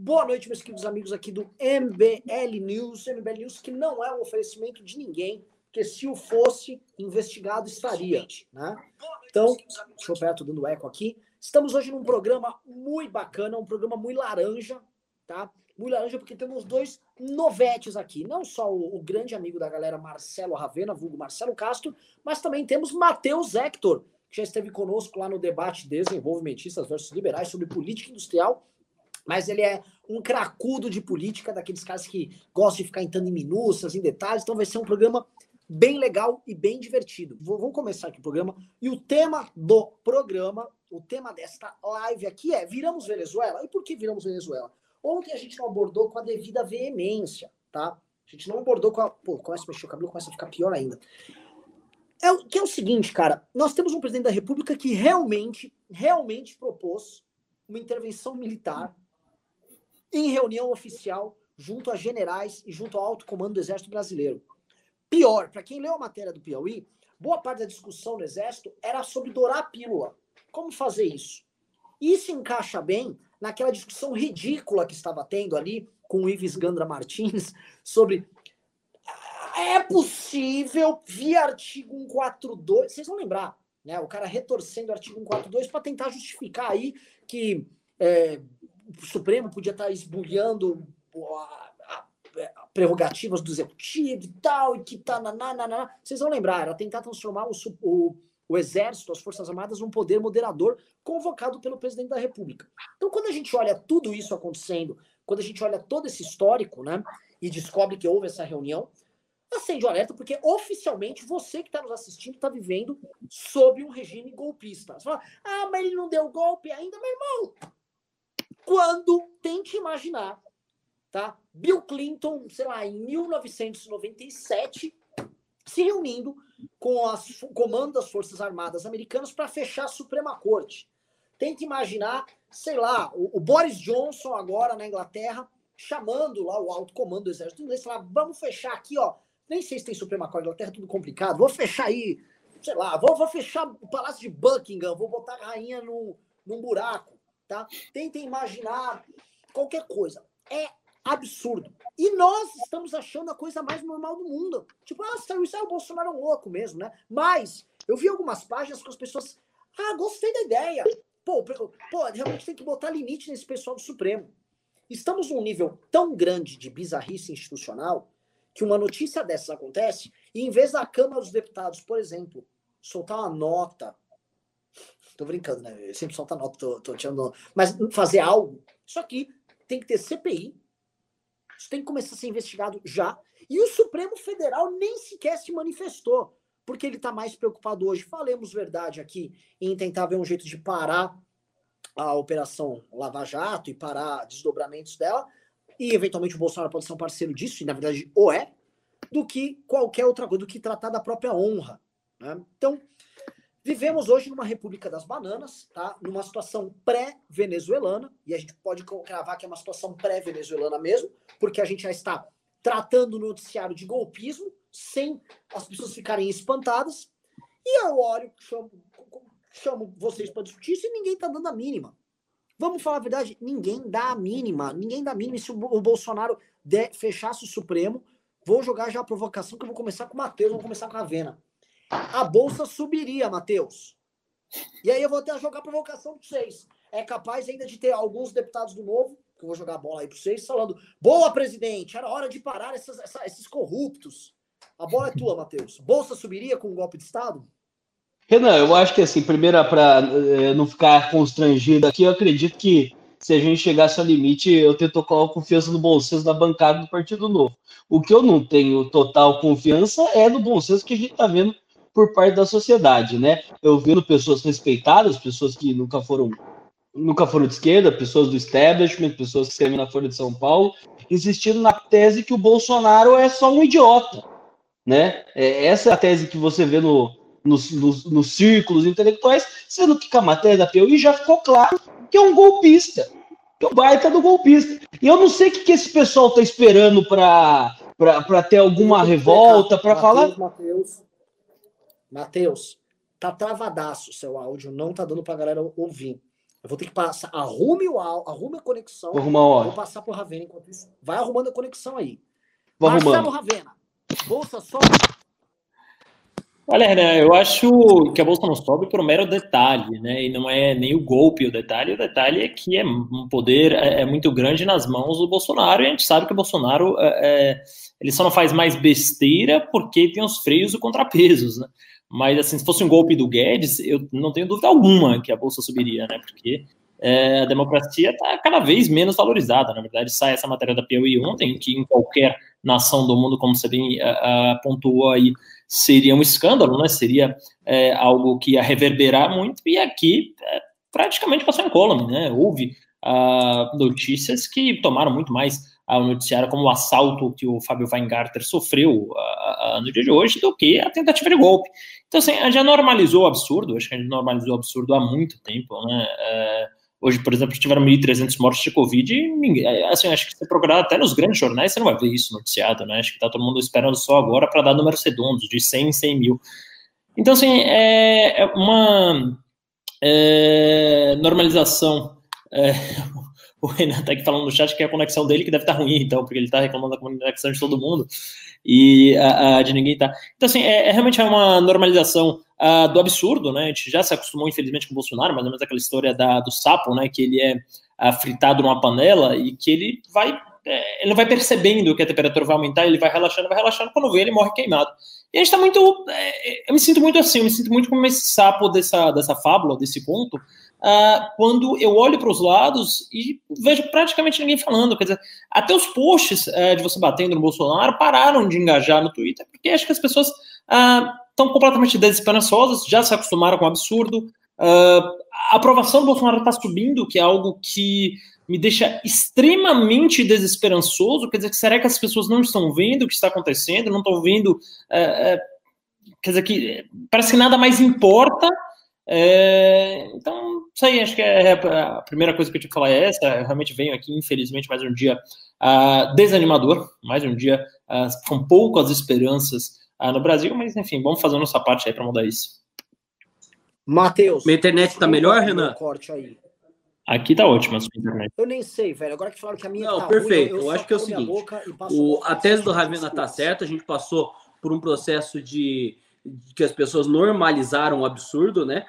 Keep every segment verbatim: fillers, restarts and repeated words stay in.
Boa noite, meus queridos amigos aqui do M B L News. M B L News que não é um oferecimento de ninguém, porque se o fosse, investigado estaria, né? Então, deixa eu pegar, tô dando eco aqui. Estamos hoje num programa muito bacana, um programa muito laranja, tá? Muito laranja porque temos dois novetes aqui. Não só o, o grande amigo da galera Marcelo Ravena, vulgo Marcelo Castro, mas também temos Matheus Hector, que já esteve conosco lá no debate Desenvolvimentistas versus Liberais sobre política industrial. Mas ele é um cracudo de política, daqueles caras que gostam de ficar entrando em minúcias, em detalhes. Então vai ser um programa bem legal e bem divertido. Vou, vamos começar aqui o programa. E o tema do programa, o tema desta live aqui é Viramos Venezuela? E por que viramos Venezuela? Ontem a gente não abordou com a devida veemência, tá? A gente não abordou com a... Pô, começa a mexer o cabelo, começa a ficar pior ainda. É, que é o seguinte, cara. Nós temos um presidente da República que realmente, realmente propôs uma intervenção militar em reunião oficial, junto a generais e junto ao alto comando do Exército Brasileiro. Pior, para quem leu a matéria do Piauí, boa parte da discussão no Exército era sobre dourar a pílula. Como fazer isso? Isso encaixa bem naquela discussão ridícula que estava tendo ali com o Ives Gandra Martins sobre é possível via artigo cento e quarenta e dois, vocês vão lembrar, né? O cara retorcendo o artigo cento e quarenta e dois para tentar justificar aí que é, o Supremo podia estar esbulhando a, a, a prerrogativas do Executivo e tal, e que tá, nananana. Vocês vão lembrar, era tentar transformar o, o, o Exército, as Forças Armadas, num poder moderador convocado pelo Presidente da República. Então, quando a gente olha tudo isso acontecendo, quando a gente olha todo esse histórico, né, e descobre que houve essa reunião, acende o alerta, porque oficialmente você que está nos assistindo está vivendo sob um regime golpista. Você fala, ah, mas ele não deu golpe ainda, meu irmão. Quando, tente imaginar, tá? Bill Clinton, sei lá, em mil novecentos e noventa e sete, se reunindo com o comando das Forças Armadas Americanas para fechar a Suprema Corte. Tente imaginar, sei lá, o, o Boris Johnson agora na Inglaterra, chamando lá o alto comando do Exército Inglês, falar, vamos fechar aqui, ó, nem sei se tem Suprema Corte, Inglaterra é tudo complicado, vou fechar aí, sei lá, vou, vou fechar o Palácio de Buckingham, vou botar a rainha no, num buraco. Tá? Tentem imaginar qualquer coisa. É absurdo. E nós estamos achando a coisa mais normal do mundo. Tipo, ah, isso é o Bolsonaro é um louco mesmo, né? Mas eu vi algumas páginas com as pessoas, ah, gostei da ideia. Pô, pô, realmente tem que botar limite nesse pessoal do Supremo. Estamos num nível tão grande de bizarrice institucional que uma notícia dessas acontece e em vez da Câmara dos Deputados, por exemplo, soltar uma nota. Tô brincando, né? Eu sempre solto a nota, tô, tô tirando. Mas fazer algo, isso aqui tem que ter C P I, isso tem que começar a ser investigado já. E o Supremo Federal nem sequer se manifestou, porque ele tá mais preocupado hoje, falemos verdade aqui, em tentar ver um jeito de parar a Operação Lava Jato e parar desdobramentos dela, e eventualmente o Bolsonaro pode ser um parceiro disso, e na verdade o é, do que qualquer outra coisa, do que tratar da própria honra, né? Então, vivemos hoje numa República das Bananas, tá? Numa situação pré-venezuelana, e a gente pode cravar que é uma situação pré-venezuelana mesmo, porque a gente já está tratando o noticiário de golpismo, sem as pessoas ficarem espantadas, e eu olho, chamo, chamo vocês para discutir isso e ninguém está dando a mínima. Vamos falar a verdade, ninguém dá a mínima, ninguém dá a mínima. Se o Bolsonaro der, fechasse o Supremo, vou jogar já a provocação, que eu vou começar com o Matheus, vou começar com a Ravena. A bolsa subiria, Matheus. E aí eu vou até jogar a provocação para vocês. É capaz ainda de ter alguns deputados do Novo, que eu vou jogar a bola aí para vocês, falando, boa, presidente, era hora de parar essas, essa, esses corruptos. A bola é tua, Matheus. Bolsa subiria com um golpe de Estado? Renan, eu acho que assim, primeiro, para é, não ficar constrangido aqui, eu acredito que se a gente chegasse ao limite, eu tenho total confiança no bom senso da bancada do Partido Novo. O que eu não tenho total confiança é no bom senso que a gente está vendo por parte da sociedade, né? Eu vendo pessoas respeitadas, pessoas que nunca foram, nunca foram de esquerda, pessoas do establishment, pessoas que escrevem na Folha de São Paulo, insistindo na tese que o Bolsonaro é só um idiota, né? É, essa é a tese que você vê no, nos, nos, nos círculos intelectuais, sendo que com a matéria da Piauí já ficou claro que é um golpista, que é um baita do golpista. E eu não sei o que, que esse pessoal está esperando para ter alguma revolta, para falar... Matheus, Matheus, tá travadaço o seu áudio, não tá dando pra galera ouvir. Eu vou ter que passar, arrume o áudio, arrume a conexão. Vou arrumar o áudio. Vou passar pro Ravena enquanto isso. Vai arrumando a conexão aí. Vou Marcelo arrumando. Ravena, bolsa sobe? Olha, Renan, eu acho que a bolsa não sobe por um mero detalhe, né? E não é nem o golpe o detalhe. O detalhe é que é um poder é, é muito grande nas mãos do Bolsonaro, e a gente sabe que o Bolsonaro é, ele só não faz mais besteira porque tem os freios e contrapesos, né? Mas, assim, se fosse um golpe do Guedes, eu não tenho dúvida alguma que a bolsa subiria, né? Porque é, a democracia está cada vez menos valorizada. Na verdade, sai essa matéria da Piauí ontem, que em qualquer nação do mundo, como você bem uh, pontuou aí, seria um escândalo, né? Seria é, algo que ia reverberar muito, e aqui é, praticamente passou incólume, né? Houve uh, notícias que tomaram muito mais ao noticiário, como o assalto que o Fábio Weingarten sofreu uh, uh, no dia de hoje, do que a tentativa de golpe. Então, assim, a gente já normalizou o absurdo, acho que a gente normalizou o absurdo há muito tempo, né? É, hoje, por exemplo, tiveram mil e trezentos mortes de Covid, e ninguém, assim, acho que se você procurar até nos grandes jornais, você não vai ver isso noticiado, né? Acho que tá todo mundo esperando só agora para dar números redondos, de cem em cem mil. Então, assim, é, é uma é, normalização. É, o Renan tá aqui falando no chat que é a conexão dele que deve estar ruim, então, porque ele tá reclamando da conexão de todo mundo e a, a de ninguém tá. Então, assim, é, é realmente é uma normalização uh, do absurdo, né? A gente já se acostumou, infelizmente, com o Bolsonaro, mais ou menos aquela história da, do sapo, né? Que ele é uh, fritado numa panela e que ele vai, é, ele não vai percebendo que a temperatura vai aumentar, ele vai relaxando, vai relaxando, quando vê, ele morre queimado. E a gente tá muito. É, eu me sinto muito assim, eu me sinto muito como esse sapo dessa, dessa fábula, desse conto. Uh, quando eu olho para os lados e vejo praticamente ninguém falando, quer dizer, até os posts uh, de você batendo no Bolsonaro pararam de engajar no Twitter, porque acho que as pessoas estão uh, completamente desesperançosas, já se acostumaram com o absurdo, uh, a aprovação do Bolsonaro está subindo, que é algo que me deixa extremamente desesperançoso, quer dizer, será que as pessoas não estão vendo o que está acontecendo, não estão vendo, uh, uh, quer dizer, que parece que nada mais importa. É, então, isso aí, acho que é a primeira coisa que eu tinha que falar é essa. Eu realmente venho aqui, infelizmente, mais um dia uh, desanimador, mais um dia uh, com poucas esperanças uh, no Brasil, mas enfim, vamos fazer a nossa parte aí para mudar isso. Matheus, minha internet tá melhor, Renan? Corte aí. Aqui tá ótima a sua internet. Eu nem sei, velho. Agora que falaram que a minha Não, tá perfeito. ruim, eu, eu, eu acho que é o seguinte, o, a tese do Ravena tá certa, a gente passou por um processo de, de que as pessoas normalizaram o absurdo, né?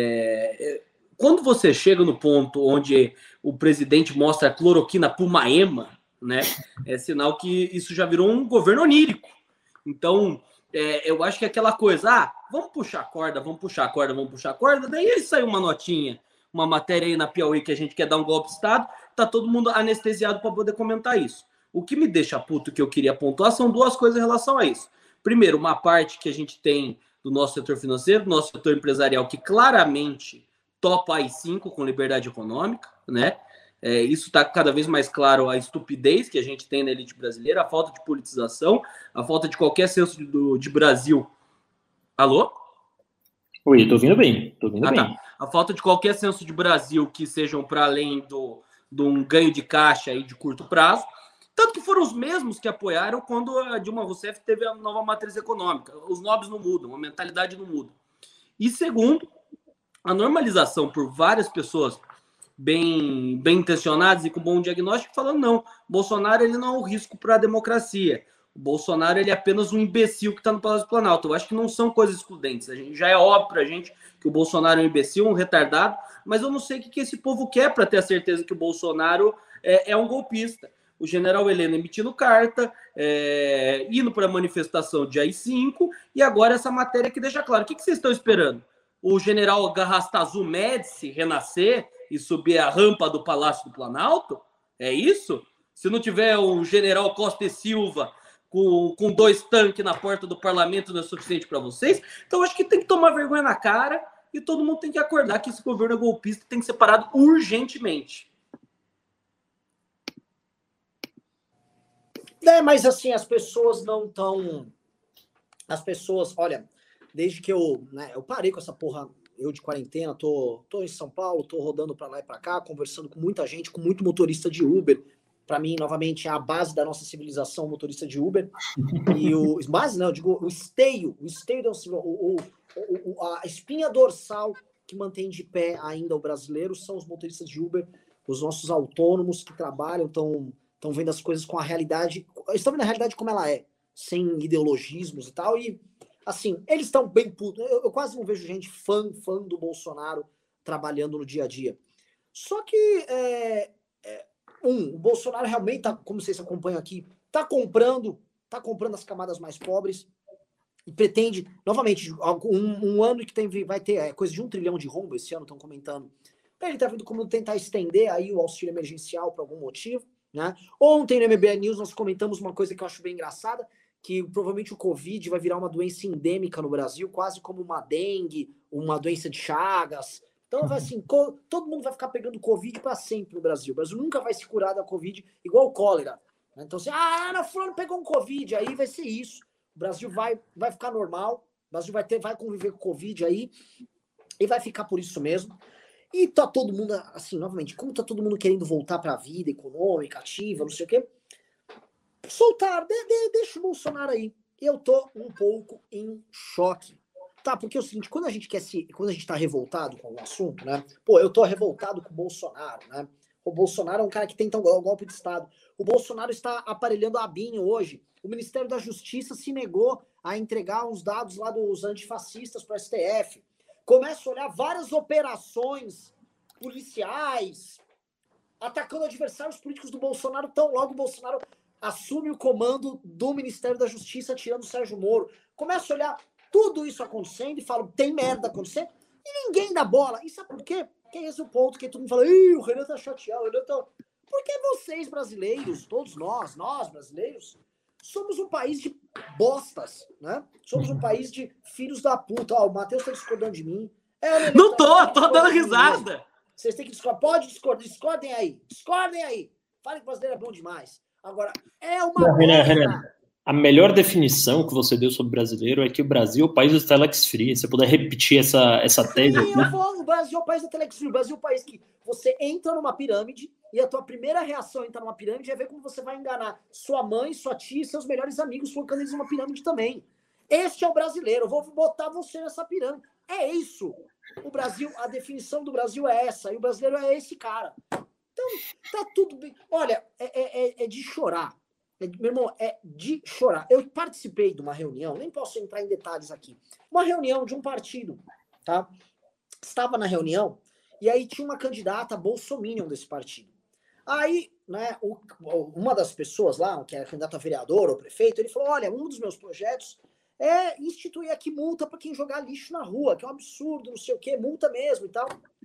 É, quando você chega no ponto onde o presidente mostra a cloroquina Pumaema, né, é sinal que isso já virou um governo onírico. Então, é, eu acho que é aquela coisa, ah, vamos puxar a corda, vamos puxar a corda, vamos puxar a corda, daí saiu uma notinha, uma matéria aí na Piauí que a gente quer dar um golpe de Estado, tá todo mundo anestesiado para poder comentar isso. O que me deixa puto, que eu queria pontuar, são duas coisas em relação a isso. Primeiro, uma parte que a gente tem do nosso setor financeiro, do nosso setor empresarial, que claramente topa A I cinco com liberdade econômica, né? É, isso está cada vez mais claro, a estupidez que a gente tem na elite brasileira, a falta de politização, a falta de qualquer senso de, do, de Brasil. Alô? Oi, tô ouvindo bem, tô ouvindo ah, bem. Tá. A falta de qualquer senso de Brasil que sejam para além do, de um ganho de caixa aí de curto prazo. Tanto que foram os mesmos que apoiaram quando a Dilma Rousseff teve a nova matriz econômica. Os nobres não mudam, a mentalidade não muda. E segundo, a normalização por várias pessoas bem, bem intencionadas e com bom diagnóstico, falando não, Bolsonaro ele não é um risco para a democracia. O Bolsonaro ele é apenas um imbecil que está no Palácio do Planalto. Eu acho que não são coisas excludentes. A gente, já é óbvio para a gente que o Bolsonaro é um imbecil, um retardado, mas eu não sei o que, que esse povo quer para ter a certeza que o Bolsonaro é, é um golpista. O general Heleno emitindo carta, é, indo para a manifestação de A I cinco, e agora essa matéria que deixa claro. O que, que vocês estão esperando? O general Garrastazu Médici renascer e subir a rampa do Palácio do Planalto? É isso? Se não tiver o general Costa e Silva com, com dois tanques na porta do parlamento, não é suficiente para vocês? Então acho que tem que tomar vergonha na cara e todo mundo tem que acordar que esse governo é golpista e tem que ser parado urgentemente. É, mas assim, as pessoas não estão... As pessoas, olha, desde que eu, né, eu parei com essa porra, eu de quarentena, tô, tô em São Paulo, tô rodando pra lá e pra cá, conversando com muita gente, com muito motorista de Uber. Pra mim, novamente, é a base da nossa civilização, motorista de Uber. E o... Mas não, eu digo, o esteio, o esteio da o, o, o, a espinha dorsal que mantém de pé ainda o brasileiro são os motoristas de Uber, os nossos autônomos que trabalham, estão estão vendo as coisas com a realidade, estão vendo a realidade como ela é, sem ideologismos e tal, e assim, eles estão bem putos. Eu, eu quase não vejo gente fã, fã do Bolsonaro trabalhando no dia a dia. Só que, é, é, um, o Bolsonaro realmente, tá, como vocês acompanham aqui, tá comprando, tá comprando as camadas mais pobres e pretende, novamente, um, um ano que tem, vai ter é, coisa de um trilhão de rombo esse ano, estão comentando. Ele tá vendo como tentar estender aí o auxílio emergencial por algum motivo, né? Ontem no M B L News nós comentamos uma coisa que eu acho bem engraçada, que provavelmente o Covid vai virar uma doença endêmica no Brasil, quase como uma dengue, uma doença de Chagas. Então, vai assim, todo mundo vai ficar pegando Covid para sempre no Brasil. O Brasil nunca vai se curar da Covid igual o cólera. Então, assim, ah, não, fulano pegou um Covid, aí vai ser isso. O Brasil vai, vai ficar normal, o Brasil vai, ter, vai conviver com o Covid aí, e vai ficar por isso mesmo. E tá todo mundo, assim, novamente, como tá todo mundo querendo voltar para a vida econômica, ativa, não sei o quê, soltar, de, de, deixa o Bolsonaro aí. Eu tô um pouco em choque. Tá, porque é o seguinte, quando a gente quer se. Quando a gente tá revoltado com algum assunto, né? Pô, eu tô revoltado com o Bolsonaro, né? O Bolsonaro é um cara que tenta um golpe de Estado. O Bolsonaro está aparelhando a ABIN hoje. O Ministério da Justiça se negou a entregar uns dados lá dos antifascistas para o S T F. Começa a olhar várias operações policiais atacando adversários políticos do Bolsonaro, tão logo o Bolsonaro assume o comando do Ministério da Justiça, tirando o Sérgio Moro. Começa a olhar tudo isso acontecendo e fala, tem merda acontecendo, e ninguém dá bola. E sabe por quê? Porque é esse o ponto que todo mundo fala, ih, o Renan tá chateado, o Renan tá... Porque vocês brasileiros, todos nós, nós brasileiros, somos um país de bostas, né? Somos um país de filhos da puta. Ó, o Matheus tá discordando de mim. É, não tô, tá tô dando risada. Vocês têm que discordar. Pode discordar, discordem aí. Discordem aí. Falem que o brasileiro é bom demais. Agora, é uma não, Renan, Renan, a melhor definição que você deu sobre o brasileiro é que o Brasil é o país do Telex Free. Se você puder repetir essa, essa tese. Sim, eu vou, o Brasil é o país do Telex Free. O Brasil é o país que você entra numa pirâmide e a tua primeira reação em entrar numa pirâmide é ver como você vai enganar sua mãe, sua tia e seus melhores amigos colocando eles numa pirâmide também. Este é o brasileiro. Eu vou botar você nessa pirâmide. É isso. O Brasil, a definição do Brasil é essa. E o brasileiro é esse cara. Então, tá tudo bem. Olha, é, é, é de chorar. É, meu irmão, é de chorar. Eu participei de uma reunião, nem posso entrar em detalhes aqui. Uma reunião de um partido, tá? Estava na reunião e aí tinha uma candidata bolsominion desse partido. Aí, né, o, uma das pessoas lá, que era candidata a vereador ou prefeito, ele falou, olha, um dos meus projetos é instituir aqui multa para quem jogar lixo na rua, que é um absurdo, não sei o quê, multa mesmo e tal.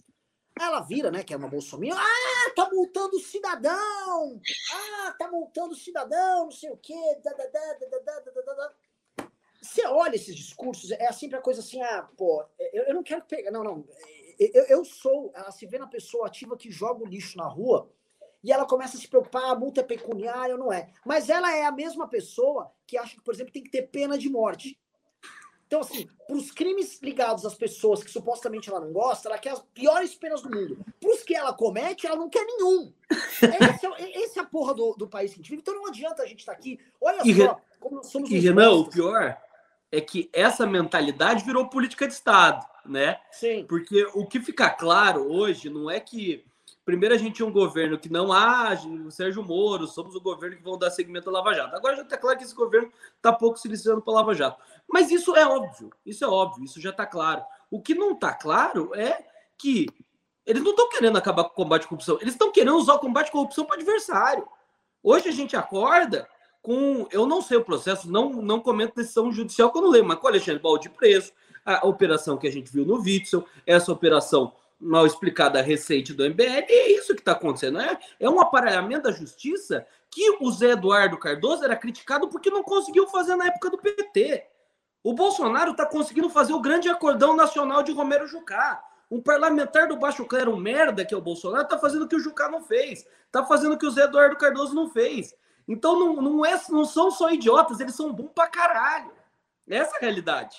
Ela vira, né, que é uma bolsominion, ah, tá multando o cidadão, ah, tá multando o cidadão, não sei o quê, da, da, da, da, da, da, da, da. Você olha esses discursos, é sempre a coisa assim, ah, pô, eu, eu não quero pegar, não, não, eu, eu sou, ela se vê na pessoa ativa que joga o lixo na rua, e ela começa a se preocupar, a multa é pecuniária ou não é. Mas ela é a mesma pessoa que acha que, por exemplo, tem que ter pena de morte. Então, assim, para os crimes ligados às pessoas que supostamente ela não gosta, ela quer as piores penas do mundo. Para os que ela comete, ela não quer nenhum. Esse é, esse é a porra do, do país que a gente vive. Então não adianta a gente estar aqui. Olha e só como nós somos. E, Renan, o pior é que essa mentalidade virou política de Estado, né? Sim. Porque o que fica claro hoje não é que... Primeiro a gente tinha um governo que não age, o Sérgio Moro, somos o governo que vão dar seguimento à Lava Jato. Agora já está claro que esse governo está pouco se licenciando para a Lava Jato. Mas isso é óbvio, isso é óbvio, isso já está claro. O que não está claro é que eles não estão querendo acabar com o combate à corrupção, eles estão querendo usar o combate à corrupção para adversário. Hoje a gente acorda com, eu não sei o processo, não, não comento decisão judicial que eu não lembro, mas com o Alexandre Baldi preso, a operação que a gente viu no Witzel, essa operação mal explicada recente do M B L, e é isso que está acontecendo. É, é um aparelhamento da justiça que o Zé Eduardo Cardoso era criticado porque não conseguiu fazer na época do P T. O Bolsonaro está conseguindo fazer o grande acordão nacional de Romero Jucá. Um parlamentar do baixo clero merda, que é o Bolsonaro, está fazendo o que o Jucá não fez. Está fazendo o que o Zé Eduardo Cardoso não fez. Então não, não, é, não são só idiotas, eles são bons pra caralho. Essa é a realidade.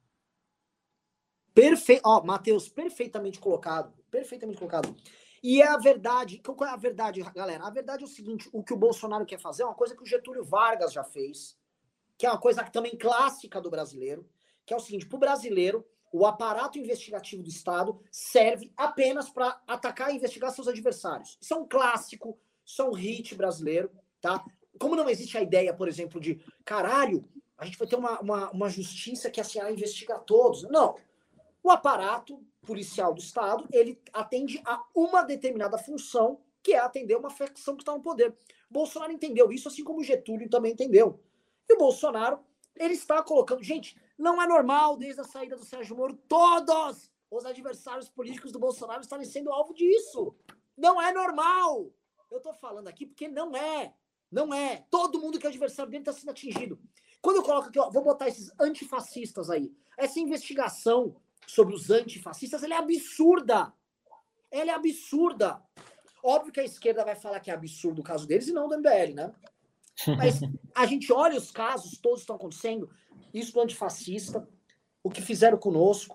Perfeito, ó, Matheus, perfeitamente colocado, perfeitamente colocado. E é a verdade, qual é a verdade, galera? A verdade é o seguinte, o que o Bolsonaro quer fazer é uma coisa que o Getúlio Vargas já fez, que é uma coisa também clássica do brasileiro, que é o seguinte, pro brasileiro, o aparato investigativo do Estado serve apenas para atacar e investigar seus adversários. Isso é um clássico, isso é um hit brasileiro, tá? Como não existe a ideia, por exemplo, de caralho, a gente vai ter uma, uma, uma justiça que assim, a investigar todos. Não. O aparato policial do Estado, ele atende a uma determinada função, que é atender uma facção que está no poder. Bolsonaro entendeu isso, assim como o Getúlio também entendeu. E o Bolsonaro, ele está colocando... Gente, não é normal, desde a saída do Sérgio Moro, todos os adversários políticos do Bolsonaro estarem sendo alvo disso. Não é normal. Eu estou falando aqui porque não é. Não é. Todo mundo que é adversário dele está sendo atingido. Quando eu coloco aqui, ó, vou botar esses antifascistas aí. Essa investigação sobre os antifascistas, ela é absurda. Ela é absurda. Óbvio que a esquerda vai falar que é absurdo o caso deles e não do M B L, né? Mas a gente olha os casos, todos estão acontecendo. Isso do antifascista, o que fizeram conosco.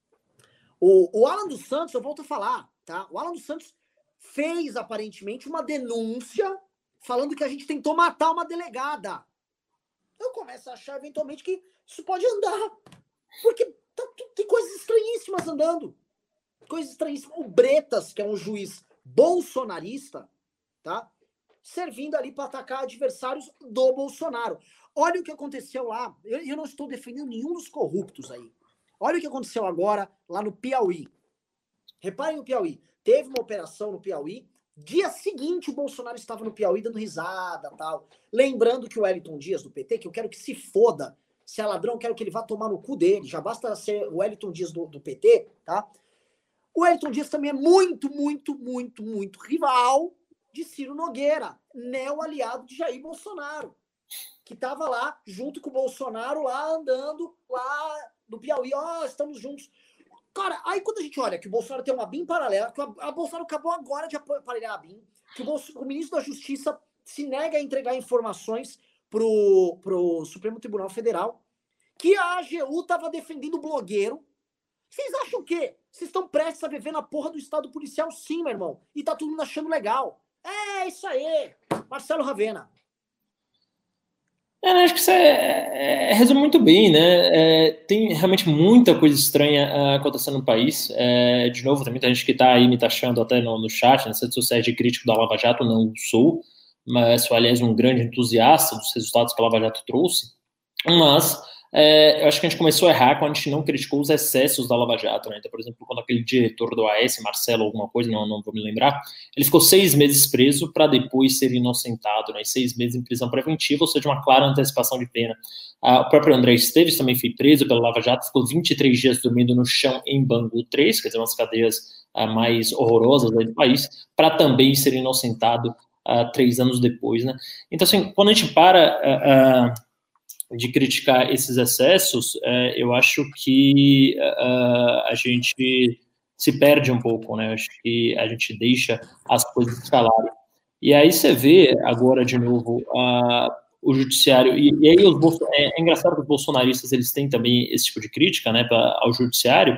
O, o Alan dos Santos, eu volto a falar, tá? O Alan dos Santos fez, aparentemente, uma denúncia falando que a gente tentou matar uma delegada. Eu começo a achar, eventualmente, que isso pode andar. Porque tá, tem coisas estranhíssimas andando. Coisas estranhíssimas. O Bretas, que é um juiz bolsonarista, tá? Servindo ali para atacar adversários do Bolsonaro. Olha o que aconteceu lá. Eu, eu não estou defendendo nenhum dos corruptos aí. Olha o que aconteceu agora lá no Piauí. Reparem no Piauí. Teve uma operação no Piauí. Dia seguinte, o Bolsonaro estava no Piauí dando risada e tal. Lembrando que o Wellington Dias, do P T, que eu quero que se foda. Se é ladrão, eu quero que ele vá tomar no cu dele. Já basta ser o Wellington Dias do, do P T, tá? O Wellington Dias também é muito, muito, muito, muito rival de Ciro Nogueira, neo-aliado de Jair Bolsonaro, que estava lá junto com o Bolsonaro, lá andando, lá no Piauí, ó, oh, estamos juntos. Cara, aí quando a gente olha que o Bolsonaro tem uma B I M paralela, que a, a Bolsonaro acabou agora de aparelhar a B I M, que o, Bolso, o ministro da Justiça se nega a entregar informações pro, pro Supremo Tribunal Federal, que a A G U estava defendendo o blogueiro. Vocês acham o quê? Vocês estão prestes a viver na porra do Estado policial, sim, meu irmão. E tá todo mundo achando legal. É isso aí. Marcelo Ravena. É, acho que você é, é, resume muito bem, né? É, tem realmente muita coisa estranha uh, acontecendo no país. É, de novo, tem muita gente que está aí me taxando até no, no chat, nas redes sociais, de crítico da Lava Jato. Não sou, mas sou, aliás, um grande entusiasta dos resultados que a Lava Jato trouxe. Mas é, eu acho que a gente começou a errar quando a gente não criticou os excessos da Lava Jato, né? Então, por exemplo, quando aquele diretor do A S, Marcelo, alguma coisa, não, não vou me lembrar, ele ficou seis meses preso para depois ser inocentado, né? Seis meses em prisão preventiva, ou seja, uma clara antecipação de pena. Ah, o próprio André Esteves também foi preso pela Lava Jato, ficou vinte e três dias dormindo no chão em Bangu três, quer dizer, umas cadeias ah, mais horrorosas do país, para também ser inocentado ah, três anos depois, né? Então, assim, quando a gente para... Ah, ah, de criticar esses excessos, é, eu acho que uh, a gente se perde um pouco, né? Eu acho que a gente deixa as coisas escalarem. E aí você vê agora, de novo, uh, o judiciário... E, e aí os bolso, é, é engraçado que os bolsonaristas eles têm também esse tipo de crítica, né, pra, ao judiciário,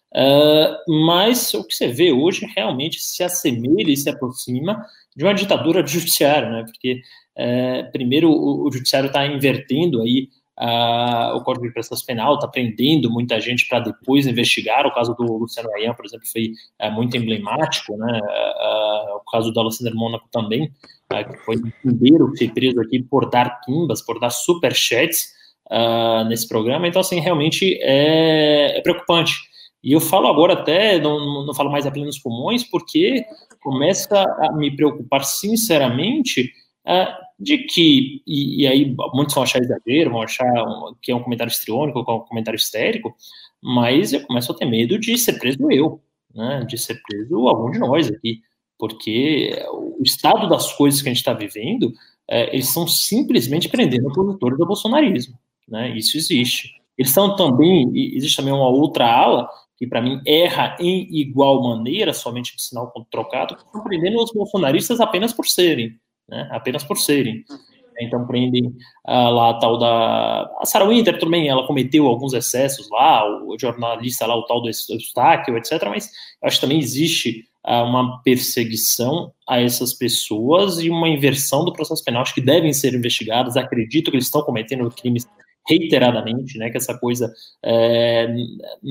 uh, mas o que você vê hoje realmente se assemelha e se aproxima de uma ditadura do judiciário, né? Porque É, primeiro, o, o judiciário está invertendo aí uh, o Código de Processo Penal, está prendendo muita gente para depois investigar. O caso do Luciano Ayan, por exemplo, foi uh, muito emblemático, né? Uh, o caso do Alessandro Mônaco também, uh, que foi o primeiro que foi preso aqui por dar pimbas, por dar superchats uh, nesse programa. Então, assim, realmente é, é preocupante. E eu falo agora até, não, não falo mais a plenos pulmões, porque começa a me preocupar sinceramente uh, de que, e, e aí muitos vão achar exagero, vão achar um, que é um comentário histriônico, que é um comentário histérico, mas eu começo a ter medo de ser preso eu, né, de ser preso algum de nós aqui, porque o estado das coisas que a gente está vivendo, é, eles estão simplesmente prendendo opositores do bolsonarismo, né, isso existe. Eles são também, existe também uma outra ala, que para mim erra em igual maneira, somente de sinal trocado, que estão prendendo os bolsonaristas apenas por serem, né, apenas por serem. Então prendem uh, lá a tal da... A Sarah Winter também, ela cometeu alguns excessos lá, o jornalista lá, o tal do Eustáquio, etcétera, mas acho que também existe uh, uma perseguição a essas pessoas e uma inversão do processo penal, acho que devem ser investigadas, acredito que eles estão cometendo crimes reiteradamente, né, que essa coisa... É,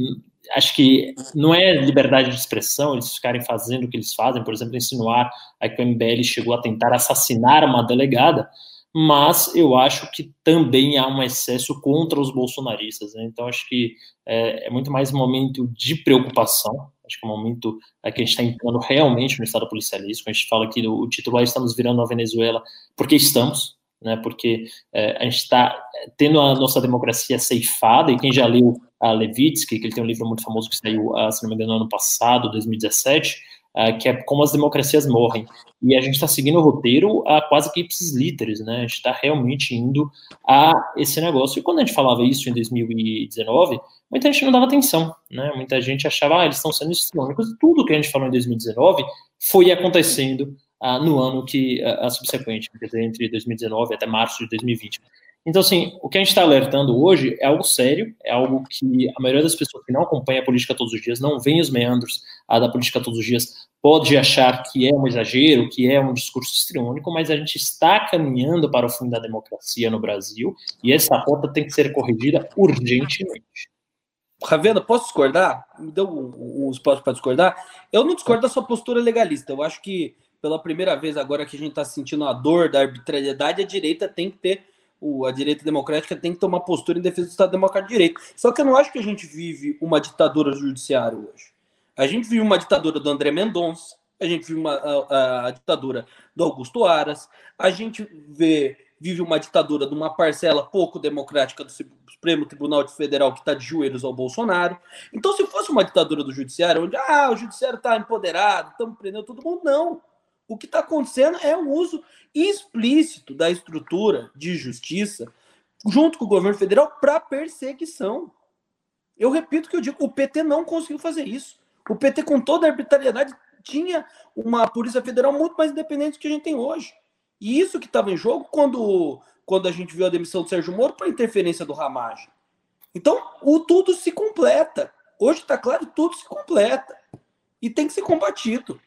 acho que não é liberdade de expressão eles ficarem fazendo o que eles fazem, por exemplo, insinuar que o M B L chegou a tentar assassinar uma delegada, mas eu acho que também há um excesso contra os bolsonaristas, né? Então acho que é, é muito mais um momento de preocupação, acho que é um momento é, que a gente está entrando realmente no estado policialístico. A gente fala que o título é "Estamos virando a Venezuela", porque estamos, né? Porque é, a gente está tendo a nossa democracia ceifada, e quem já leu a Levitsky, que ele tem um livro muito famoso que saiu, se não me engano, no ano passado, dois mil e dezessete, Uh, que é Como as Democracias Morrem. E a gente está seguindo o roteiro a quase que ipsis literis, né? A gente está realmente indo a esse negócio. E quando a gente falava isso em dois mil e dezenove, muita gente não dava atenção, né? Muita gente achava, ah, eles estão sendo históricos. Tudo que a gente falou em dois mil e dezenove foi acontecendo uh, no ano que uh, a subsequente, quer dizer, entre dois mil e dezenove até março de dois mil e vinte. Então, assim, o que a gente está alertando hoje é algo sério, é algo que a maioria das pessoas que não acompanha a política todos os dias, não vê os meandros a, da política todos os dias, pode achar que é um exagero, que é um discurso histriônico, mas a gente está caminhando para o fim da democracia no Brasil, e essa rota tem que ser corrigida urgentemente. Ravena, posso discordar? Me deu um, um espaço para discordar? Eu não discordo da sua postura legalista. Eu acho que, pela primeira vez agora que a gente está sentindo a dor da arbitrariedade, a direita tem que ter a direita democrática tem que tomar postura em defesa do Estado Democrático de Direito. Só que eu não acho que a gente vive uma ditadura judiciária hoje. A gente vive uma ditadura do André Mendonça, a gente vive uma, a, a ditadura do Augusto Aras, a gente vê, vive uma ditadura de uma parcela pouco democrática do Supremo Tribunal Federal que está de joelhos ao Bolsonaro. Então, se fosse uma ditadura do judiciário, onde ah, o judiciário está empoderado, estamos prendendo todo mundo, não. O que está acontecendo é um uso explícito da estrutura de justiça junto com o governo federal para perseguição. Eu repito o que eu digo, o P T não conseguiu fazer isso. O P T, com toda a arbitrariedade, tinha uma Polícia Federal muito mais independente do que a gente tem hoje. E isso que estava em jogo quando, quando a gente viu a demissão do Sérgio Moro para interferência do Ramagem. Então, o tudo se completa. Hoje está claro, tudo se completa. E tem que ser combatido.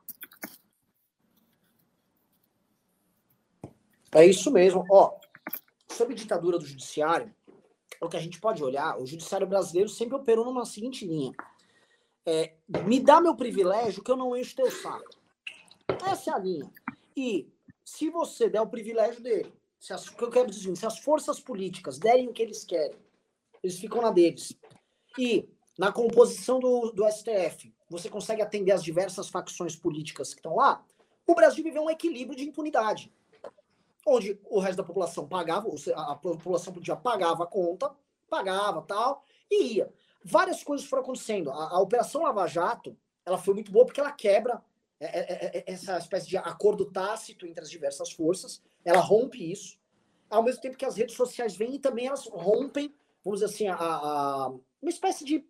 É isso mesmo. Ó, sobre ditadura do judiciário, o que a gente pode olhar, o judiciário brasileiro sempre operou numa seguinte linha. É, me dá meu privilégio que eu não encho teu saco. Essa é a linha. E se você der o privilégio dele, se as, o que eu quero dizer, se as forças políticas derem o que eles querem, eles ficam na deles. E na composição do, do S T F, você consegue atender as diversas facções políticas que estão lá, o Brasil viveu um equilíbrio de impunidade. Onde o resto da população pagava, a população política pagava a conta, pagava tal, e ia. Várias coisas foram acontecendo. A, a Operação Lava Jato, ela foi muito boa porque ela quebra é, é, é, essa espécie de acordo tácito entre as diversas forças, ela rompe isso, ao mesmo tempo que as redes sociais vêm e também elas rompem, vamos dizer assim, a, a, uma espécie de...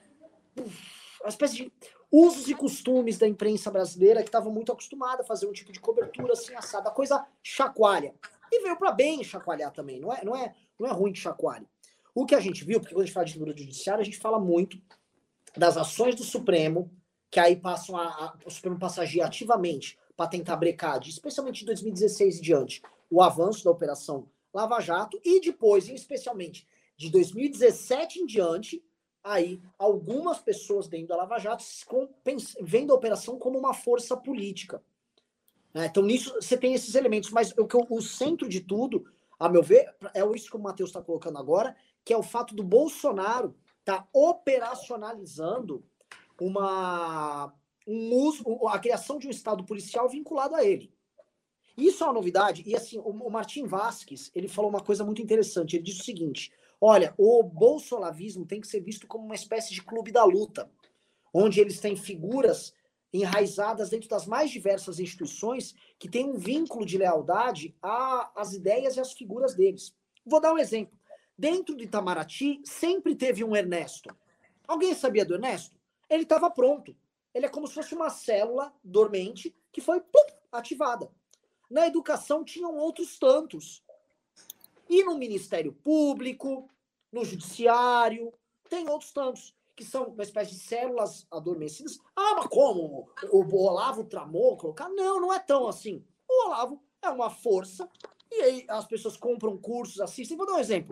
uma espécie de usos e costumes da imprensa brasileira que estava muito acostumada a fazer um tipo de cobertura assim, assada. A coisa chacoalha. E veio para bem chacoalhar também. Não é, não, é, não é ruim que chacoalhe. O que a gente viu, porque quando a gente fala de ditadura judiciária, a gente fala muito das ações do Supremo, que aí passam a, a, o Supremo passa a agir ativamente para tentar brecar, de, especialmente de dois mil e dezesseis e diante, o avanço da Operação Lava Jato, e depois, especialmente, de dois mil e dezessete em diante, aí algumas pessoas dentro da Lava Jato vendo a operação como uma força política. É, então, nisso, você tem esses elementos, mas o, que eu, o centro de tudo, a meu ver, é isso que o Matheus está colocando agora, que é o fato do Bolsonaro estar tá operacionalizando uma, um uso, a criação de um Estado policial vinculado a ele. Isso é uma novidade, e assim, o, o Martim Vasquez, ele falou uma coisa muito interessante, ele disse o seguinte: olha, o bolsolavismo tem que ser visto como uma espécie de clube da luta, onde eles têm figuras enraizadas dentro das mais diversas instituições que têm um vínculo de lealdade às ideias e às figuras deles. Vou dar um exemplo. Dentro do Itamaraty, sempre teve um Ernesto. Alguém sabia do Ernesto? Ele estava pronto. Ele é como se fosse uma célula dormente que foi pum, ativada. Na educação, tinham outros tantos. E no Ministério Público, no Judiciário, tem outros tantos, que são uma espécie de células adormecidas. Ah, mas como? O Olavo tramou colocar? Não, não é tão assim. O Olavo é uma força, e aí as pessoas compram cursos, assistem. Vou dar um exemplo.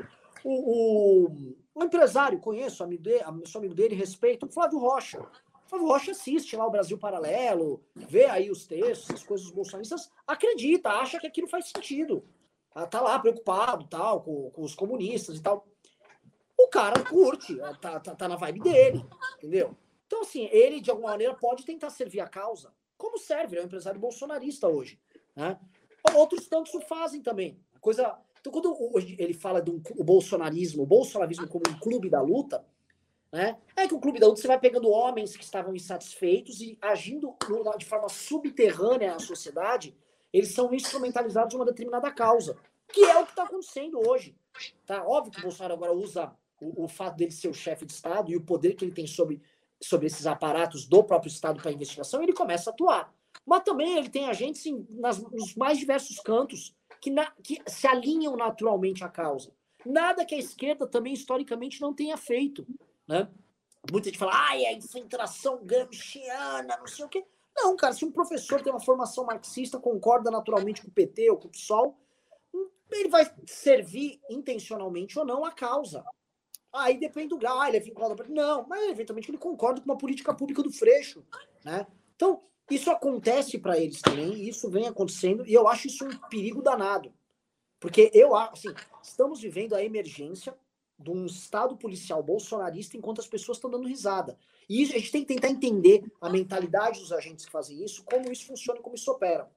O, o, o empresário, conheço, amigo dele, sou amigo dele, respeito, o Flávio Rocha. O Flávio Rocha assiste lá o Brasil Paralelo, vê aí os textos, as coisas dos bolsonaristas, acredita, acha que aquilo faz sentido. Tá lá preocupado, tal, com, com os comunistas e tal. O cara curte, tá, tá, tá na vibe dele, entendeu? Então, assim, ele, de alguma maneira, pode tentar servir a causa, como serve, ele é um empresário bolsonarista hoje, né? Outros tantos o fazem também. Coisa... Então, quando ele fala do o bolsonarismo, o bolsonarismo como um clube da luta, né? É que o clube da luta você vai pegando homens que estavam insatisfeitos e agindo de forma subterrânea na sociedade, eles são instrumentalizados de uma determinada causa, que é o que está acontecendo hoje. Tá? Óbvio que o Bolsonaro agora usa o, o fato dele ser o chefe de Estado e o poder que ele tem sobre, sobre esses aparatos do próprio Estado para investigação, ele começa a atuar. Mas também ele tem agentes em, nas, nos mais diversos cantos que, na, que se alinham naturalmente à causa. Nada que a esquerda também, historicamente, não tenha feito. Né? Muita gente fala, ai, a infiltração gramsciana, não sei o quê. Não, cara, se um professor tem uma formação marxista, concorda naturalmente com o P T ou com o PSOL, ele vai servir intencionalmente ou não a causa. Aí depende do grau, ah, ele é vinculado a... Não, mas eventualmente ele concorda com uma política pública do Freixo. Né? Então, isso acontece para eles também, e isso vem acontecendo, e eu acho isso um perigo danado. Porque eu acho, assim, estamos vivendo a emergência de um Estado policial bolsonarista enquanto as pessoas estão dando risada. E a gente tem que tentar entender a mentalidade dos agentes que fazem isso, como isso funciona e como isso opera.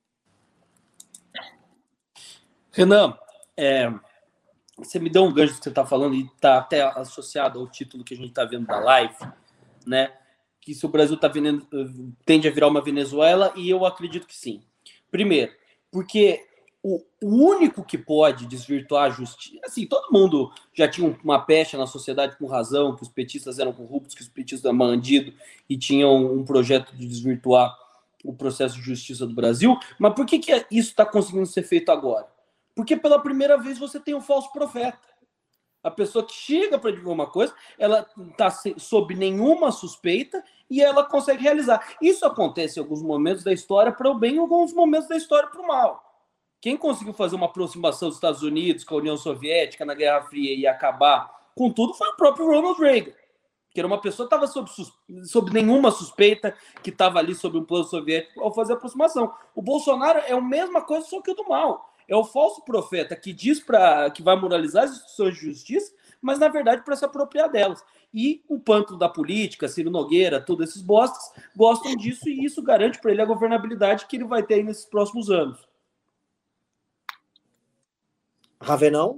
Renan, é, você me deu um gancho que você está falando e está até associado ao título que a gente está vendo da live, né? Que se o Brasil tá vendo, tende a virar uma Venezuela, e eu acredito que sim. Primeiro, porque o, o único que pode desvirtuar a justiça... Assim, todo mundo já tinha uma pecha na sociedade com razão, que os petistas eram corruptos, que os petistas eram bandidos e tinham um projeto de desvirtuar o processo de justiça do Brasil. Mas por que, que isso está conseguindo ser feito agora? Porque pela primeira vez você tem um falso profeta. A pessoa que chega para divulgar uma coisa, ela está sob nenhuma suspeita e ela consegue realizar. Isso acontece em alguns momentos da história para o bem e em alguns momentos da história para o mal. Quem conseguiu fazer uma aproximação dos Estados Unidos com a União Soviética na Guerra Fria e acabar com tudo foi o próprio Ronald Reagan, que era uma pessoa que estava sob, sob nenhuma suspeita, que estava ali sob um plano soviético ao fazer a aproximação. O Bolsonaro é a mesma coisa, só que o do mal. É o falso profeta que diz pra, que vai moralizar as instituições de justiça, mas, na verdade, para se apropriar delas. E o pântano da política, Ciro Nogueira, todos esses bostas, gostam disso, e isso garante para ele a governabilidade que ele vai ter aí nesses próximos anos. Ravenão?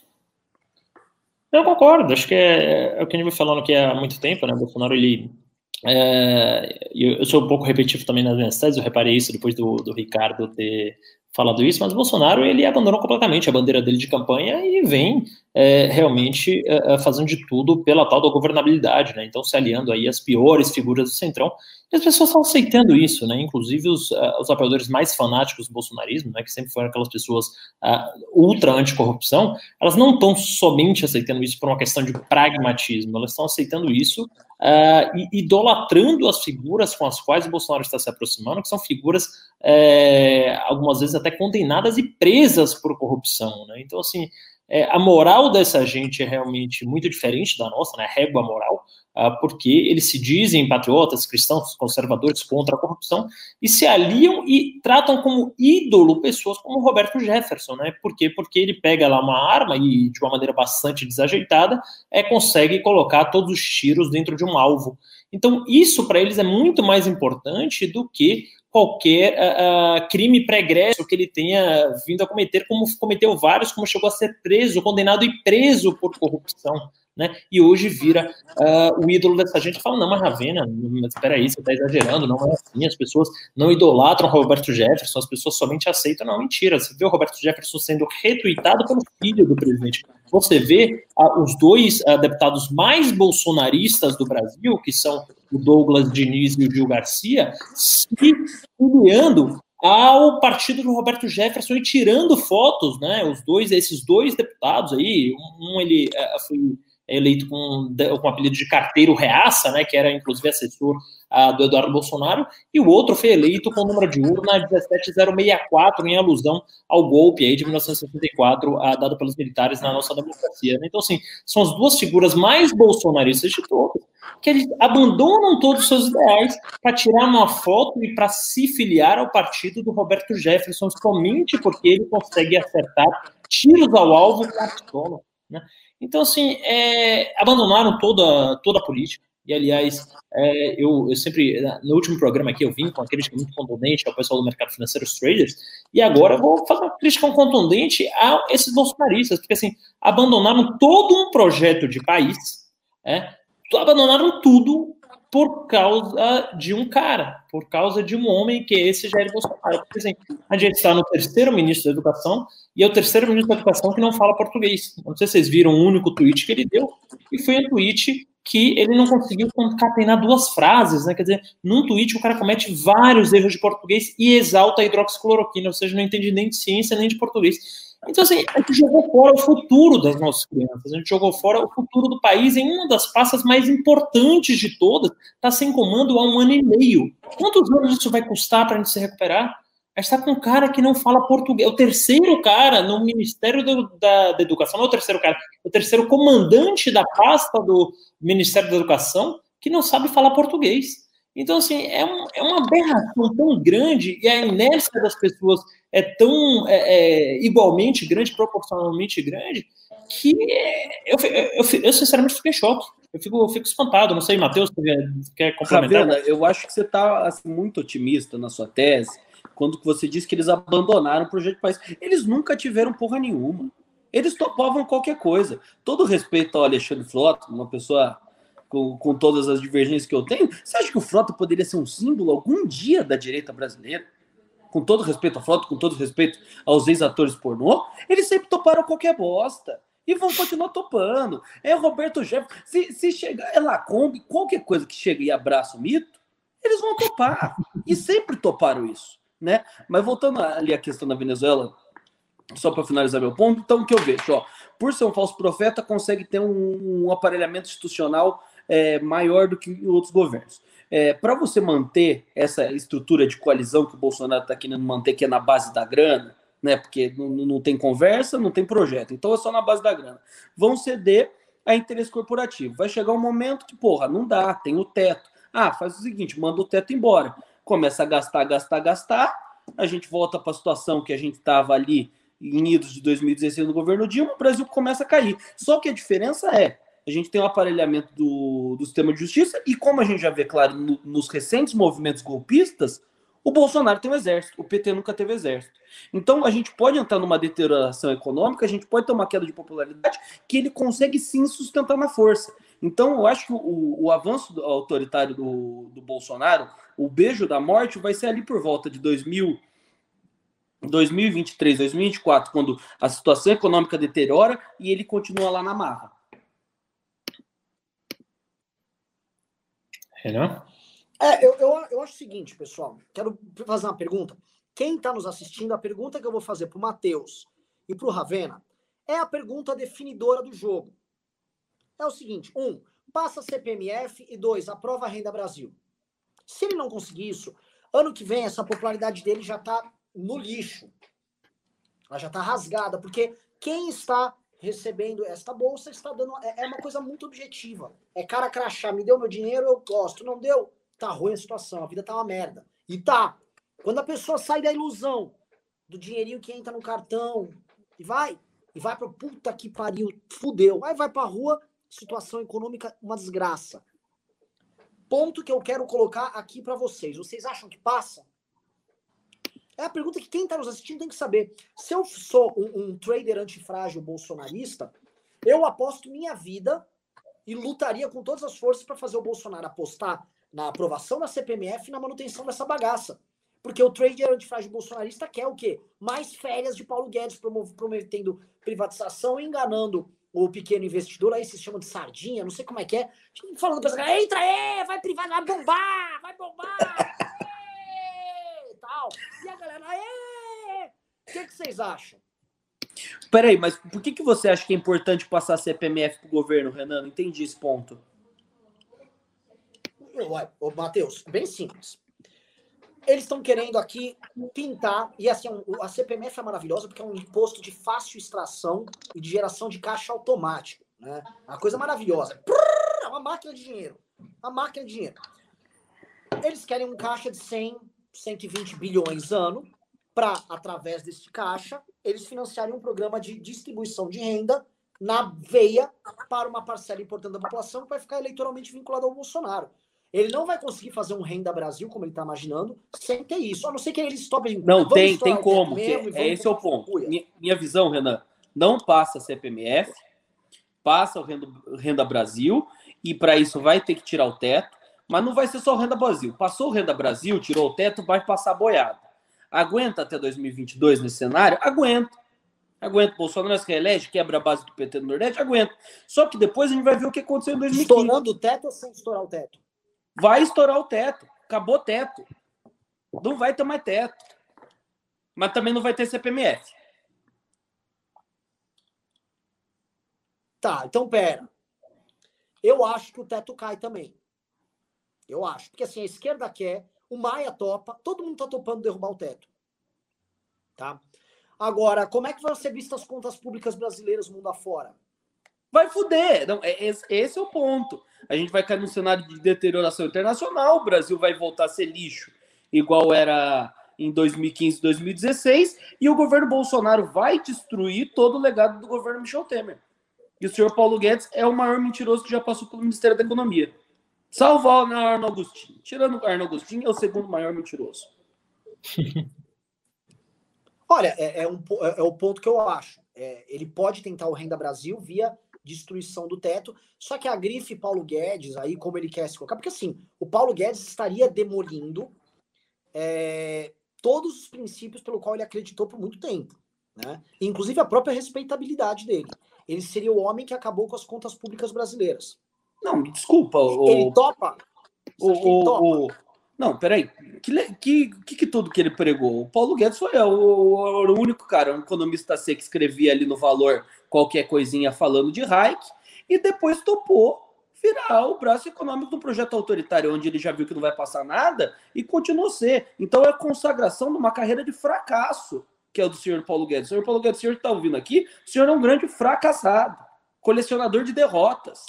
Eu concordo, acho que é, é o que a gente vem falando aqui há muito tempo, né? O Bolsonaro, ele... É, eu, eu sou um pouco repetitivo também nas minhas teses, eu reparei isso depois do, do Ricardo ter falado isso, mas o Bolsonaro, ele abandonou completamente a bandeira dele de campanha e vem é, realmente é, fazendo de tudo pela tal da governabilidade, né? Então se aliando aí às piores figuras do Centrão, e as pessoas estão aceitando isso, né? Inclusive os, uh, os apoiadores mais fanáticos do bolsonarismo, né? Que sempre foram aquelas pessoas uh, ultra anticorrupção, elas não estão somente aceitando isso por uma questão de pragmatismo, elas estão aceitando isso uh, e idolatrando as figuras com as quais o Bolsonaro está se aproximando, que são figuras é, algumas vezes até condenadas e presas por corrupção, né? Então, assim, é, a moral dessa gente é realmente muito diferente da nossa, né? A régua moral, uh, porque eles se dizem patriotas, cristãos, conservadores contra a corrupção e se aliam e tratam como ídolo pessoas como Roberto Jefferson, né? Por quê? Porque ele pega lá uma arma e, de uma maneira bastante desajeitada, é, consegue colocar todos os tiros dentro de um alvo. Então, isso para eles é muito mais importante do que qualquer uh, crime pregresso que ele tenha vindo a cometer, como cometeu vários, como chegou a ser preso, condenado e preso por corrupção, né? E hoje vira uh, o ídolo dessa gente e fala, não, mas Ravena, mas espera aí, você está exagerando, não é assim, as pessoas não idolatram Roberto Jefferson, as pessoas somente aceitam, não, mentira, você vê o Roberto Jefferson sendo retweetado pelo filho do presidente, você vê uh, os dois uh, deputados mais bolsonaristas do Brasil, que são o Douglas Diniz e o Gil Garcia, se filiando ao partido do Roberto Jefferson e tirando fotos, né? Os dois, esses dois deputados aí, um ele uh, foi eleito com, com o apelido de carteiro reaça, né, que era inclusive assessor uh, do Eduardo Bolsonaro, e o outro foi eleito com o número de urna dezessete mil sessenta e quatro, em alusão ao golpe aí de mil novecentos e sessenta e quatro, uh, dado pelos militares na nossa democracia. Né? Então, assim, são as duas figuras mais bolsonaristas de todas, que eles abandonam todos os seus ideais para tirar uma foto e para se filiar ao partido do Roberto Jefferson, somente porque ele consegue acertar tiros ao alvo com a pistola. Né? Então, assim, é, abandonaram toda, toda a política. E, aliás, é, eu, eu sempre, no último programa aqui, eu vim com uma crítica muito contundente ao pessoal do mercado financeiro, os traders, e agora eu vou fazer uma crítica contundente a esses bolsonaristas, porque, assim, abandonaram todo um projeto de país, é, abandonaram tudo por causa de um cara, por causa de um homem que é esse Jair Bolsonaro. Por exemplo, a gente está no terceiro ministro da Educação, e é o terceiro ministro da Educação que não fala português. Não sei se vocês viram o único tweet que ele deu, e foi um tweet que ele não conseguiu concatenar duas frases, né? Quer dizer, num tweet o cara comete vários erros de português e exalta a hidroxicloroquina, ou seja, não entende nem de ciência nem de português. Então, assim, a gente jogou fora o futuro das nossas crianças, a gente jogou fora o futuro do país em uma das pastas mais importantes de todas, está sem comando há um ano e meio. Quantos anos isso vai custar para a gente se recuperar? A gente está com um cara que não fala português, o terceiro cara no Ministério do, da, da Educação, não é o terceiro cara, é o terceiro comandante da pasta do Ministério da Educação que não sabe falar português. Então, assim, é, um, é uma aberração tão grande e a inércia das pessoas é tão é, é, igualmente grande, proporcionalmente grande, que eu, eu, eu, eu sinceramente fico em choque. Eu fico, eu fico espantado. Não sei, Matheus, você quer complementar? Ravena, eu acho que você está assim, muito otimista na sua tese quando você diz que eles abandonaram o projeto de país. Eles nunca tiveram porra nenhuma. Eles topavam qualquer coisa. Todo respeito ao Alexandre Frota, uma pessoa com, com todas as divergências que eu tenho, você acha que o Frota poderia ser um símbolo algum dia da direita brasileira? Com todo respeito ao Frota, com todo respeito aos ex-atores pornô, eles sempre toparam qualquer bosta. E vão continuar topando. É o Roberto Jefferson. Se, se chegar, é Lacombe, qualquer coisa que chega e abraça o mito, eles vão topar. E sempre toparam isso. Né? Mas voltando ali à questão da Venezuela, só para finalizar meu ponto, então o que eu vejo, ó, por ser um falso profeta, consegue ter um, um aparelhamento institucional é, maior do que outros governos. É, para você manter essa estrutura de coalizão que o Bolsonaro está querendo manter, que é na base da grana, né? Porque não, não tem conversa, não tem projeto, então é só na base da grana. Vão ceder a interesse corporativo. Vai chegar um momento que, porra, não dá, tem o teto. Ah, faz o seguinte, manda o teto embora. Começa a gastar, gastar, gastar. A gente volta para a situação que a gente estava ali em idos de dois mil e dezesseis no governo Dilma, o Brasil começa a cair. Só que a diferença é, a gente tem um aparelhamento do, do sistema de justiça e como a gente já vê, claro, no, nos recentes movimentos golpistas, o Bolsonaro tem um exército, o P T nunca teve exército. Então a gente pode entrar numa deterioração econômica, a gente pode ter uma queda de popularidade que ele consegue sim sustentar na força. Então eu acho que o, o avanço autoritário do, do Bolsonaro, o beijo da morte, vai ser ali por volta de dois mil, dois mil e vinte e três, dois mil e vinte e quatro, quando a situação econômica deteriora e ele continua lá na marra. Renan? É, eu, eu, eu acho o seguinte, pessoal. Quero fazer uma pergunta. Quem está nos assistindo, a pergunta que eu vou fazer para o Matheus e para o Ravena é a pergunta definidora do jogo. É o seguinte: um, passa C P M F e dois, aprova a Renda Brasil. Se ele não conseguir isso, ano que vem essa popularidade dele já está no lixo. Ela já está rasgada, porque quem está recebendo esta bolsa está dando... É, é uma coisa muito objetiva. É cara crachá, me deu meu dinheiro, eu gosto. Não deu? Tá ruim a situação, a vida tá uma merda. E tá. Quando a pessoa sai da ilusão do dinheirinho que entra no cartão e vai, e vai pra puta que pariu, fudeu. Aí vai pra rua, situação econômica, uma desgraça. Ponto que eu quero colocar aqui pra vocês. Vocês acham que passa? É a pergunta que quem tá nos assistindo tem que saber. Se eu sou um, um trader antifrágil bolsonarista, eu aposto minha vida e lutaria com todas as forças para fazer o Bolsonaro apostar na aprovação da C P M F e na manutenção dessa bagaça. Porque o trader antifrágil bolsonarista quer o quê? Mais férias de Paulo Guedes prometendo privatização e enganando o pequeno investidor. Aí se chama de sardinha, não sei como é que é. Falando pra essa galera, entra aí, vai privar, vai bombar, vai bombar, e tal. E a galera, aê! O que, que vocês acham? Peraí, mas por que, que você acha que é importante passar C P M F para o governo, Renan? Não entendi esse ponto. Ô, Matheus, bem simples. Eles estão querendo aqui pintar, e assim, a C P M F é maravilhosa porque é um imposto de fácil extração e de geração de caixa automático, né? Uma coisa maravilhosa. É uma máquina de dinheiro. Uma máquina de dinheiro. Eles querem um caixa de cem, cento e vinte bilhões ano para, através deste caixa, eles financiarem um programa de distribuição de renda na veia para uma parcela importante da população que vai ficar eleitoralmente vinculada ao Bolsonaro. Ele não vai conseguir fazer um Renda Brasil, como ele está imaginando, sem ter isso. A não ser que ele estope... Não, tem, tem como. Que é, esse é o ponto. Minha, minha visão, Renan, não passa C P M F, passa o Renda, Renda Brasil, e para isso vai ter que tirar o teto, mas não vai ser só o Renda Brasil. Passou o Renda Brasil, tirou o teto, vai passar boiada. Aguenta até dois mil e vinte e dois nesse cenário? Aguenta. Aguenta. Bolsonaro se reelege, quebra a base do P T no Nordeste? Aguenta. Só que depois a gente vai ver o que aconteceu em dois mil e quinze. Estourando o teto ou sem estourar o teto? Vai estourar o teto. Acabou o teto. Não vai ter mais teto. Mas também não vai ter C P M F. Tá, então pera. Eu acho que o teto cai também. Eu acho. Porque assim, a esquerda quer, o Maia topa, todo mundo tá topando derrubar o teto. Tá? Agora, como é que vão ser vistas as contas públicas brasileiras mundo afora? Vai fuder. Não, é, esse é o ponto. A gente vai cair num cenário de deterioração internacional, o Brasil vai voltar a ser lixo, igual era em dois mil e quinze, dois mil e dezesseis, e o governo Bolsonaro vai destruir todo o legado do governo Michel Temer. E o senhor Paulo Guedes é o maior mentiroso que já passou pelo Ministério da Economia. Salvo o Arno Agostinho. Tirando o Arno Agostinho, é o segundo maior mentiroso. Olha, é, é, um, é o ponto que eu acho. É, ele pode tentar o Renda Brasil via destruição do teto, só que a grife Paulo Guedes, aí como ele quer se colocar, porque assim, o Paulo Guedes estaria demolindo é, todos os princípios pelo qual ele acreditou por muito tempo, né? Inclusive a própria respeitabilidade dele. Ele seria o homem que acabou com as contas públicas brasileiras. Não, me desculpa. O, ele topa? O, ele topa? O, o, não, peraí. Que, que, que, que tudo que ele pregou? O Paulo Guedes foi o, o, o único cara, um economista C que escrevia ali no Valor qualquer coisinha falando de Hayek, e depois topou virar o braço econômico do projeto autoritário, onde ele já viu que não vai passar nada, e continuou a ser. Então é a consagração de uma carreira de fracasso, que é o do senhor Paulo Guedes. O senhor Paulo Guedes, o senhor que está ouvindo aqui, o senhor é um grande fracassado, colecionador de derrotas.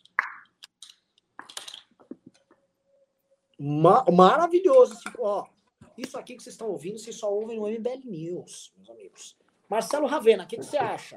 Ma- maravilhoso. Tipo, ó, isso aqui que vocês estão ouvindo, vocês só ouvem no M B L News, meus amigos. Marcelo Ravena, o que, que você acha?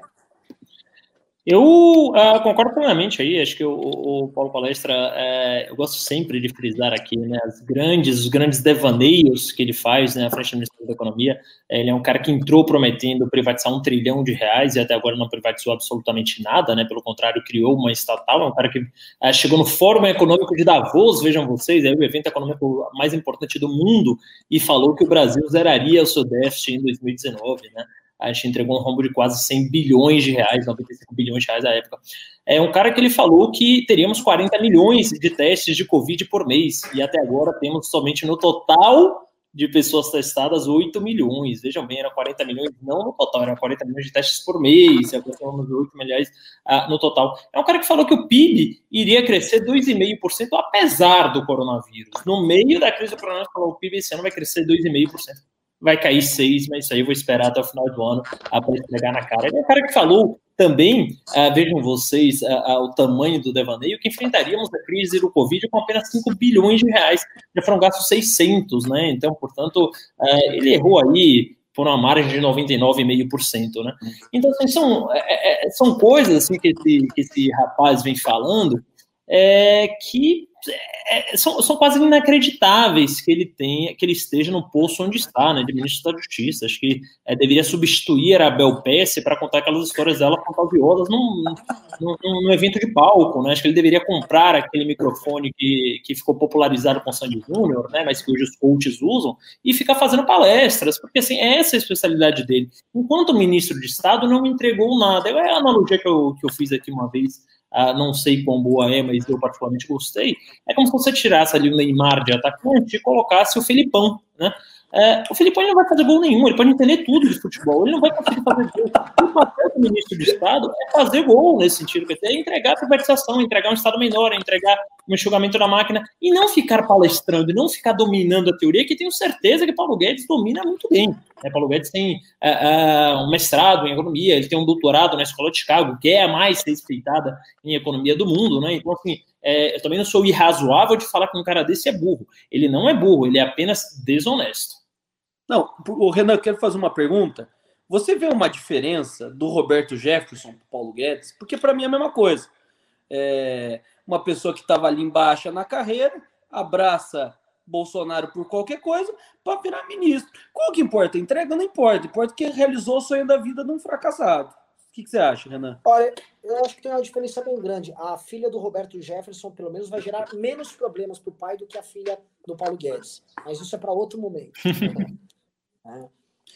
Eu uh, concordo plenamente aí, acho que o, o Paulo Palestra, é, eu gosto sempre de frisar aqui, né, as grandes, os grandes devaneios que ele faz, né, à frente do Ministério da Economia. Ele é um cara que entrou prometendo privatizar um trilhão de reais e até agora não privatizou absolutamente nada, né, pelo contrário, criou uma estatal. É um cara que uh, chegou no Fórum Econômico de Davos, vejam vocês, é o evento econômico mais importante do mundo, e falou que o Brasil zeraria o seu déficit em dois mil e dezenove, né. A gente entregou um rombo de quase cem bilhões de reais, noventa e cinco bilhões de reais à época. É um cara que ele falou que teríamos quarenta milhões de testes de Covid por mês, e até agora temos somente no total de pessoas testadas oito milhões. Vejam bem, eram quarenta milhões, não no total, eram quarenta milhões de testes por mês, e agora temos oito milhões uh, no total. É um cara que falou que o P I B iria crescer dois vírgula cinco por cento apesar do coronavírus. No meio da crise do coronavírus, falou que o P I B esse ano vai crescer dois vírgula cinco por cento. Vai cair seis, mas isso aí eu vou esperar até o final do ano para pegar na cara. Ele é o cara que falou também, uh, vejam vocês, uh, uh, o tamanho do devaneio, que enfrentaríamos a crise do Covid com apenas cinco bilhões de reais. Já foram gastos seiscentos, né? Então, portanto, uh, ele errou aí por uma margem de noventa e nove vírgula cinco por cento, né? Então, assim, são, é, é, são coisas assim, que, esse, que esse rapaz vem falando é, que É, são, são quase inacreditáveis que ele tenha, que ele esteja no posto onde está, né, de ministro da Justiça. Acho que é, deveria substituir a Bel Pesce para contar aquelas histórias dela fantasiosas num, num, num evento de palco, né? Acho que ele deveria comprar aquele microfone que, que ficou popularizado com o Sandy Júnior, né, mas que hoje os coaches usam, e ficar fazendo palestras, porque assim, essa é a especialidade dele. Enquanto ministro de Estado, não me entregou nada. É a analogia que eu, que eu fiz aqui uma vez. Uh, não sei quão boa é, mas eu particularmente gostei. É como se você tirasse ali o Neymar de atacante e colocasse o Felipão, né? É, o Filipão não vai fazer gol nenhum, ele pode entender tudo de futebol, ele não vai conseguir fazer gol. O papel do ministro do Estado é fazer gol nesse sentido, é entregar a privatização, entregar um Estado menor, entregar um enxugamento da máquina, e não ficar palestrando, e não ficar dominando a teoria, que tenho certeza que Paulo Guedes domina muito bem. É, Paulo Guedes tem é, é, um mestrado em economia, ele tem um doutorado na Escola de Chicago, que é a mais respeitada em economia do mundo, né? Então, assim, é, eu também não sou irrazoável de falar que um cara desse é burro. Ele não é burro, ele é apenas desonesto. Não, o Renan, eu quero fazer uma pergunta. Você vê uma diferença do Roberto Jefferson para o Paulo Guedes? Porque para mim é a mesma coisa. É uma pessoa que estava ali embaixo na carreira, abraça Bolsonaro por qualquer coisa para virar ministro. Qual que importa? Entrega não importa. Importa que realizou o sonho da vida de um fracassado. O que, que você acha, Renan? Olha, eu acho que tem uma diferença bem grande. A filha do Roberto Jefferson, pelo menos, vai gerar menos problemas para o pai do que a filha do Paulo Guedes. Mas isso é para outro momento. É,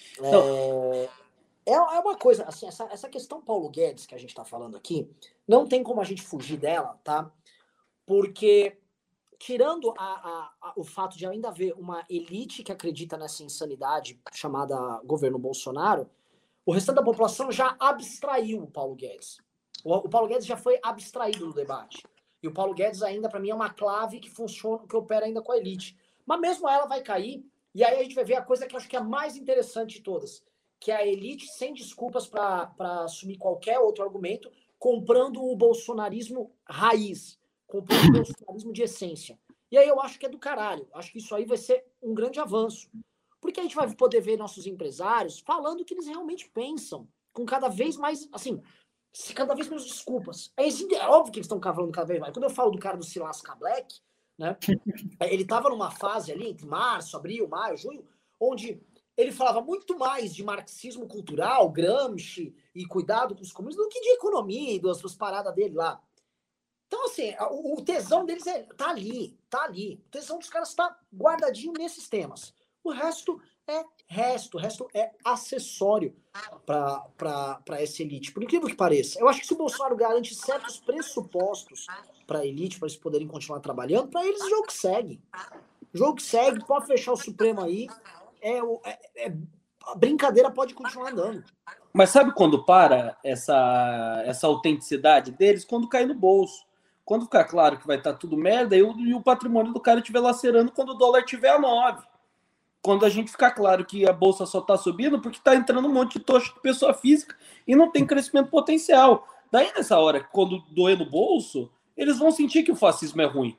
é, é uma coisa, assim, essa, essa questão Paulo Guedes que a gente está falando aqui, não tem como a gente fugir dela, tá? Porque, tirando a, a, a, o fato de ainda haver uma elite que acredita nessa insanidade chamada governo Bolsonaro, o restante da população já abstraiu o Paulo Guedes. O, o Paulo Guedes já foi abstraído do debate. E o Paulo Guedes ainda, para mim, é uma clave que funciona, que opera ainda com a elite. Mas mesmo ela vai cair. E aí a gente vai ver a coisa que eu acho que é a mais interessante de todas, que é a elite sem desculpas para assumir qualquer outro argumento, comprando o bolsonarismo raiz, comprando o bolsonarismo de essência. E aí eu acho que é do caralho. Acho que isso aí vai ser um grande avanço. Porque a gente vai poder ver nossos empresários falando o que eles realmente pensam, com cada vez mais, assim, cada vez menos desculpas. É, é óbvio que eles estão falando cada vez mais. Quando eu falo do cara do Silasca Black, né? Ele estava numa fase ali, entre março, abril, maio, junho, onde ele falava muito mais de marxismo cultural, Gramsci e cuidado com os comunistas, do que de economia e das, das paradas dele lá. Então, assim, o, o tesão deles é, tá ali, tá ali. O tesão dos caras está guardadinho nesses temas. O resto é resto, o resto é acessório para essa elite. Por incrível que pareça. Eu acho que se o Bolsonaro garante certos pressupostos para a elite, para eles poderem continuar trabalhando, para eles o jogo segue. O jogo segue, pode fechar o Supremo aí, é, é, é, a brincadeira pode continuar andando. Mas sabe quando para essa, essa autenticidade deles? Quando cai no bolso. Quando ficar claro que vai estar tudo merda e o, e o patrimônio do cara estiver lacerando quando o dólar estiver a nove. Quando a gente ficar claro que a bolsa só está subindo porque está entrando um monte de tocha de pessoa física e não tem crescimento potencial. Daí, nessa hora, quando doer no bolso, eles vão sentir que o fascismo é ruim.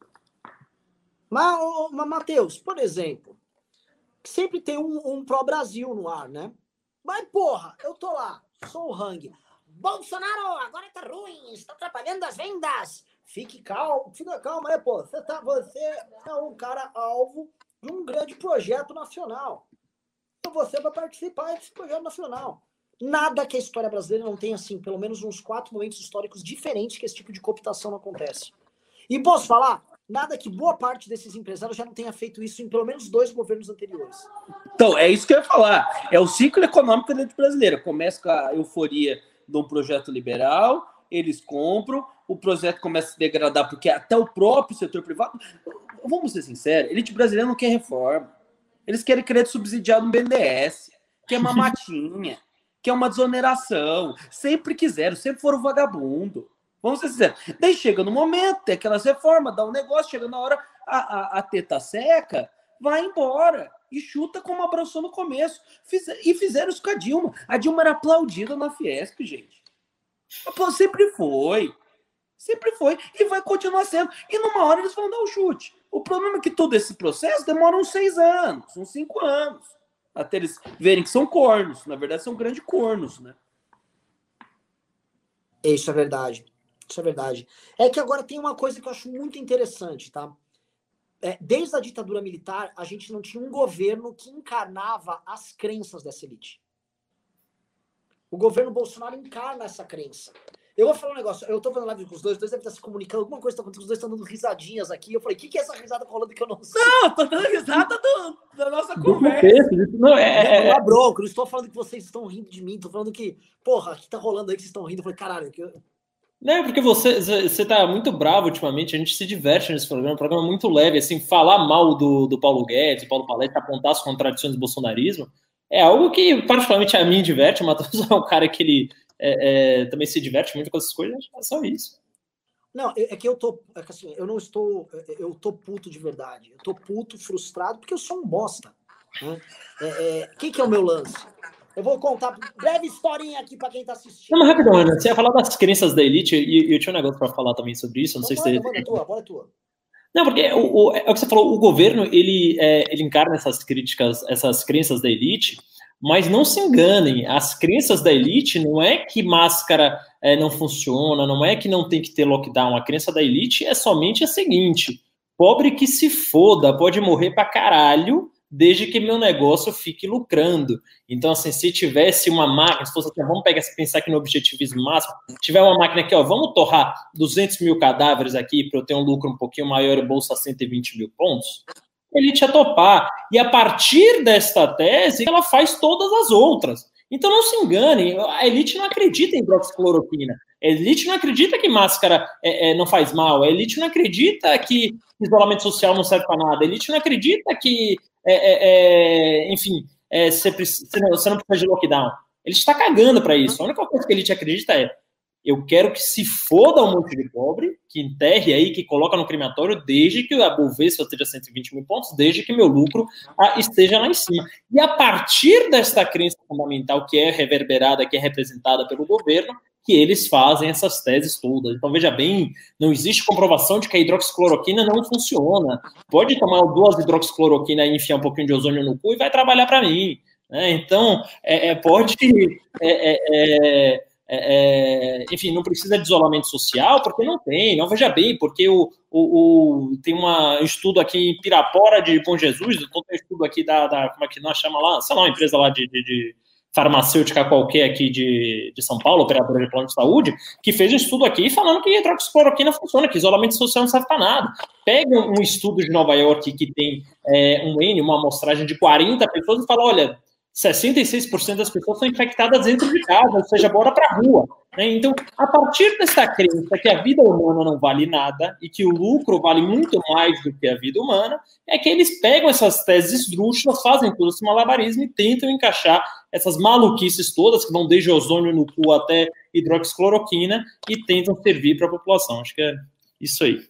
Mas, mas Matheus, por exemplo, sempre tem um, um pró-Brasil no ar, né? Mas, porra, eu tô lá, sou o Hang. Bolsonaro, agora tá ruim, está atrapalhando as vendas. Fique calmo, fica calmo, né, pô? Você, tá, você é um cara alvo de um grande projeto nacional. Então você vai participar desse projeto nacional. Nada que a história brasileira não tenha, assim, pelo menos uns quatro momentos históricos diferentes que esse tipo de cooptação não acontece. E posso falar, nada que boa parte desses empresários já não tenha feito isso em pelo menos dois governos anteriores. Então, é isso que eu ia falar. É o ciclo econômico da elite brasileira. Começa com a euforia de um projeto liberal, eles compram, o projeto começa a se degradar porque até o próprio setor privado... Vamos ser sinceros, a elite brasileira não quer reforma. Eles querem crédito subsidiado no B N D E S, quer uma matinha, quer uma desoneração. Sempre quiseram, sempre foram vagabundo. Vamos ser sinceros. Daí chega no momento, tem aquelas reformas, dá um negócio, chega na hora, a, a, a teta seca, vai embora. E chuta como abraçou no começo. Fiz, e fizeram isso com a Dilma. A Dilma era aplaudida na Fiesp, gente. Sempre foi. Sempre foi. E vai continuar sendo. E numa hora eles vão dar o chute. O problema é que todo esse processo demora uns seis anos, uns cinco anos. Até eles verem que são cornos. Na verdade, são grandes cornos, né? Isso é verdade. Isso é verdade. É que agora tem uma coisa que eu acho muito interessante, tá? É, desde a ditadura militar, a gente não tinha um governo que encarnava as crenças dessa elite. O governo Bolsonaro encarna essa crença. Eu vou falar um negócio, eu tô fazendo live com os dois, os dois devem estar se comunicando, alguma coisa tá acontecendo, os dois estão dando risadinhas aqui. Eu falei, o que, que é essa risada rolando que eu não sei? Não, tô dando risada do, da nossa conversa. Não, é, é, é bronco, não estou falando que vocês estão rindo de mim, tô falando que, porra, o que tá rolando aí que vocês estão rindo? Eu falei, caralho, que eu... Não, é porque você, você tá muito bravo ultimamente, a gente se diverte nesse programa, um programa muito leve, assim, falar mal do, do Paulo Guedes, do Paulo Palestra, apontar as contradições do bolsonarismo, é algo que particularmente a mim diverte, o Matheus é um cara que ele é, é, também se diverte muito com essas coisas, é só isso. Não, é que eu tô, é que assim, eu não estou, eu tô puto de verdade, eu tô puto, frustrado, porque eu sou um bosta. Né? O é, é, que, que é o meu lance? Eu vou contar breve historinha aqui para quem tá assistindo. Não, mas rapidão, Ana, você ia falar das crenças da elite, e eu tinha um negócio para falar também sobre isso, não então, sei manda, se você... Manda, tua, bora tua. Não, porque o, o, é o que você falou, o governo, ele, é, ele encarna essas críticas, essas crenças da elite, mas não se enganem, as crenças da elite não é que máscara é, não funciona, não é que não tem que ter lockdown, a crença da elite é somente a seguinte, pobre que se foda, pode morrer pra caralho, desde que meu negócio fique lucrando. Então, assim, se tivesse uma máquina, se fosse assim, vamos pegar, pensar aqui no objetivismo máximo, tiver uma máquina aqui, ó, vamos torrar duzentos mil cadáveres aqui para eu ter um lucro um pouquinho maior e bolsa cento e vinte mil pontos, ele ia topar. E a partir desta tese, ela faz todas as outras. Então, não se enganem, a elite não acredita em hidroxicloroquina. A elite não acredita que máscara é, é, não faz mal. A elite não acredita que isolamento social não serve para nada. A elite não acredita que É, é, é, enfim, é, você, precisa, você não precisa de lockdown. Ele está cagando para isso. A única coisa que ele te acredita é: eu quero que se foda um monte de pobre, que enterre aí, que coloca no crematório, desde que a Bovespa esteja cento e vinte mil pontos, desde que meu lucro ah, esteja lá em cima. E a partir desta crença fundamental que é reverberada, que é representada pelo governo, que eles fazem essas teses todas. Então, veja bem, não existe comprovação de que a hidroxicloroquina não funciona. Pode tomar duas hidroxicloroquina e enfiar um pouquinho de ozônio no cu e vai trabalhar para mim. Né? Então, é, é, pode... É, é, é, enfim, não precisa de isolamento social, porque não tem. Não, veja bem, porque o, o, o, tem uma, um estudo aqui em Pirapora de Bom Jesus, então tem um estudo aqui da, da... Como é que nós chama lá? Sei lá, uma empresa lá de... de, de farmacêutica qualquer aqui de, de São Paulo, operadora de plano de saúde, que fez um estudo aqui falando que a hidroxicloroquina funciona, que isolamento social não serve para nada. Pega um estudo de Nova York que tem é, um N, uma amostragem de quarenta pessoas e fala, olha, sessenta e seis por cento das pessoas são infectadas dentro de casa, ou seja, bora para a rua. Né? Então, a partir dessa crença que a vida humana não vale nada e que o lucro vale muito mais do que a vida humana, é que eles pegam essas teses esdrúxulas, fazem todo esse malabarismo e tentam encaixar essas maluquices todas, que vão desde ozônio no cu até hidroxicloroquina, e tentam servir para a população. Acho que é isso aí.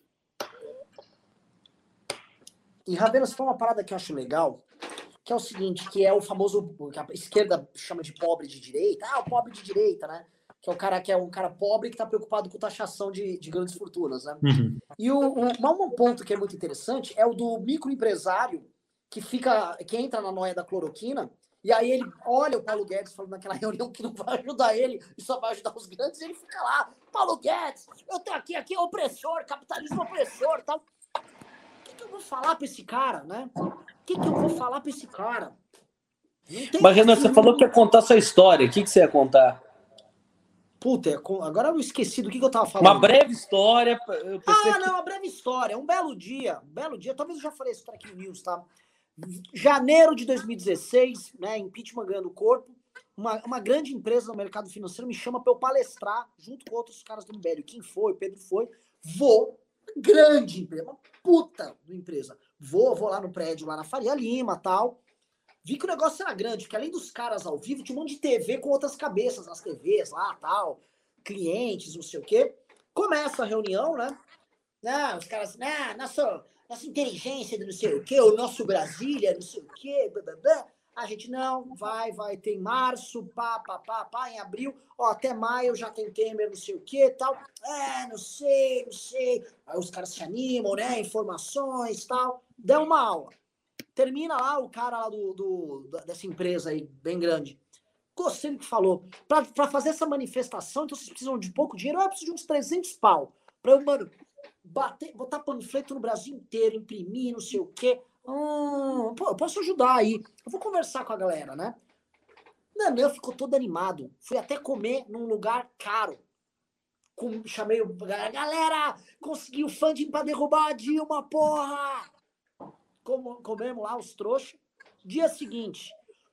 E, Ravena, você falou uma parada que eu acho legal, que é o seguinte, que é o famoso, que a esquerda chama de pobre de direita, ah, o pobre de direita, né? Que é o cara que é um cara pobre que está preocupado com taxação de, de grandes fortunas, né? Uhum. E o, o, um ponto que é muito interessante é o do microempresário que fica, que entra na noia da cloroquina, e aí ele olha o Paulo Guedes falando naquela reunião que não vai ajudar ele e só vai ajudar os grandes, e ele fica lá, Paulo Guedes, eu tô aqui, aqui é opressor, capitalismo opressor, tal. O que, que eu vou falar pra esse cara, né? O que, que eu vou falar pra esse cara? Mas, Renan, você falou que ia contar sua história. O que, que você ia contar? Puta, agora eu esqueci do que, que eu tava falando. Uma breve história. Eu ah, não, que... uma breve história. Um belo dia, um belo dia, talvez eu já falei isso aqui no News, tá? Janeiro de dois mil e dezesseis, né, impeachment ganhando corpo, uma, uma grande empresa no mercado financeiro me chama para eu palestrar junto com outros caras do Império. Quem foi? Pedro foi. Vou, grande empresa, uma puta empresa. Vou, vou lá no prédio, lá na Faria Lima, tal. Vi que o negócio era grande, porque além dos caras ao vivo, tinha um monte de T V com outras cabeças nas T Vs lá, tal, clientes, não sei o quê. Começa a reunião, né? Não, os caras, né, nossa, nossa inteligência do não sei o quê, o nosso Brasília, não sei o quê, blá, blá, blá. A gente, não, vai, vai, tem março, pá, pá, pá, pá, em abril, ó, até maio já tem Temer, não sei o quê, tal. É, não sei, não sei. Aí os caras se animam, né, informações, tal. Deu uma aula. Termina lá o cara lá do, do, dessa empresa aí, bem grande. Gostei do que falou. Pra, pra fazer essa manifestação, então vocês precisam de pouco dinheiro, eu preciso de uns trezentos pau. Pra eu, mano, bater, botar panfleto no Brasil inteiro, imprimir, não sei o quê. Hum, pô, eu posso ajudar aí. Eu vou conversar com a galera, né? Não, eu ficou todo animado. Fui até comer num lugar caro. Com, chamei o... Galera, consegui o funding pra derrubar a Dilma, porra! Como, comemos lá os trouxas. Dia seguinte,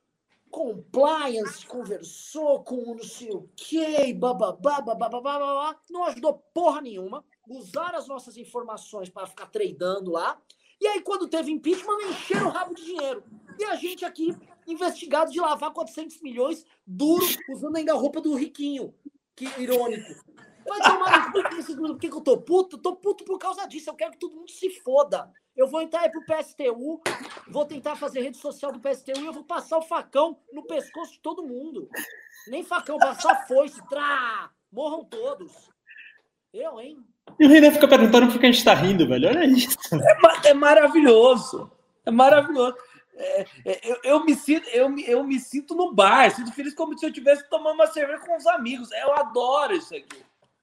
compliance, conversou com não sei o quê, bababá, bababá, bababá, não ajudou porra nenhuma. Usaram as nossas informações para ficar tradando lá. E aí, quando teve impeachment, encheram o rabo de dinheiro. E a gente aqui, investigado de lavar quatrocentos milhões, duro, usando ainda a roupa do riquinho. Que irônico. Vai tomar no cu. Por que eu tô puto? Eu tô puto por causa disso. Eu quero que todo mundo se foda. Eu vou entrar aí pro P S T U, vou tentar fazer rede social do P S T U e eu vou passar o facão no pescoço de todo mundo. Nem facão, passar foice. Trá! Morram todos. Eu, hein? E o Renan fica perguntando por que a gente tá rindo, velho. Olha isso. É, é maravilhoso. É maravilhoso. É, é, eu, eu, me sinto, eu, me, eu me sinto no bar, sinto feliz como se eu estivesse tomando uma cerveja com os amigos. Eu adoro isso aqui.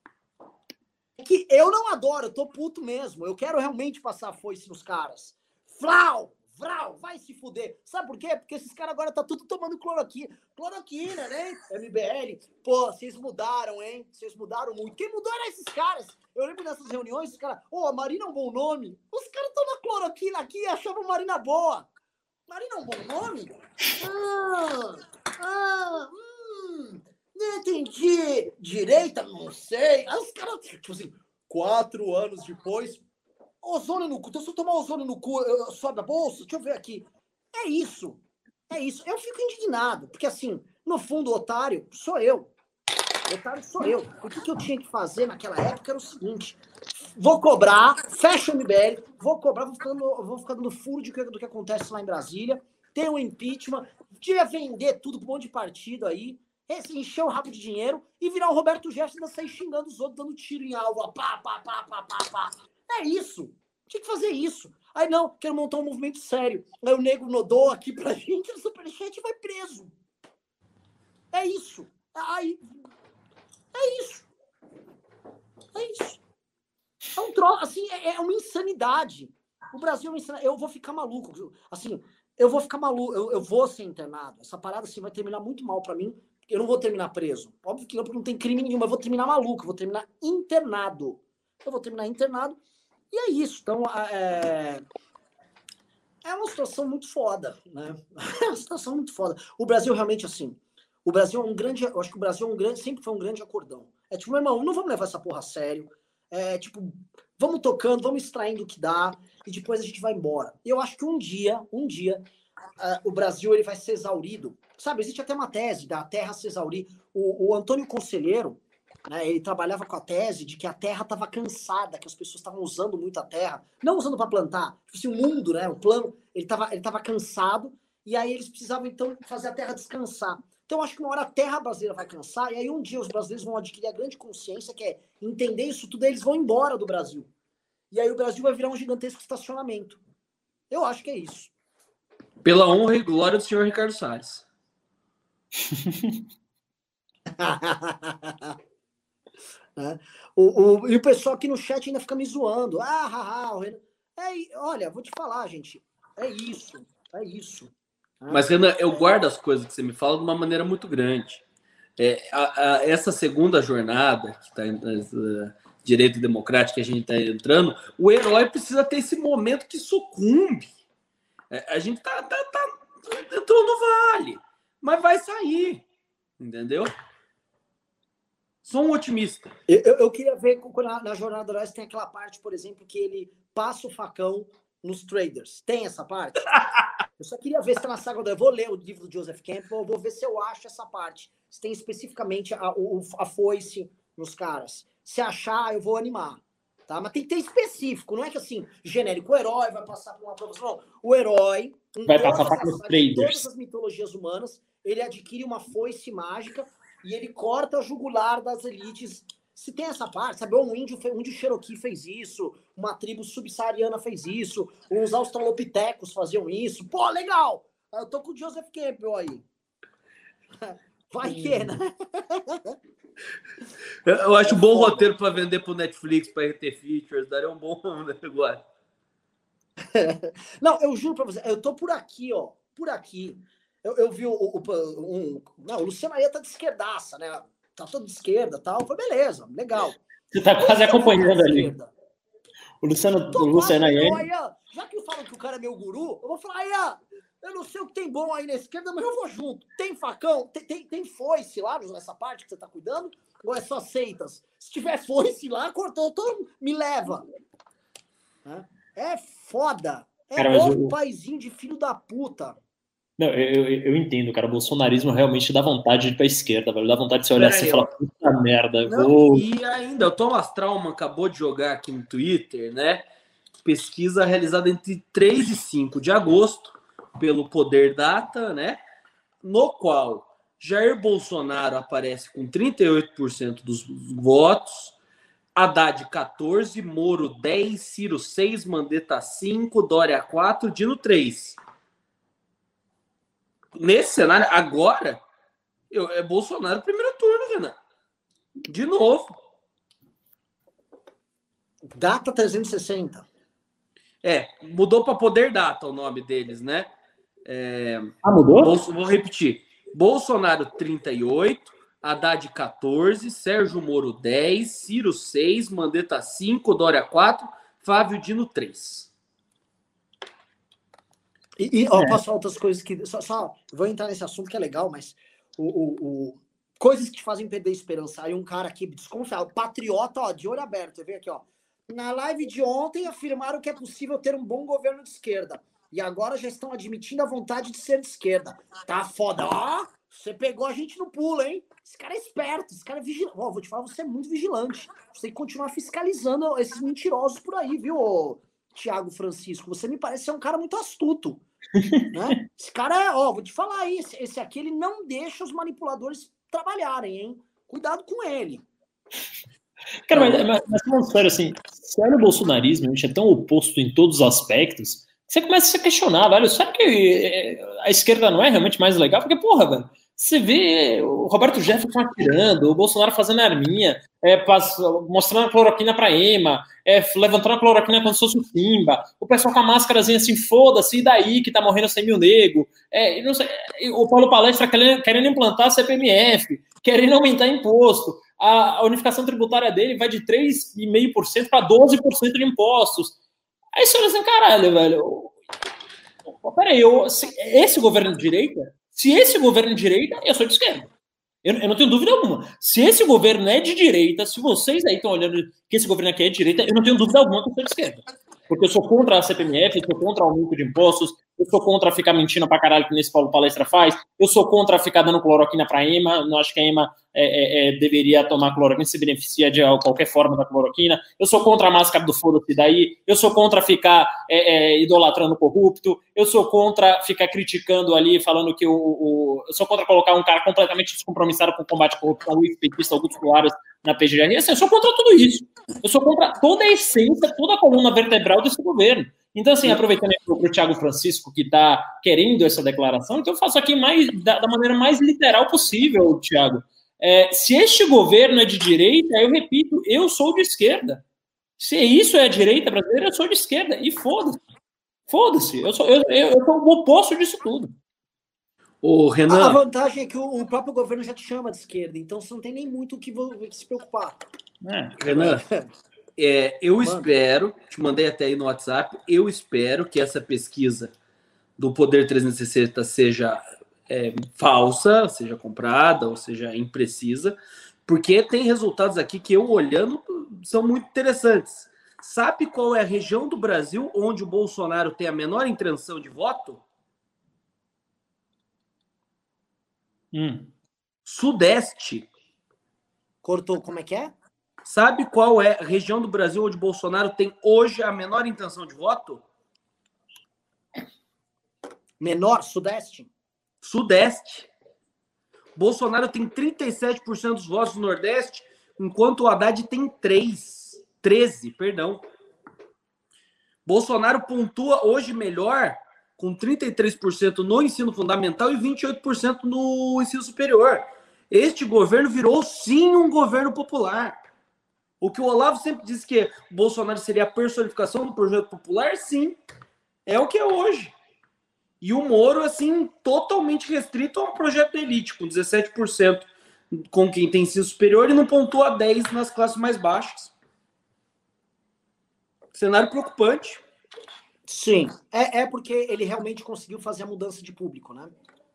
É que eu não adoro, eu tô puto mesmo. Eu quero realmente passar foice nos caras. Flau! Vral! Vai se fuder. Sabe por quê? Porque esses caras agora tá tudo tomando cloroquina. Cloroquina, né? M B L. Pô, vocês mudaram, hein? Vocês mudaram muito. Quem mudou eram esses caras. Eu lembro dessas reuniões, os caras... Ô, oh, a Marina é um bom nome. Os caras estão na cloroquina aqui e achavam a Marina boa. Marina é um bom nome? Ah, ah, hum, não entendi. Direita? Não sei. Aí os caras, tipo assim, quatro anos depois, ozônio no cu. Então, se eu tomar ozônio no cu, eu sobe a bolsa? Deixa eu ver aqui. É isso. É isso. Eu fico indignado, porque assim, no fundo, o otário sou eu. O otário sou eu. O que, que eu tinha que fazer naquela época era o seguinte... Vou cobrar, fecha o M B L, vou cobrar, vou ficar no, vou ficar no furo de, do que acontece lá em Brasília, tem um impeachment, devia vender tudo para um monte de partido aí, encher o rabo de dinheiro e virar o Roberto Jefferson e sair xingando os outros, dando tiro em alvo, pá, pá, pá, pá, pá, pá. É isso. Tinha que fazer isso. Aí não, quero montar um movimento sério. Aí o nego nodou aqui pra gente, o superchat vai preso. É isso. Aí, é isso. É isso. É um troço, assim, é, é uma insanidade. O Brasil é uma insanidade. Eu vou ficar maluco. Assim, eu vou ficar maluco. Eu, eu vou ser internado. Essa parada, assim, vai terminar muito mal pra mim. Eu não vou terminar preso. Óbvio que não, porque não tem crime nenhum. Mas eu vou terminar maluco. Eu vou terminar internado. Eu vou terminar internado. E é isso. Então, é... É uma situação muito foda, né? É uma situação muito foda. O Brasil realmente, assim... O Brasil é um grande... Eu acho que o Brasil é um grande... Sempre foi um grande acordão. É tipo, meu irmão, não vamos levar essa porra a sério. É, tipo, vamos tocando, vamos extraindo o que dá e depois a gente vai embora. Eu acho que um dia, um dia, uh, o Brasil ele vai ser exaurido. Sabe, existe até uma tese da terra se exaurir. O, o Antônio Conselheiro, né, ele trabalhava com a tese de que a terra estava cansada, que as pessoas estavam usando muito a terra, não usando para plantar. Tipo assim, o mundo, né, o plano, ele estava ele tava cansado e aí eles precisavam, então, fazer a terra descansar. Então, acho que uma hora a terra brasileira vai cansar, e aí um dia os brasileiros vão adquirir a grande consciência, que é entender isso tudo, e eles vão embora do Brasil. E aí o Brasil vai virar um gigantesco estacionamento. Eu acho que é isso. Pela honra e glória do senhor Ricardo Salles. né? o, o, e o pessoal aqui no chat ainda fica me zoando. Ah, ah, ah, é, olha, vou te falar, gente. É isso, é isso. Mas, Renan, eu guardo as coisas que você me fala de uma maneira muito grande. É, a, a, essa segunda jornada, que está uh, direito democrático que a gente está entrando, o herói precisa ter esse momento que sucumbe. É, a gente tá, tá, tá, entrou no vale, mas vai sair. Entendeu? Sou um otimista. Eu, eu, eu queria ver na, na jornada do herói tem aquela parte, por exemplo, que ele passa o facão nos traders. Tem essa parte? Eu só queria ver se tá na saga do... Eu vou ler o livro do Joseph Campbell, eu vou ver se eu acho essa parte. Se tem especificamente a, o, a foice nos caras. Se achar, eu vou animar. Tá? Mas tem que ter específico. Não é que assim, genérico, o herói vai passar por uma aprovação. Não. O herói... Vai passar para os traders. Em todas as mitologias humanas, ele adquire uma foice mágica e ele corta a jugular das elites. Se tem essa parte, sabe? Um índio, um índio Cherokee fez isso, uma tribo subsaariana fez isso, os australopitecos faziam isso. Pô, legal! Eu tô com o Joseph Campbell aí. Vai que, né? Eu acho é um bom foda. Roteiro para vender pro Netflix, para R T Features, daria um bom negócio. Não, eu juro para você, eu tô por aqui, ó, por aqui. Eu, eu vi o, o, um, não, o Luciano aí tá de esquerdaça, né? Tá todo de esquerda e tal. Foi beleza, legal. Você tá quase acompanhando ali. O Luciano, o Luciano aí. Já que falam que o cara é meu guru, eu vou falar aí, ó. eu não sei o que tem bom aí na esquerda, mas eu vou junto. Tem facão? Tem, tem, tem foice lá nessa parte que você tá cuidando? Ou é só seitas? Se tiver foice lá, cortou, todo me leva. É foda. É Cara, um eu... paizinho de filho da puta. Não, eu, eu, eu entendo, cara. O bolsonarismo realmente dá vontade de ir pra esquerda, velho. Dá vontade de você olhar Pera assim aí, e falar, puta merda. Não, vou... E ainda, o Thomas Trauman acabou de jogar aqui no Twitter, né? Pesquisa realizada entre três e cinco de agosto pelo Poder Data, né? No qual Jair Bolsonaro aparece com trinta e oito por cento dos votos, Haddad quatorze por cento, Moro dez por cento, Ciro seis por cento, Mandetta cinco por cento, Dória quatro por cento, Dino três por cento. Nesse cenário, agora, eu, é Bolsonaro primeiro turno, Renan. De novo. Data trezentos e sessenta. É, mudou para Poder Data o nome deles, né? É, ah, mudou? Bolso, vou repetir. Bolsonaro trinta e oito, Haddad quatorze, Sérgio Moro dez, Ciro seis, Mandetta cinco, Dória quatro, Flávio Dino três. E, e ó, é. Posso falar outras coisas que... Só, só vou entrar nesse assunto que é legal, mas... O, o, o, coisas que te fazem perder esperança. Aí um cara aqui desconfiado, patriota, ó, de olho aberto. Vem aqui, ó. Na live de ontem afirmaram que é possível ter um bom governo de esquerda. E agora já estão admitindo a vontade de ser de esquerda. Tá foda. Ó, você pegou a gente no pulo, hein? Esse cara é esperto, esse cara é vigilante. Ó, vou te falar, você é muito vigilante. Você tem que continuar fiscalizando esses mentirosos por aí, viu, Thiago Francisco? Você me parece ser um cara muito astuto. Né? Esse cara é, ó, vou te falar aí, esse, esse aqui ele não deixa os manipuladores trabalharem, hein? Cuidado com ele. Cara, mas, mas, mas falando sério, assim, se olha o bolsonarismo, a gente é tão oposto em todos os aspectos, você começa a se questionar, velho, será que a esquerda não é realmente mais legal? Porque, porra, velho, você vê o Roberto Jefferson atirando, o Bolsonaro fazendo arminha, é, mostrando a cloroquina pra Ema, é, levantando a cloroquina quando fosse o Simba, o pessoal com a máscarazinha assim, foda-se, e daí que tá morrendo cem mil nego, é, não sei, o Paulo Palestra querendo, querendo implantar a C P M F, querendo aumentar imposto, a, a unificação tributária dele vai de três vírgula cinco por cento para doze por cento de impostos. Aí você olha assim, caralho, velho, peraí, eu, se, esse governo de direita, se esse governo é de direita, eu sou de esquerda. Eu, eu não tenho dúvida alguma. Se esse governo é de direita, se vocês aí estão olhando que esse governo aqui é de direita, eu não tenho dúvida alguma que eu sou de esquerda. Porque eu sou contra a C P M F, eu sou contra o aumento de impostos, eu sou contra ficar mentindo pra caralho que nesse Paulo Palestra faz, eu sou contra ficar dando cloroquina pra Ema, não acho que a Ema é, é, é, deveria tomar cloroquina, se beneficia de qualquer forma da cloroquina, eu sou contra a máscara do foda-se daí, eu sou contra ficar é, é, idolatrando o corrupto, eu sou contra ficar criticando ali, falando que o, o... eu sou contra colocar um cara completamente descompromissado com o combate à corrupção, o ex-petista Augusto Soares na P G R, assim, eu sou contra tudo isso. Eu sou contra toda a essência, toda a coluna vertebral desse governo. Então, assim, aproveitando para o Thiago Francisco, que está querendo essa declaração, então eu faço aqui mais, da, da maneira mais literal possível, Thiago. É, se este governo é de direita, eu repito, eu sou de esquerda. Se isso é a direita brasileira, eu sou de esquerda. E foda-se. Foda-se. Eu sou, eu, eu, eu sou o oposto disso tudo. Ô, Renan. A vantagem é que o, o próprio governo já te chama de esquerda, então você não tem nem muito o que, que se preocupar. É. Renan, é, eu Mano. espero, te mandei até aí no WhatsApp, eu espero que essa pesquisa do Poder trezentos e sessenta seja é, falsa, seja comprada, ou seja imprecisa, porque tem resultados aqui que eu olhando são muito interessantes. Sabe qual é a região do Brasil onde o Bolsonaro tem a menor intenção de voto? Hum. Sudeste. Cortou, como é que é? Sabe qual é a região do Brasil onde Bolsonaro tem hoje a menor intenção de voto? Menor? Sudeste? Sudeste. Bolsonaro tem trinta e sete por cento dos votos no Nordeste, enquanto o Haddad tem três, treze, perdão. Bolsonaro pontua hoje melhor com trinta e três por cento no ensino fundamental e vinte e oito por cento no ensino superior. Este governo virou, sim, um governo popular. O que o Olavo sempre disse que o Bolsonaro seria a personificação do projeto popular, sim, é o que é hoje. E o Moro, assim, totalmente restrito a um projeto de elite, com dezessete por cento com quem tem ensino superior e não pontua dez por cento nas classes mais baixas. Cenário preocupante. Sim, é, é porque ele realmente conseguiu fazer a mudança de público, né?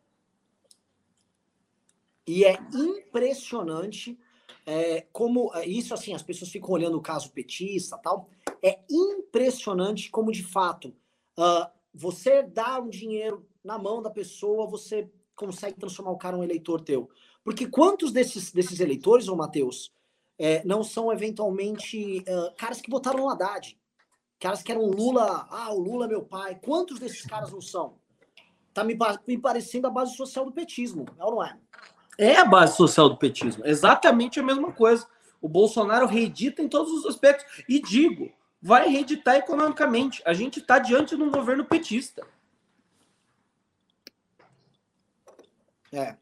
E é impressionante é, como isso, assim, as pessoas ficam olhando o caso petista e tal. É impressionante como, de fato, uh, você dá um dinheiro na mão da pessoa, você consegue transformar o cara em um eleitor teu. Porque quantos desses, desses eleitores, ô Matheus, é, não são eventualmente uh, caras que votaram no Haddad? Caras que eram Lula, ah, o Lula é meu pai. Quantos desses caras não são? Tá me, me parecendo a base social do petismo, é ou não é? É a base social do petismo. Exatamente a mesma coisa. O Bolsonaro reedita em todos os aspectos. E digo, vai reeditar economicamente. A gente está diante de um governo petista. É.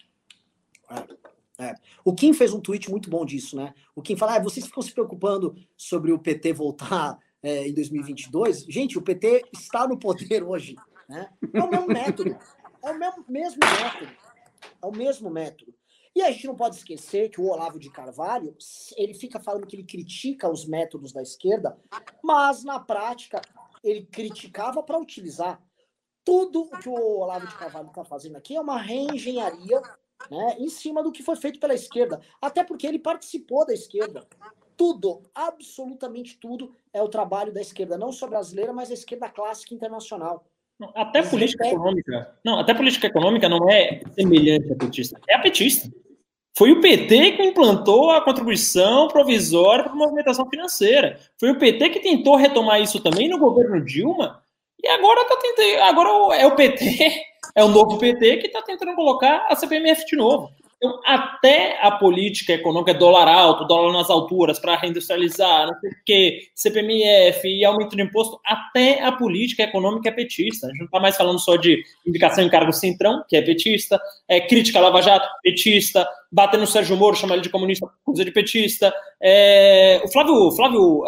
É. É. O Kim fez um tweet muito bom disso, né? O Kim fala, ah, vocês ficam se preocupando sobre o P T voltar é, em dois mil e vinte e dois. Gente, o P T está no poder hoje, né? É o mesmo método. É o mesmo, mesmo método. É o mesmo método. E a gente não pode esquecer que o Olavo de Carvalho, ele fica falando que ele critica os métodos da esquerda, mas na prática ele criticava para utilizar. Tudo o que o Olavo de Carvalho está fazendo aqui é uma reengenharia, né, em cima do que foi feito pela esquerda. Até porque ele participou da esquerda. Tudo, absolutamente tudo, é o trabalho da esquerda, não só brasileira, mas da esquerda clássica internacional. Até política econômica. Não, até política econômica não é semelhante à petista. É a petista. Foi o P T que implantou a contribuição provisória para a movimentação financeira. Foi o P T que tentou retomar isso também no governo Dilma. E agora tá tentando. Agora é o P T, é o novo P T que está tentando colocar a C P M F de novo. Então, até a política econômica, dólar alto, dólar nas alturas, para reindustrializar, não sei o quê, C P M F e aumento de imposto, até a política econômica é petista. A gente não está mais falando só de indicação em cargo centrão, que é petista, é, crítica a Lava Jato, petista, bater no Sérgio Moro, chamar ele de comunista, coisa de petista. É, o Flávio, Flávio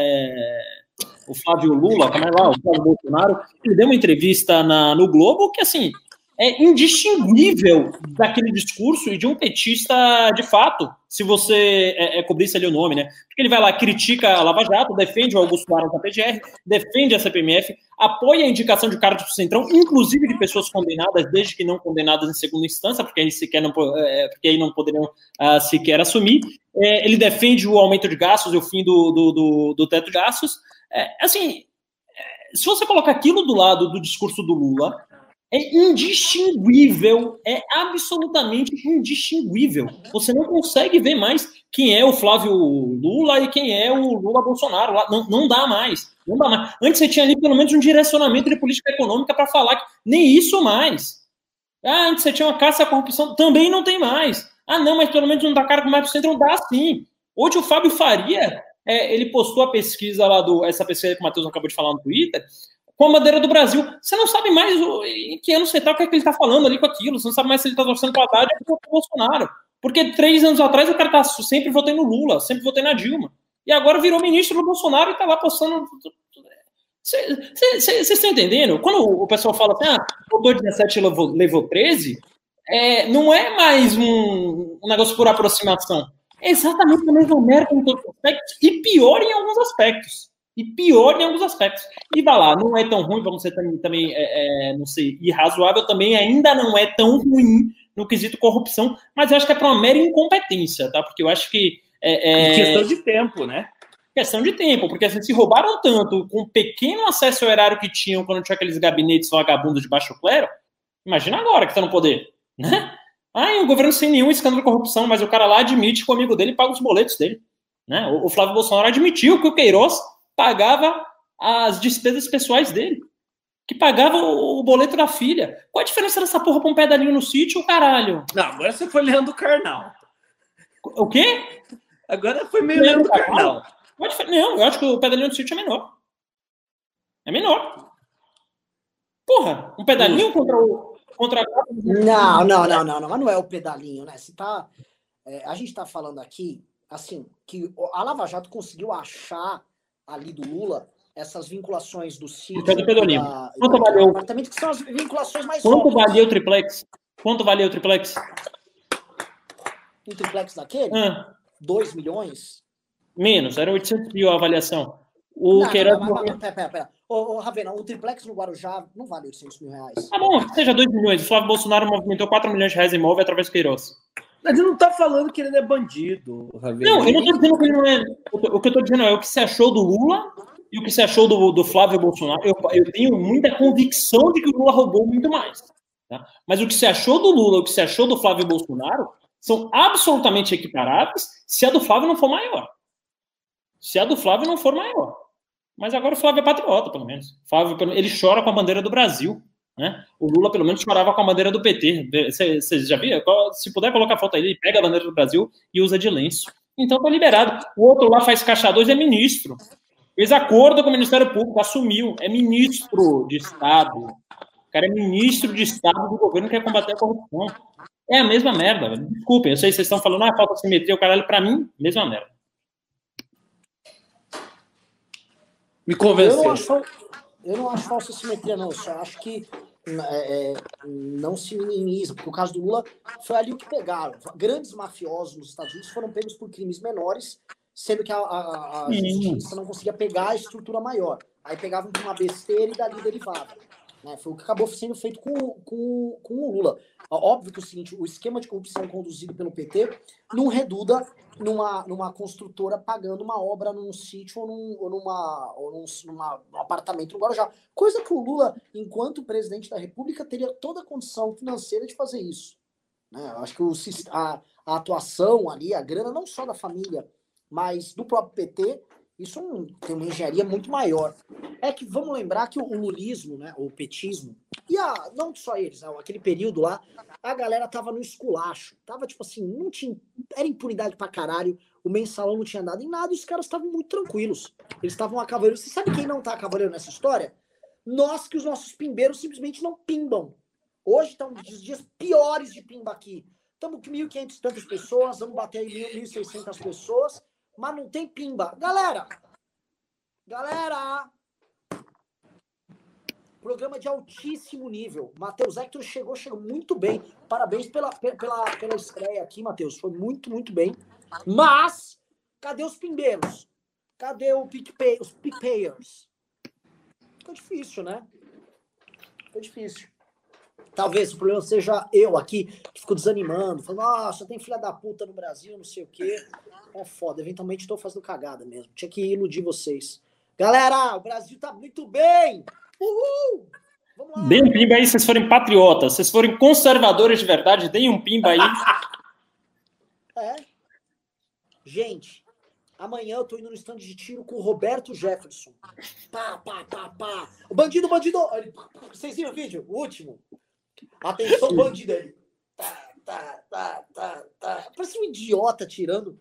é, o Flávio Lula, como é lá, o Flávio Bolsonaro, ele deu uma entrevista na, no Globo que, assim, é indistinguível daquele discurso e de um petista de fato, se você é, é, cobrisse ali o nome, né? Porque ele vai lá, critica a Lava Jato, defende o Augusto Aras da P G R, defende a C P M F, apoia a indicação de cargos do Centrão, inclusive de pessoas condenadas, desde que não condenadas em segunda instância, porque aí sequer não, é, porque aí não poderiam uh, sequer assumir. É, ele defende o aumento de gastos e o fim do, do, do, do teto de gastos. É, assim, é, se você colocar aquilo do lado do discurso do Lula, é indistinguível, é absolutamente indistinguível. Você não consegue ver mais quem é o Flávio Lula e quem é o Lula Bolsonaro. Não, não dá mais. Não dá mais. Antes você tinha ali pelo menos um direcionamento de política econômica para falar que nem isso mais. Ah, antes você tinha uma caça à corrupção, também não tem mais. Ah, não, mas pelo menos não dá cargo mais para o centro, não dá sim. Hoje o Fábio Faria, é, ele postou a pesquisa lá, do, essa pesquisa que o Matheus acabou de falar no Twitter, com a bandeira do Brasil. Você não sabe mais em que ano você está, o que é que ele está falando ali com aquilo. Você não sabe mais se ele está torcendo para o Haddad ou para o Bolsonaro. Porque três anos atrás o cara tá sempre votando no Lula, sempre votando na Dilma. E agora virou ministro do Bolsonaro e está lá postando... Vocês estão entendendo? Quando o pessoal fala assim, ah, votou dezessete e levou, levou treze, é, não é mais um, um negócio por aproximação. É exatamente a mesma merda em todos os aspectos e pior em alguns aspectos. E pior em alguns aspectos. E vai lá, não é tão ruim, vamos ser também, também é, é, não sei, irrazoável também, ainda não é tão ruim no quesito corrupção, mas eu acho que é para uma mera incompetência, tá? Porque eu acho que... É, é... questão de tempo, né? Questão de tempo, porque assim, se roubaram tanto com o pequeno acesso ao erário que tinham quando tinha aqueles gabinetes vagabundos de baixo clero, imagina agora que está no poder, né? Ah, e um governo sem nenhum escândalo de corrupção, mas o cara lá admite que o amigo dele paga os boletos dele, né? O, o Flávio Bolsonaro admitiu que o Queiroz pagava as despesas pessoais dele, que pagava o, o boleto da filha. Qual a diferença dessa porra pra um pedalinho no sítio, caralho? Não, agora você foi Leandro Carnal. O quê? Agora foi meio Leandro, Leandro Carnal. Carnal. Não, eu acho que o pedalinho no sítio é menor. É menor. Porra, um pedalinho contra o... Contra a... Não, não, não, não, não, mas não é o pedalinho, né? Se tá, é, a gente tá falando aqui, assim, que a Lava Jato conseguiu achar ali do Lula essas vinculações do sítio. Do pedalinho. Da, Quanto valeu? Que são as vinculações mais Quanto óbvias. Valeu o triplex? Quanto valeu o triplex? O triplex daquele? Ah. dois milhões? Menos, era oitocentos mil a avaliação. O não, Queiroz... não, não, não, pera, pera, pera. Ô, ô, Ravena, um triplex no Guarujá não vale oitocentos mil reais. Tá bom, seja dois milhões. O Flávio Bolsonaro movimentou quatro milhões de reais em imóvel através do Queiroz. Mas ele não tá falando que ele é bandido, Ravena. Não, eu não tô dizendo que ele não é. O que eu tô dizendo é o que você achou do Lula e o que você achou do, do Flávio Bolsonaro. Eu, eu tenho muita convicção de que o Lula roubou muito mais. Tá? Mas o que você achou do Lula, o que você achou do Flávio Bolsonaro são absolutamente equiparáveis se a do Flávio não for maior. Se a do Flávio não for maior. Mas agora o Flávio é patriota, pelo menos. O Flávio, ele chora com a bandeira do Brasil. Né? O Lula, pelo menos, chorava com a bandeira do P T. Você já viu? Se puder colocar a foto aí, ele pega a bandeira do Brasil e usa de lenço. Então tá liberado. O outro lá faz caixa dois, é ministro. Fez acordo com o Ministério Público, assumiu. É ministro de Estado. O cara é ministro de Estado do governo que quer combater a corrupção. É a mesma merda. Velho. Desculpem, eu sei que vocês estão falando, ah, falta simetria, o caralho, pra mim, mesma merda. Me convenceu. Eu não acho, eu não acho falsa simetria, não. Eu só acho que é, não se minimiza, porque o caso do Lula foi ali o que pegaram. Grandes mafiosos nos Estados Unidos foram pegos por crimes menores, sendo que a, a, a justiça não conseguia pegar a estrutura maior. Aí pegavam por uma besteira e dali derivava. Né? Foi o que acabou sendo feito com, com, com o Lula. Óbvio que é o seguinte, o esquema de corrupção conduzido pelo P T não reduda numa, numa construtora pagando uma obra num sítio ou, num, ou, numa, ou num, numa, num apartamento no Guarujá. Coisa que o Lula, enquanto presidente da República, teria toda a condição financeira de fazer isso. Né? Eu acho que o, a, a atuação ali, a grana, não só da família, mas do próprio P T, isso um, tem uma engenharia muito maior. É que vamos lembrar que o, o lulismo, né, o petismo, e a, não só eles, né, aquele período lá, a galera tava no esculacho. Tava tipo assim, não tinha, era impunidade pra caralho, o mensalão não tinha dado em nada e os caras estavam muito tranquilos. Eles estavam a cavaleiro. Você sabe quem não tá a cavaleiro nessa história? Nós, que os nossos pimbeiros simplesmente não pimbam. Hoje estão os dias piores de pimba aqui. Estamos com mil e quinhentas e tantas pessoas, vamos bater aí mil e seiscentas pessoas, mas não tem pimba. Galera! Galera! Programa de altíssimo nível. Matheus Hector chegou, chegou muito bem. Parabéns pela, pela, pela estreia aqui, Matheus. Foi muito, muito bem. Mas, cadê os pimbeiros? Cadê o PicPay, os PicPayers? Ficou difícil, né? Ficou difícil. Talvez o problema seja eu aqui, que fico desanimando, falando, nossa, tem filha da puta no Brasil, não sei o quê. É foda, eventualmente estou fazendo cagada mesmo. Tinha que iludir vocês. Galera, o Brasil tá muito bem! Uhul! Vamos lá! Deem um pimba aí se vocês forem patriotas. Se vocês forem conservadores de verdade, deem um pimba aí. É. Gente, amanhã eu tô indo no stand de tiro com o Roberto Jefferson. Pá, pá, pá, pá. O bandido, bandido! Vocês viram o vídeo? O último? Atenção, bandido aí. Tá, tá, tá, tá, tá. Parece um idiota tirando.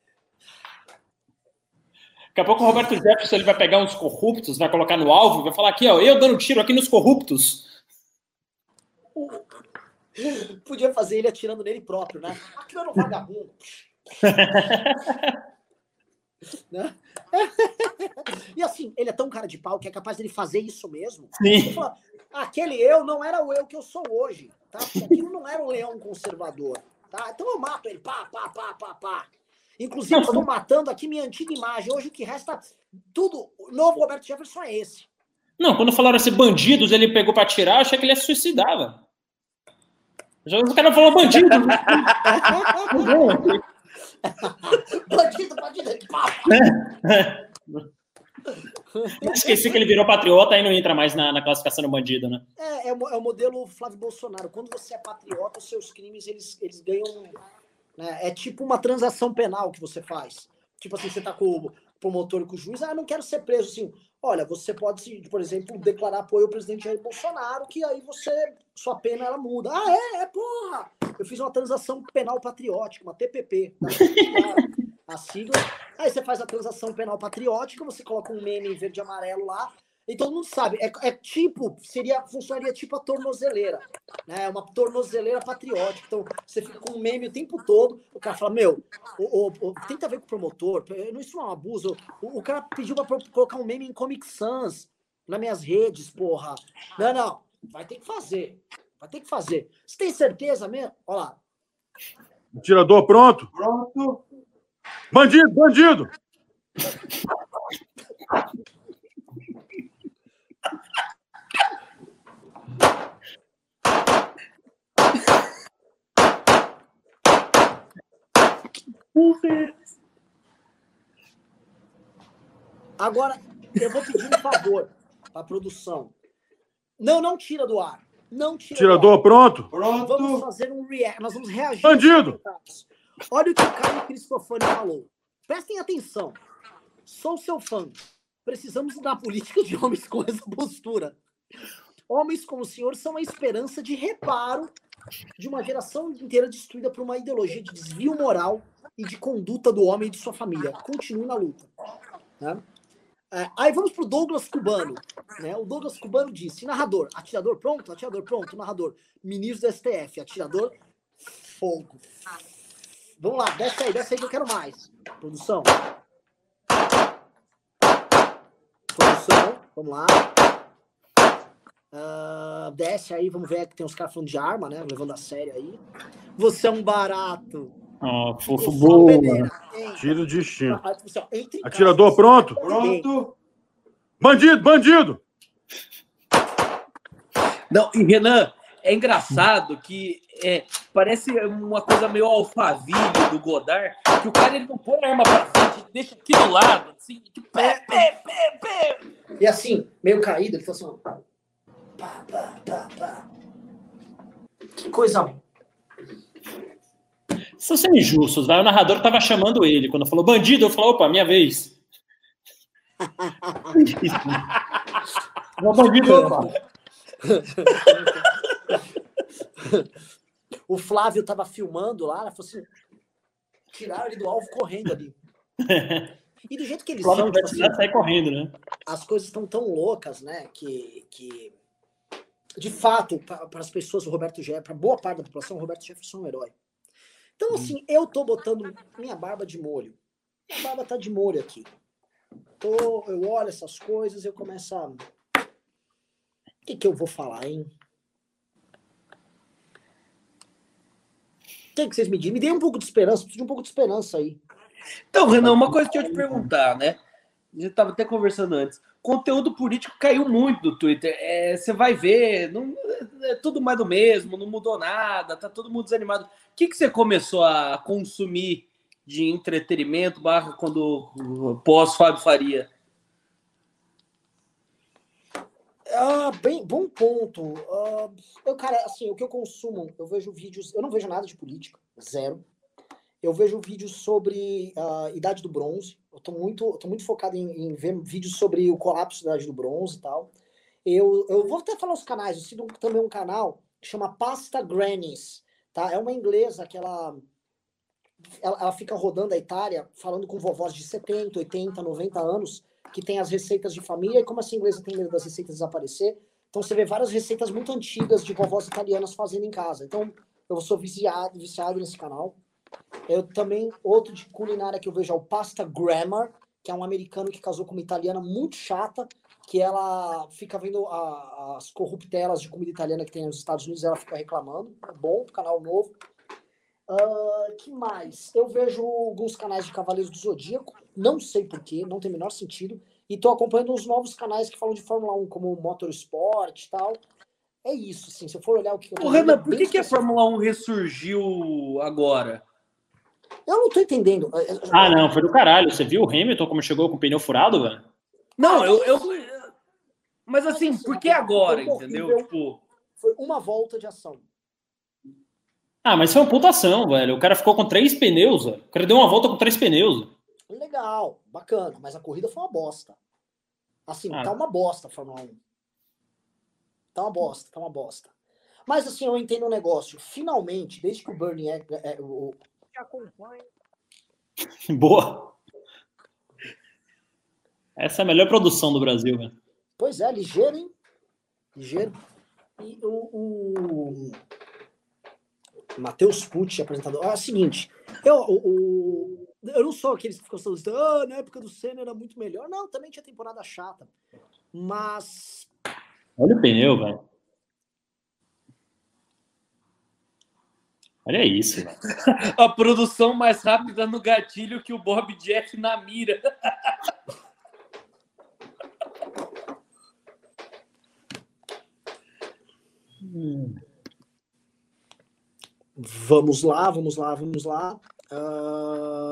Daqui a pouco o Roberto Jefferson ele vai pegar uns corruptos, vai colocar no alvo e vai falar aqui, ó, eu dando tiro aqui nos corruptos. Podia fazer ele atirando nele próprio, né? Atirando no vagabundo. Né? E assim, ele é tão cara de pau que é capaz dele fazer isso mesmo. Sim. Fala, aquele eu não era o eu que eu sou hoje, tá? Porque aquilo não era um leão conservador, tá? Então eu mato ele, pá, pá, pá, pá, pá. Inclusive, eu estou matando aqui minha antiga imagem. Hoje o que resta, tudo, o novo Roberto Jefferson é esse. Não, quando falaram assim, bandidos, ele pegou pra atirar, eu achei que ele ia se suicidar, velho. Já o cara falou bandido. Bandido, bandido, pá. Esqueci que ele virou patriota e não entra mais na, na classificação do bandido, né? É, é, o, é o modelo Flávio Bolsonaro. Quando você é patriota, os seus crimes, eles, eles ganham... Né? É tipo uma transação penal que você faz. Tipo assim, você tá com o promotor e com o juiz, ah, não quero ser preso. Assim, olha, você pode, por exemplo, declarar apoio ao presidente Jair Bolsonaro, que aí você, sua pena, ela muda. Ah, é? É, porra! Eu fiz uma transação penal patriótica, uma T P P. Tá? A sigla. Aí você faz a transação penal patriótica, você coloca um meme em verde e amarelo lá, e todo mundo sabe. É, é tipo, seria, funcionaria tipo a tornozeleira, né? Uma tornozeleira patriótica. Então, você fica com um meme o tempo todo, o cara fala, meu, o, o, o, tenta ver com o promotor, isso não é um abuso. O, o cara pediu pra colocar um meme em Comic Sans, nas minhas redes, porra. Não, não, vai ter que fazer. Vai ter que fazer. Você tem certeza mesmo? Olha lá. Atirador pronto? Pronto. Bandido, bandido! Agora, eu vou pedir um favor para a produção. Não, não tira do ar. Não tira Tirador do pronto? ar. Vamos fazer um react. Nós vamos reagir. Bandido! Olha o que o Caio Cristofani falou. Prestem atenção. Sou seu fã. Precisamos da política de homens com essa postura. Homens como o senhor são a esperança de reparo de uma geração inteira destruída por uma ideologia de desvio moral e de conduta do homem e de sua família. Continue na luta. Né? É, aí vamos pro Douglas Cubano. Né? O Douglas Cubano disse, narrador, atirador pronto? Atirador pronto, narrador. Ministro do S T F, atirador, fogo. Vamos lá, desce aí, desce aí que eu quero mais. Produção. Produção, vamos lá. Uh, desce aí, vamos ver que tem uns caras falando de arma, né? Levando a sério aí. Você é um barato. Oh, fofo boa. Tiro de destino. Entre Atirador pronto? Pronto. Bandido, bandido! Não, e Renan, é engraçado que é, parece uma coisa meio Alphaville do Godard, que o cara ele não põe a arma pra frente, deixa aqui do lado, assim, tipo, pé, pé, pé, pé. E assim, meio caído, ele fala assim, ó. Pá, pá, pá, pá. Que coisa. São sendo injustos, vai. O narrador tava chamando ele. Quando falou bandido, eu falei, opa, minha vez. Não, bandido, opa. O Flávio tava filmando lá, ela falou assim, tiraram ele do alvo correndo ali. E do jeito que eles Flávio são, vai tipo tirar, assim, sai correndo, né? as coisas estão tão loucas, né, que, que de fato, para as pessoas, o Roberto Jefferson, para boa parte da população, o Roberto Jefferson é um herói. Então, assim, eu tô botando minha barba de molho. Minha barba tá de molho aqui. Tô, eu olho essas coisas e eu começo a... O que que eu vou falar, hein? O que que vocês me dizem? Me dêem um pouco de esperança, preciso de um pouco de esperança aí. Então, Renan, uma coisa que eu te perguntar, né? A gente estava até conversando antes. Conteúdo político caiu muito do Twitter. É, você vai ver, não, é tudo mais do mesmo, não mudou nada, tá todo mundo desanimado. O que, que você começou a consumir de entretenimento barra quando pós Fábio Faria? Ah, bem, bom ponto. Uh, eu, cara, assim, o que eu consumo, eu vejo vídeos, eu não vejo nada de política, zero. Eu vejo vídeos sobre a uh, Idade do Bronze. Eu tô muito, eu tô muito focado em, em ver vídeos sobre o colapso da Idade do Bronze e tal. Eu, eu vou até falar os canais. Eu sigo também um canal que chama Pasta Grannies, tá? É uma inglesa que ela, ela, ela fica rodando a Itália falando com vovós de setenta, oitenta, noventa anos que tem as receitas de família. E como essa inglesa tem medo das receitas desaparecer, então você vê várias receitas muito antigas de vovós italianas fazendo em casa. Então eu sou viciado, viciado nesse canal. Eu também, outro de culinária que eu vejo é o Pasta Grammar, que é um americano que casou com uma italiana muito chata, que ela fica vendo a, as corruptelas de comida italiana que tem nos Estados Unidos, ela fica reclamando. É bom, canal novo. Uh, que mais? Eu vejo alguns canais de Cavaleiros do Zodíaco, não sei porquê, não tem o menor sentido, e tô acompanhando os novos canais que falam de Fórmula um, como Motorsport e tal. É isso, assim, se eu for olhar o que eu tô Ô, Renan, vendo, por que, que a Fórmula um ressurgiu agora? Eu não tô entendendo. Ah, não, foi do caralho. Você viu o Hamilton como chegou com o pneu furado, velho? Não, eu, eu... Mas assim, por que agora, entendeu? Tipo... Foi uma volta de ação. Ah, mas foi uma putação, velho. O cara ficou com três pneus, velho. O cara deu uma volta com três pneus. Legal, bacana, mas a corrida foi uma bosta. Assim, Ah. tá uma bosta a Fórmula um. Tá uma bosta, tá uma bosta. Mas assim, eu entendo um negócio. Finalmente, desde que o Bernie é, é, é o acompanha. Boa. Essa é a melhor produção do Brasil, velho. Pois é, ligeiro, hein? Ligeiro. E o, o... Matheus Pucci, apresentador. É o seguinte, eu, o, o... eu não sou aqueles que ficam falando, ah, na época do Senna era muito melhor. Não, também tinha temporada chata. Mas... Olha o pneu, velho. Olha isso, velho. A produção mais rápida no gatilho que o Bob Jeff na mira. Hum. Vamos lá, vamos lá, vamos lá. Uh...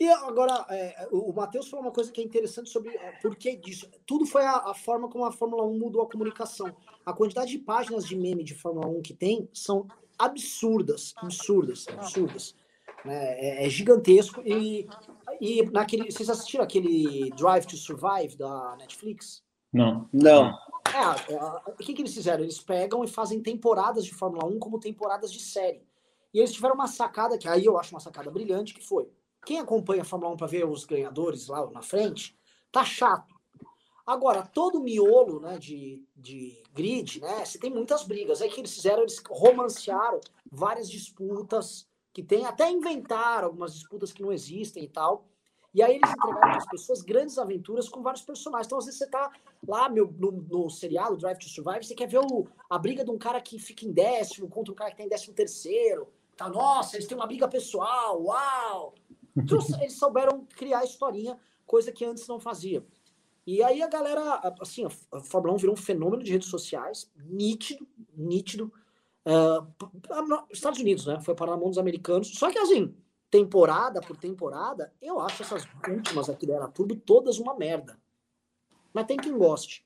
E agora, é, o Matheus falou uma coisa que é interessante sobre é, por que disso. Tudo foi a, a forma como a Fórmula um mudou a comunicação. A quantidade de páginas de meme de Fórmula um que tem são absurdas, absurdas, absurdas. É, é gigantesco. E, e naquele, vocês assistiram aquele Drive to Survive da Netflix? Não. Não. É, é, o que, que eles fizeram? Eles pegam e fazem temporadas de Fórmula um como temporadas de série. E eles tiveram uma sacada, que aí eu acho uma sacada brilhante, que foi: quem acompanha a Fórmula um para ver os ganhadores lá na frente, tá chato. Agora, todo o miolo, né, de, de grid, né, você tem muitas brigas. Aí o que eles fizeram? Eles romancearam várias disputas que tem, até inventaram algumas disputas que não existem e tal. E aí eles entregaram para as pessoas grandes aventuras com vários personagens. Então, às vezes você tá lá meu, no, no seriado Drive to Survive, você quer ver o, a briga de um cara que fica em décimo contra um cara que tá em décimo terceiro. Tá, nossa, eles têm uma briga pessoal, uau! Então, eles souberam criar a historinha, coisa que antes não fazia. E aí a galera, assim, a Fórmula um virou um fenômeno de redes sociais, nítido, nítido. Uh, Estados Unidos, né? Foi para a mão dos americanos. Só que, assim, temporada por temporada, eu acho essas últimas aqui da Era Turbo todas uma merda. Mas tem quem goste.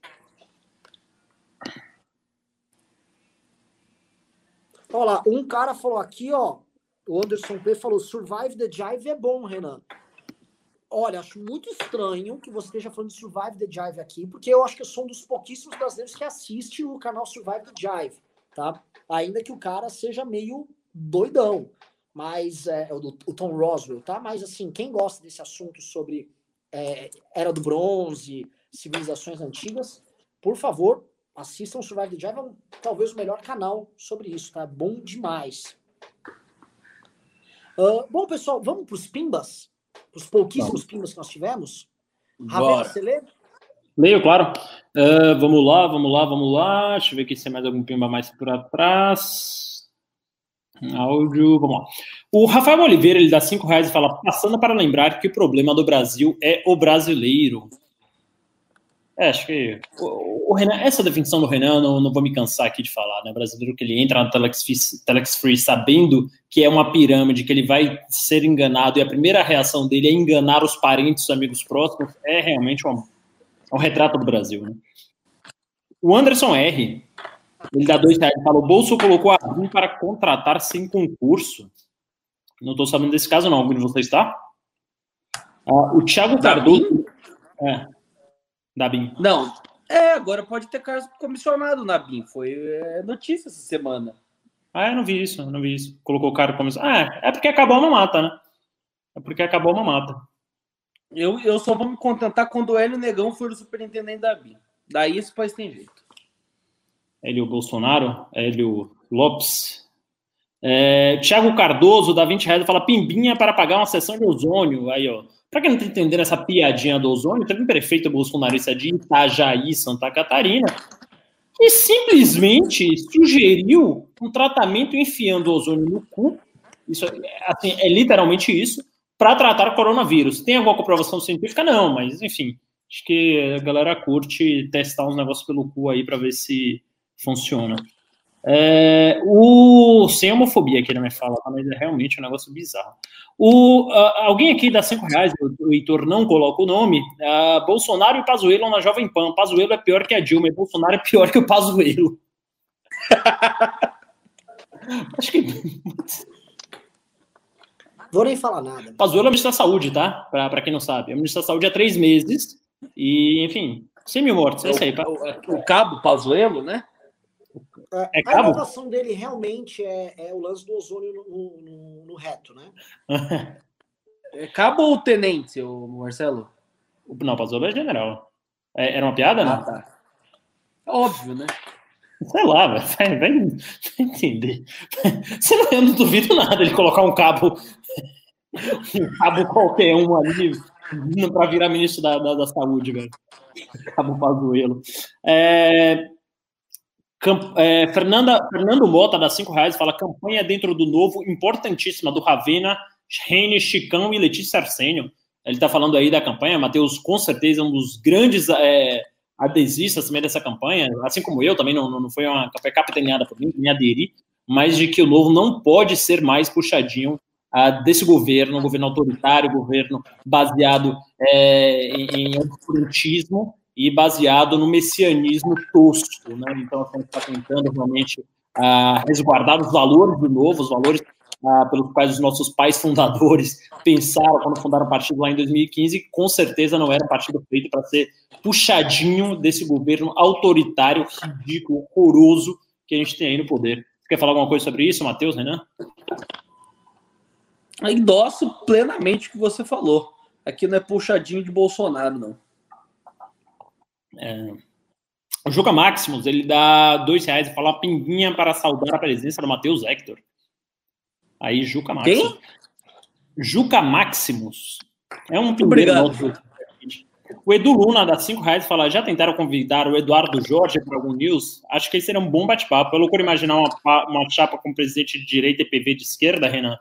Olha lá, um cara falou aqui, ó, o Anderson P falou, Survive the Jive é bom, Renan. Olha, acho muito estranho que você esteja falando de Survive the Jive aqui, porque eu acho que eu sou um dos pouquíssimos brasileiros que assiste o canal Survive the Jive, tá? Ainda que o cara seja meio doidão, mas é, o, o Tom Roswell, tá? Mas assim, quem gosta desse assunto sobre é, Era do Bronze, civilizações antigas, por favor, assistam o Survive the Jive, é um, talvez o melhor canal sobre isso, tá? Bom demais. Uh, bom, pessoal, vamos para os pimbas? Os pouquíssimos Não. pimbas que nós tivemos? Ravena, você lê? Leio, claro. Uh, vamos lá, vamos lá, vamos lá. Deixa eu ver aqui se tem mais algum pimba mais para trás. Áudio, vamos lá. O Rafael Oliveira, ele dá cinco reais e fala, passando para lembrar que o problema do Brasil é o brasileiro. É, acho que o, o Renan, essa definição do Renan, não, não vou me cansar aqui de falar, né? O brasileiro que ele entra na Telex Free, Telex Free sabendo que é uma pirâmide, que ele vai ser enganado, e a primeira reação dele é enganar os parentes, os amigos próximos, é realmente um, um retrato do Brasil, né? O Anderson R, ele dá dois reais e fala, o Bolso colocou a BIM para contratar sem concurso. Não estou sabendo desse caso, não. Algum de vocês está? Ah, o Thiago Cardoso... É. Da BIM. Não, é, agora pode ter caso comissionado na BIM, foi é, notícia essa semana. Ah, eu não vi isso, eu não vi isso. Colocou o cara comissionado. Ah, é porque acabou uma mata, né? É porque acabou uma mata. Eu, eu só vou me contentar quando o Hélio Negão for o superintendente da BIM. Daí esse país tem jeito. Hélio Bolsonaro, Hélio Lopes. É, Thiago Cardoso, dá vinte reais e fala, pimbinha para pagar uma sessão de ozônio. Aí, ó. Para quem não está entendendo essa piadinha do ozônio, teve um prefeito bolsonarista de Itajaí, Santa Catarina, que simplesmente sugeriu um tratamento enfiando ozônio no cu, isso assim, é literalmente isso, para tratar o coronavírus. Tem alguma comprovação científica? Não, mas enfim, acho que a galera curte testar uns negócios pelo cu aí para ver se funciona. É, o, sem homofobia aqui na minha fala, mas é realmente um negócio bizarro. O, uh, alguém aqui dá cinco reais, o, o Heitor não coloca o nome. Uh, Bolsonaro e Pazuello na Jovem Pan. Pazuello é pior que a Dilma e Bolsonaro é pior que o Pazuello. Acho que. Vou nem falar nada. Pazuello é ministro da Saúde, tá? Pra, pra quem não sabe. É ministro da Saúde há três meses. E, enfim, cem mil mortos. É isso aí. O, o, o cabo Pazuello, né? É a inovação dele realmente é, é o lance do ozônio no, no, no reto, né? É cabo ou tenente, o Marcelo? Não, Pazuello é general. É, era uma piada, né? Ah, tá. Óbvio, né? Sei lá, vai, vai, vai entender. Você não, eu não duvido nada ele colocar um cabo, um cabo qualquer um ali para virar ministro da, da, da saúde, velho. Cabo Pazuello. É... É, Fernanda, Fernando Mota dá cinco reais, fala campanha dentro do novo, importantíssima, do Ravena, Rene, Chicão e Letícia Arsênio. Ele está falando aí da campanha, Matheus, com certeza um dos grandes é, adesistas também dessa campanha, assim como eu, também não, não foi uma campanha capitaneada por mim, me aderi, mas de que o novo não pode ser mais puxadinho uh, desse governo, um governo autoritário, governo baseado é, em, em obscurantismo e baseado no messianismo tosco, né? Então, a gente está tentando realmente uh, resguardar os valores do novo, os valores uh, pelos quais os nossos pais fundadores pensaram quando fundaram o partido lá em dois mil e quinze, que com certeza não era um partido feito para ser puxadinho desse governo autoritário, ridículo, horroroso que a gente tem aí no poder. Você quer falar alguma coisa sobre isso, Matheus, Renan? Endosso plenamente o que você falou. Aqui não é puxadinho de Bolsonaro, não. É. O Juca Maximus, ele dá dois reais e fala uma pinguinha para saudar a presença do Matheus Hector. Aí, Juca Maximus. Quem? Juca Maximus. É um Obrigado. O Edu Luna dá cinco reais e fala: já tentaram convidar o Eduardo Jorge para algum news? Acho que esse seria um bom bate-papo. Eu loucura imaginar uma, uma chapa com presidente de direita e P V de esquerda, Renan.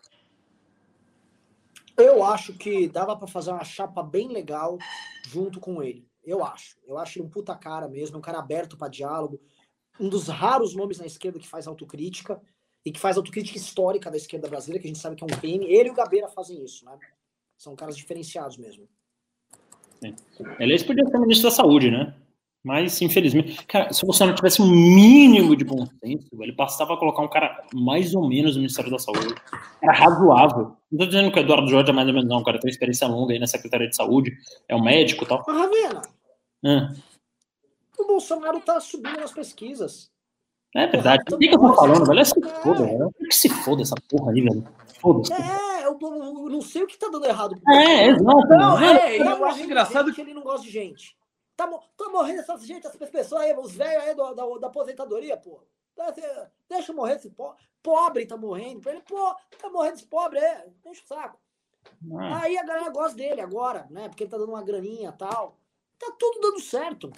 Eu acho que dava para fazer uma chapa bem legal junto com ele. Eu acho. Eu acho ele um puta cara mesmo, um cara aberto para diálogo. Um dos raros nomes na esquerda que faz autocrítica e que faz autocrítica histórica da esquerda brasileira, que a gente sabe que é um crime. Ele e o Gabeira fazem isso, né? São caras diferenciados mesmo. Aliás, podia ser ministro da Saúde, né? Mas, infelizmente... Cara, se o Bolsonaro tivesse um mínimo de bom senso, ele bastava colocar um cara mais ou menos no Ministério da Saúde. Era razoável. Não tô dizendo que o Eduardo Jorge é mais ou menos não, o cara tem uma experiência longa aí na Secretaria de Saúde, é um médico e tal. Mas, Ravena, ah. o Bolsonaro tá subindo nas pesquisas. É verdade. O que, que eu tô falando, velho? É se foda, velho. Que se foda essa porra aí, velho. Foda-se. É, eu, eu não sei o que tá dando errado. É, exato. Não, é, Tá eu acho engraçado que ele não gosta de gente. Tá, tá morrendo essas gente, essas pessoas aí, os velhos aí do, da, da aposentadoria, pô. Deixa eu morrer esse pobre. Pobre tá morrendo. Ele, pô, tá morrendo esse pobre, é. Deixa o saco. Ah. Aí a galera gosta dele agora, né? Porque ele tá dando uma graninha e tal. Tá tudo dando certo.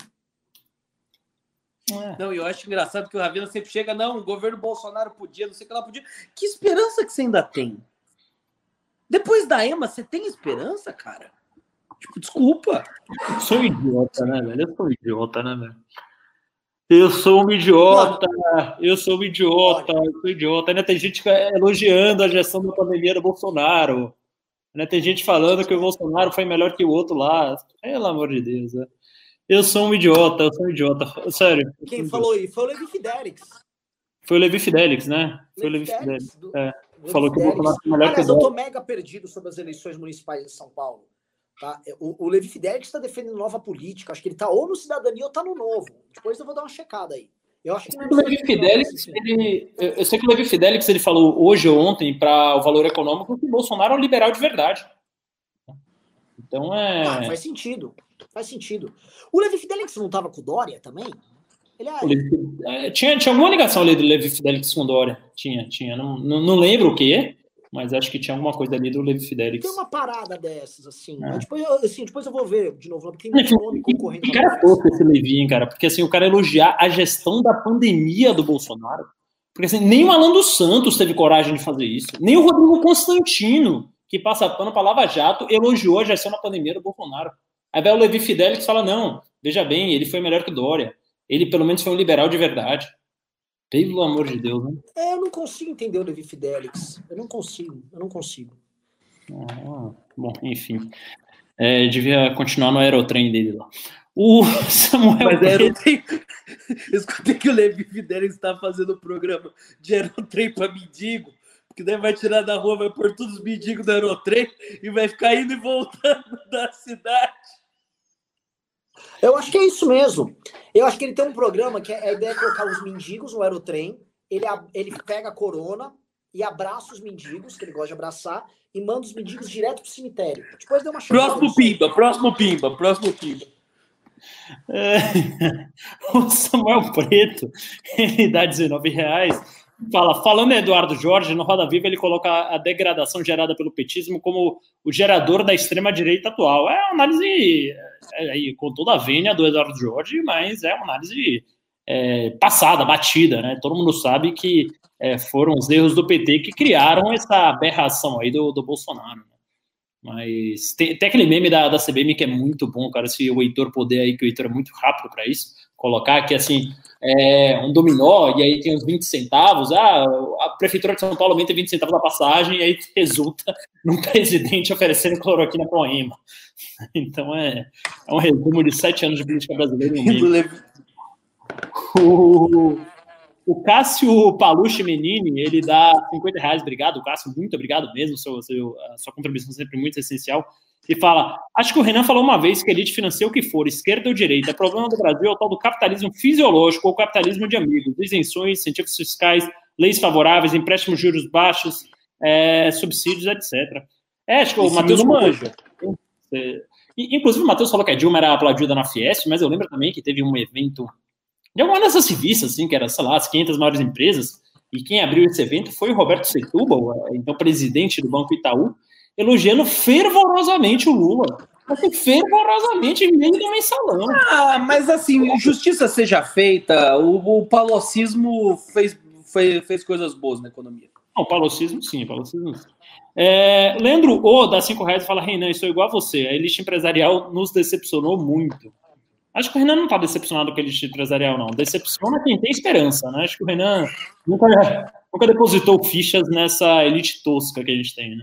É. Não, eu acho engraçado que o Ravena sempre chega, não, o governo Bolsonaro podia, não sei o que lá podia. Que esperança que você ainda tem? Depois da Ema, você tem esperança, cara? Tipo, desculpa. Eu sou um idiota, né, velho? Eu sou um idiota, né, velho? Eu sou um idiota, eu sou um idiota, eu sou um idiota. Ainda tem gente elogiando a gestão da pandemia do Bolsonaro. Ainda tem gente falando que o Bolsonaro foi melhor que o outro lá. Pelo amor de Deus, né? Eu sou um idiota, eu sou um idiota. Sério. Quem falou isso? Foi o Levi Fidelix. Foi o Levi Fidelix, né? Foi o Levi Fidelix. Do... É. Falou que o Bolsonaro foi melhor que o Aliás, eu tô mega perdido sobre as eleições municipais de São Paulo. Tá? O, o Levi Fidelix está defendendo nova política. Acho que ele tá ou no Cidadania ou tá no Novo. Depois eu vou dar uma checada aí. Eu acho que não é o Levi Fidelix, ele, eu sei que o Levi Fidelix ele falou hoje ou ontem para o Valor Econômico que o Bolsonaro é um liberal de verdade. Então é. Ah, faz sentido. Faz sentido. O Levi Fidelix não estava com o Dória também? Ele é... Levi, é, tinha, tinha alguma ligação ali do Levi Fidelix com o Dória? Tinha, tinha. Não, não, não lembro o que, mas acho que tinha alguma coisa ali do Levi Fidelix. Tem uma parada dessas, assim. É. Depois, eu, assim. Depois eu vou ver de novo, porque tem muito nome concorrendo. Que cara pouco esse Levi, hein, cara? Porque assim, o cara elogiar a gestão da pandemia do Bolsonaro. Porque assim, nem o Alan dos Santos teve coragem de fazer isso. Nem o Rodrigo Constantino, que passa pano para Lava Jato, elogiou a gestão da pandemia do Bolsonaro. Aí vai o Levi Fidelix e fala, não, veja bem, ele foi melhor que o Dória. Ele, pelo menos, foi um liberal de verdade. Pelo amor de Deus, né? É, eu não consigo entender o Levi Fidelix. Eu não consigo, eu não consigo. Ah, bom, enfim. É, devia continuar no aerotrem dele lá. O Samuel... Mas aerotrem... Eu escutei que o Levi Fidelix está fazendo o programa de aerotrem para mendigo, porque daí vai tirar da rua, vai pôr todos os mendigos do aerotrem e vai ficar indo e voltando da cidade. Eu acho que é isso mesmo. Eu acho que ele tem um programa que a ideia é colocar os mendigos no aerotrem, ele, ele pega a corona e abraça os mendigos, que ele gosta de abraçar, e manda os mendigos direto pro cemitério. Depois deu uma Próximo pimba, próximo pimba, próximo pimba. É, o Samuel Preto, ele dá dezenove reais. Fala, falando em Eduardo Jorge, no Roda Viva ele coloca a degradação gerada pelo petismo como o gerador da extrema-direita atual. É uma análise, é, é, com toda a vênia do Eduardo Jorge, mas é uma análise é, passada, batida, né? Todo mundo sabe que é, foram os erros do P T que criaram essa aberração aí do, do Bolsonaro. Né? Mas tem, tem aquele meme da, da C B M que é muito bom, cara, se o Heitor puder aí, que o Heitor é muito rápido para isso, colocar que, assim, é um dominó, e aí tem uns vinte centavos, ah, a Prefeitura de São Paulo aumenta vinte centavos da passagem, e aí resulta num presidente oferecendo cloroquina para o EMA. Então é, é um resumo de sete anos de política brasileira em um meme. O, o Cássio Palucci Menini, ele dá cinquenta reais, obrigado, Cássio, muito obrigado mesmo, seu, seu, a sua contribuição sempre muito essencial, e fala, acho que o Renan falou uma vez que a elite financia o que for, esquerda ou direita, o problema do Brasil é o tal do capitalismo fisiológico ou capitalismo de amigos, isenções, incentivos fiscais, leis favoráveis, empréstimos juros baixos, é, subsídios, etcétera. É, acho que o Matheus manja. Inclusive o Matheus falou que a Dilma era aplaudida na Fiesp, mas eu lembro também que teve um evento de alguma dessas revistas, assim, que era, sei lá, as quinhentas maiores empresas, e quem abriu esse evento foi o Roberto Setúbal, então presidente do Banco Itaú, elogiando fervorosamente o Lula. Assim, fervorosamente, em meio do mensalão. Ah, mas assim, justiça seja feita, o, o palocismo fez, fez, fez coisas boas na economia. Não, palocismo sim, palocismo sim. É, Leandro O, dá cinco reais e fala, Renan, estou igual a você, a elite empresarial nos decepcionou muito. Acho que o Renan não está decepcionado com a elite empresarial, não. Decepciona quem tem esperança, né? Acho que o Renan nunca, nunca depositou fichas nessa elite tosca que a gente tem, né?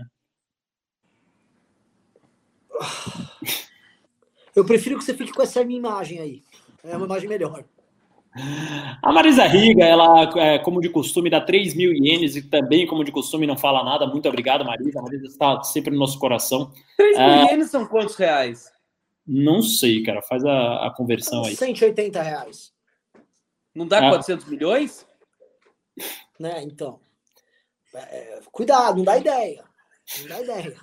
Eu prefiro que você fique com essa minha imagem aí. É uma imagem melhor. A Marisa Riga, ela, como de costume, dá três mil ienes e também, como de costume, não fala nada. Muito obrigado, Marisa. A Marisa está sempre no nosso coração. três mil ienes são quantos reais? Não sei, cara. Faz a, a conversão aí. cento e oitenta reais. Não dá ah. quatrocentos milhões? Né, então. É, cuidado, não dá ideia. Não dá ideia.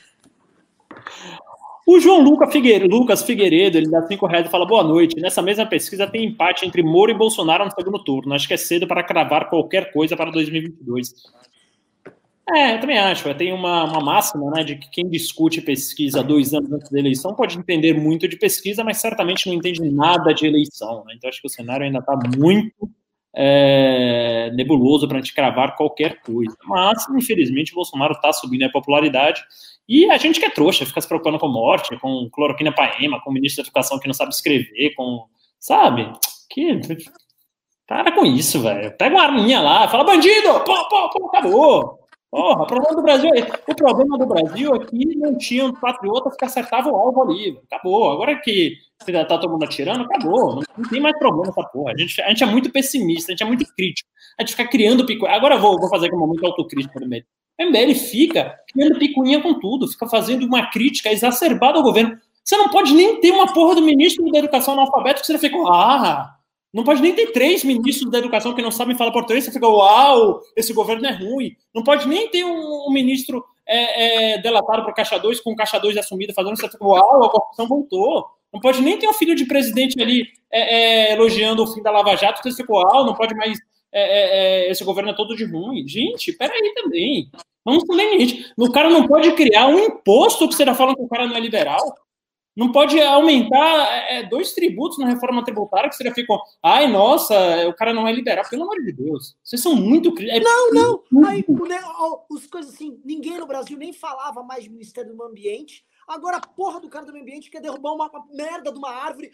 O João Luca Figueiredo, Lucas Figueiredo, ele dá cinco reais e fala, boa noite. Nessa mesma pesquisa tem empate entre Moro e Bolsonaro no segundo turno. Acho que é cedo para cravar qualquer coisa para dois mil e vinte e dois. É, eu também acho. Tem uma, uma máxima, né, de que quem discute pesquisa dois anos antes da eleição pode entender muito de pesquisa, mas certamente não entende nada de eleição. Né? Então acho que o cenário ainda está muito é, nebuloso para a gente cravar qualquer coisa. Mas, infelizmente, o Bolsonaro está subindo a popularidade. E a gente que é trouxa, fica se preocupando com morte, com cloroquina para EMA, com o ministro da Educação que não sabe escrever, com... Sabe? Que... Para com isso, velho. Pega uma arminha lá, fala, bandido! Pô, pô, pô, acabou! Porra, o problema do Brasil é... O problema do Brasil é que não tinha um patriota que acertava o alvo ali. Acabou. Agora que tá todo mundo atirando, acabou. Não, não tem mais problema essa porra. A gente, a gente é muito pessimista, a gente é muito crítico. A gente fica criando pico... Agora eu vou, vou fazer aqui um momento autocrítico primeiro. O M B L fica criando picuinha com tudo, fica fazendo uma crítica exacerbada ao governo. Você não pode nem ter uma porra do ministro da Educação analfabeto que você fica, ah, não pode nem ter três ministros da Educação que não sabem falar português, você fica, uau, esse governo é ruim. Não pode nem ter um, um ministro é, é, delatado por Caixa dois, com Caixa dois assumido, fazendo, você fica, uau, a corrupção voltou. Não pode nem ter um filho de presidente ali é, é, elogiando o fim da Lava Jato, você fica, uau, não pode mais... É, é, esse governo é todo de ruim. Gente, peraí também. Vamos ter limite. O cara não pode criar um imposto que você está falando que o cara não é liberal. Não pode aumentar é, dois tributos na reforma tributária que você fica, ai, nossa, o cara não é liberal. Pelo amor de Deus. Vocês são muito... É não, não. Aí, né, as coisas assim, ninguém no Brasil nem falava mais de Ministério do Meio Ambiente. Agora a porra do cara do meio ambiente quer derrubar uma, uma merda de uma árvore.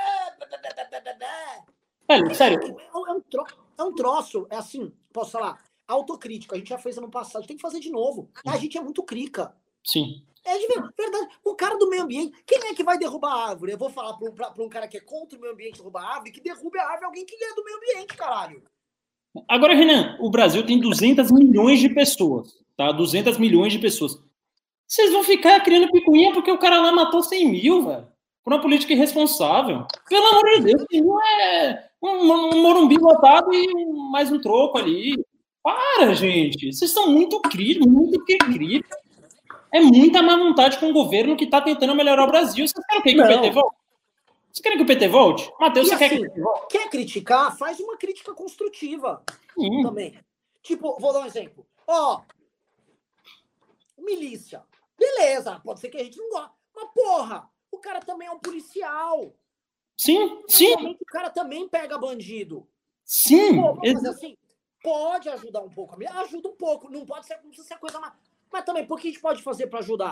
É, sério. É um, tro, é um troço, é assim, posso falar, autocrítica, a gente já fez ano passado, tem que fazer de novo. A gente é muito crica. Sim. É de verdade. O cara do meio ambiente, quem é que vai derrubar a árvore? Eu vou falar para um cara que é contra o meio ambiente derrubar a árvore, que derrube a árvore alguém que é do meio ambiente, caralho. Agora, Renan, o Brasil tem duzentos milhões de pessoas, tá? duzentos milhões de pessoas. Vocês vão ficar criando picuinha porque o cara lá matou cem mil, velho. Por uma política irresponsável. Pelo amor de Deus, cem mil é um, um Morumbi lotado e mais um troco ali. Para, gente. Vocês são muito críticos, muito críticos. É muita má vontade com o governo que está tentando melhorar o Brasil. Vocês querem que, que o P T volte? Vocês querem que o P T volte? Matheus, você assim, quer que o P T volte? Quer criticar? Faz uma crítica construtiva. Hum. Também. Tipo, vou dar um exemplo. Ó, milícia. Beleza, pode ser que a gente não goste. Mas, porra, o cara também é um policial. Sim, sim. O cara também pega bandido. Sim. Pô, mas assim, pode ajudar um pouco. Ajuda um pouco. Não pode ser, não precisa ser a coisa mais... Mas também, por que a gente pode fazer para ajudar?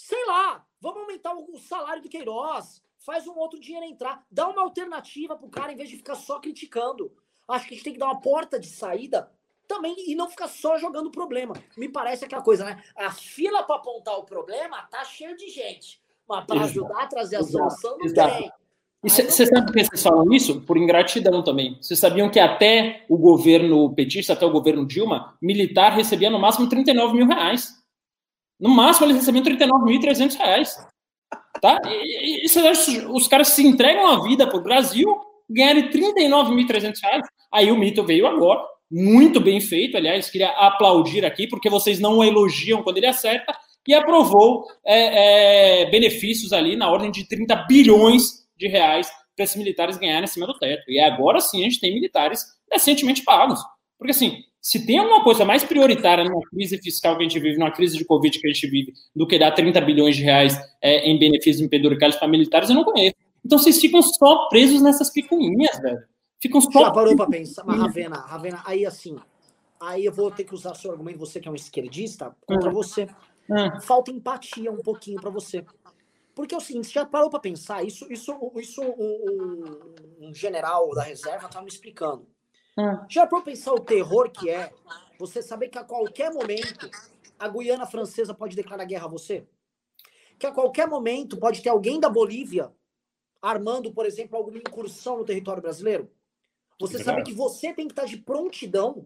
sei lá, vamos aumentar o salário do Queiroz, faz um outro dinheiro entrar, dá uma alternativa pro cara em vez de ficar só criticando. Acho que a gente tem que dar uma porta de saída também e não ficar só jogando problema. Me parece aquela coisa, né? A fila para apontar o problema tá cheia de gente, mas para ajudar a trazer a solução não tem. E você sabe por que vocês falam isso? Por ingratidão também. Vocês sabiam que até o governo petista, até o governo Dilma, militar recebia no máximo trinta e nove mil reais. No máximo eles recebiam trinta e nove mil e trezentos reais. Tá? E, e, e os caras se entregam a vida pro Brasil, ganharem trinta e nove mil e trezentos reais. Aí o mito veio agora, muito bem feito, aliás, queria aplaudir aqui, porque vocês não o elogiam quando ele acerta, e aprovou é, é, benefícios ali na ordem de trinta bilhões de reais para esses militares ganharem acima do teto. E agora sim a gente tem militares decentemente pagos. Porque assim, se tem alguma coisa mais prioritária numa crise fiscal que a gente vive, numa crise de Covid que a gente vive, do que dar trinta bilhões de reais é, em benefícios penduricais para militares, eu não conheço. Então vocês ficam só presos nessas picuinhas, velho. Ficam só... Já parou para pensar? Mas, Ravena, Ravena, aí assim, aí eu vou ter que usar seu argumento, você que é um esquerdista, contra hum. você. Hum. Falta empatia um pouquinho para você. Porque é o seguinte, você já parou para pensar, isso, isso, isso um, um general da reserva estava me explicando. Hum. Já parou para pensar o terror que é você saber que a qualquer momento a Guiana Francesa pode declarar guerra a você? Que a qualquer momento pode ter alguém da Bolívia armando, por exemplo, alguma incursão no território brasileiro? Você é saber que você tem que estar de prontidão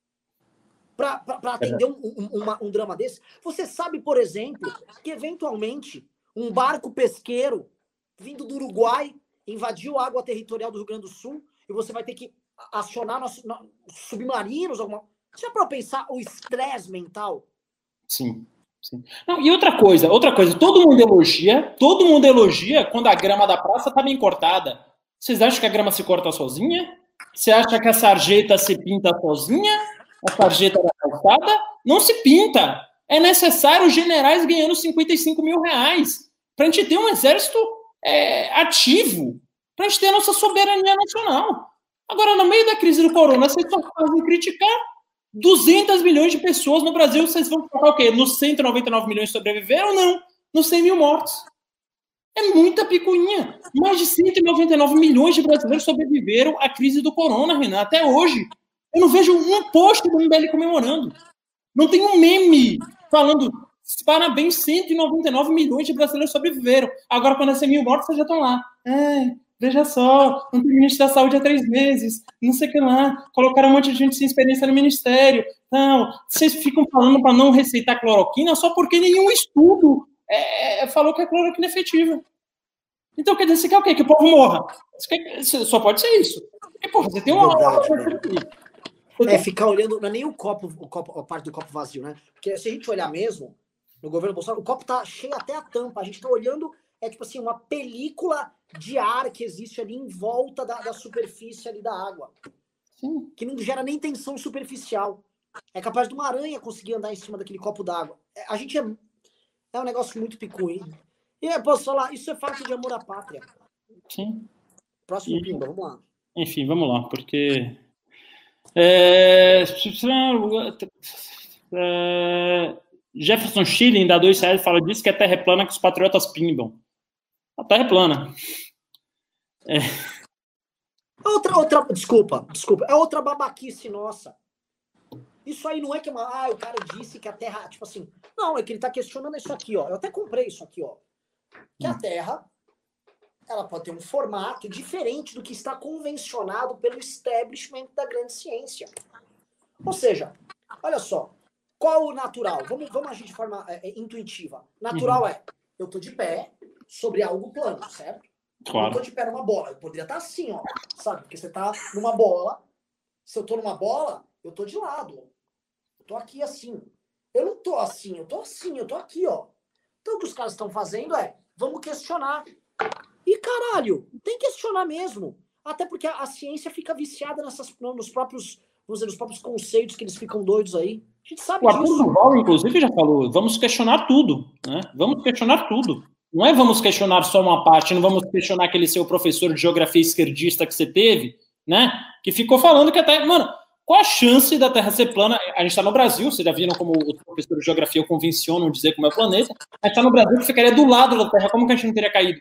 para atender um, um, uma, um drama desse? Você sabe, por exemplo, que eventualmente um barco pesqueiro vindo do Uruguai invadiu a água territorial do Rio Grande do Sul e você vai ter que acionar nossos, nossos submarinos, alguma... Você já para pensar o estresse mental? Sim, sim. Não, e outra coisa, outra coisa, todo mundo elogia, todo mundo elogia quando a grama da praça tá bem cortada. Vocês acham que a grama se corta sozinha? Você acha que a sarjeta se pinta sozinha? A sarjeta da calçada? Não se pinta. É necessário generais ganhando cinquenta e cinco mil reais para a gente ter um exército é, ativo, para a gente ter a nossa soberania nacional. Agora, no meio da crise do corona, vocês só fazem criticar duzentos milhões de pessoas no Brasil. Vocês vão focar o quê? Nos cento e noventa e nove milhões sobreviveram ou não? Nos cem mil mortos. É muita picuinha. Mais de cento e noventa e nove milhões de brasileiros sobreviveram à crise do corona, Renan, até hoje. Eu não vejo um post do M B L comemorando. Não tem um meme falando parabéns, cento e noventa e nove milhões de brasileiros sobreviveram. Agora, quando é cem mil mortos, vocês já estão lá. É, veja só, não tem ministro da saúde há três meses, não sei o que lá. Colocaram um monte de gente sem experiência no ministério. Não, vocês ficam falando para não receitar cloroquina só porque nenhum estudo é, falou que a cloroquina é efetiva. Então, quer dizer, você quer o quê? Que o povo morra. Você quer, só pode ser isso. Porque, porra, você tem uma... É, ficar olhando, não é nem o copo, o copo, a parte do copo vazio, né? Porque se a gente olhar mesmo, no governo Bolsonaro, o copo tá cheio até a tampa. A gente tá olhando, é tipo assim, uma película de ar que existe ali em volta da, da superfície ali da água. Sim. Que não gera nem tensão superficial. É capaz de uma aranha conseguir andar em cima daquele copo d'água. É, a gente é, é um negócio muito picuinho. E eu posso falar, isso é falta de amor à pátria. Sim. Próximo pimba, vamos lá. Enfim, vamos lá, porque... É... É... Jefferson Schilling, da dois reais, fala disso que a terra é plana, que os patriotas pimbam. A terra é plana. É... Outra, outra, desculpa, desculpa, é outra babaquice nossa. Isso aí não é que uma, ah, o cara disse que a terra, tipo assim, não, é que ele tá questionando isso aqui, ó. Eu até comprei isso aqui, ó. Que a terra, ela pode ter um formato diferente do que está convencionado pelo establishment da grande ciência. Ou seja, olha só, qual o natural? Vamos, vamos agir de forma é, é, intuitiva. Natural uhum. é, eu tô de pé sobre algo plano, certo? Claro. Eu tô de pé numa bola. Eu poderia estar assim, ó, sabe? Porque você tá numa bola. Se eu tô numa bola, eu tô de lado. Eu tô aqui assim. Eu não tô assim, eu tô assim, eu tô aqui, ó. Então o que os caras estão fazendo é, vamos questionar. E caralho, tem que questionar mesmo. Até porque a, a ciência fica viciada nessas, nos próprios, vamos dizer, nos próprios conceitos que eles ficam doidos aí. A gente sabe o disso. O Arthur Duval, inclusive, já falou, vamos questionar tudo, né? Vamos questionar tudo. Não é vamos questionar só uma parte, não vamos questionar aquele seu professor de geografia esquerdista que você teve, né? Que ficou falando que até... Mano, Qual a chance da Terra ser plana? A gente está no Brasil, vocês já viram como os professores de geografia convencionam dizer como é o planeta. A gente está no Brasil, que ficaria do lado da Terra. Como que a gente não teria caído?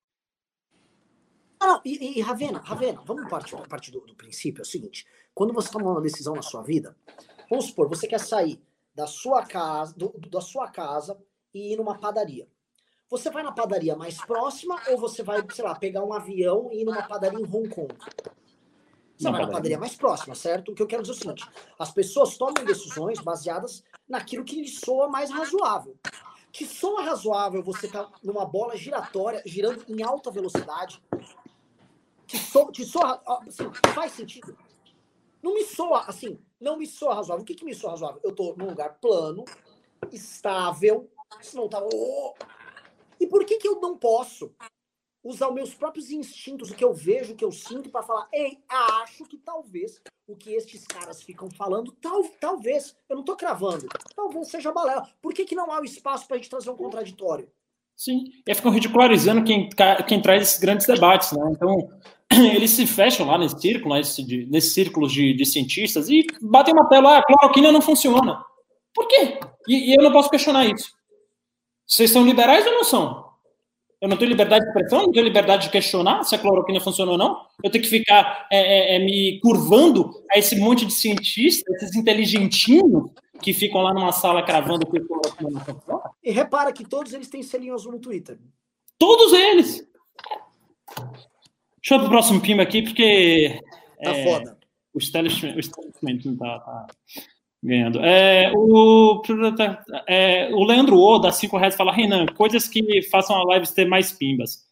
Não, e, e Ravena, Ravena, vamos partir, partir do, do princípio, é o seguinte, quando você toma uma decisão na sua vida, vamos supor, você quer sair da sua casa, do, da sua casa e ir numa padaria. Você vai na padaria mais próxima ou você vai, sei lá, pegar um avião e ir numa padaria em Hong Kong? Você Não, vai na padaria mais próxima, certo? O que eu quero dizer é o seguinte, as pessoas tomam decisões baseadas naquilo que lhes soa mais razoável. Que soa razoável você estar tá numa bola giratória, girando em alta velocidade, que soa, te soa, assim, faz sentido? Não me soa, assim, não me soa razoável. O que que me soa razoável? Eu tô num lugar plano, estável, senão tá... Oh! E por que que eu não posso usar os meus próprios instintos, o que eu vejo, o que eu sinto, para falar, ei, acho que talvez o que estes caras ficam falando, tal, talvez, eu não tô cravando, talvez seja balela. Por que que não há o espaço pra gente trazer um contraditório? Sim, e ficam ridicularizando quem, quem traz esses grandes debates, né? Então, eles se fecham lá nesse círculo, nesse, de, nesse círculo de, de cientistas e batem uma tela, ah, a cloroquina não funciona. Por quê? E, e eu não posso questionar isso. Vocês são liberais ou não são? Eu não tenho liberdade de expressão, não tenho liberdade de questionar se a cloroquina funciona ou não. Eu tenho que ficar é, é, me curvando a esse monte de cientistas, esses inteligentinhos que ficam lá numa sala cravando que a cloroquina não funciona. E repara que todos eles têm selinho azul no Twitter. Todos eles! Deixa eu ir pro próximo pimba aqui, porque... Tá é, foda. O establishment, o establishment não tá, tá ganhando. É, o, é, o Leandro O, da cinco reais, fala, Renan, coisas que façam a live ter mais pimbas.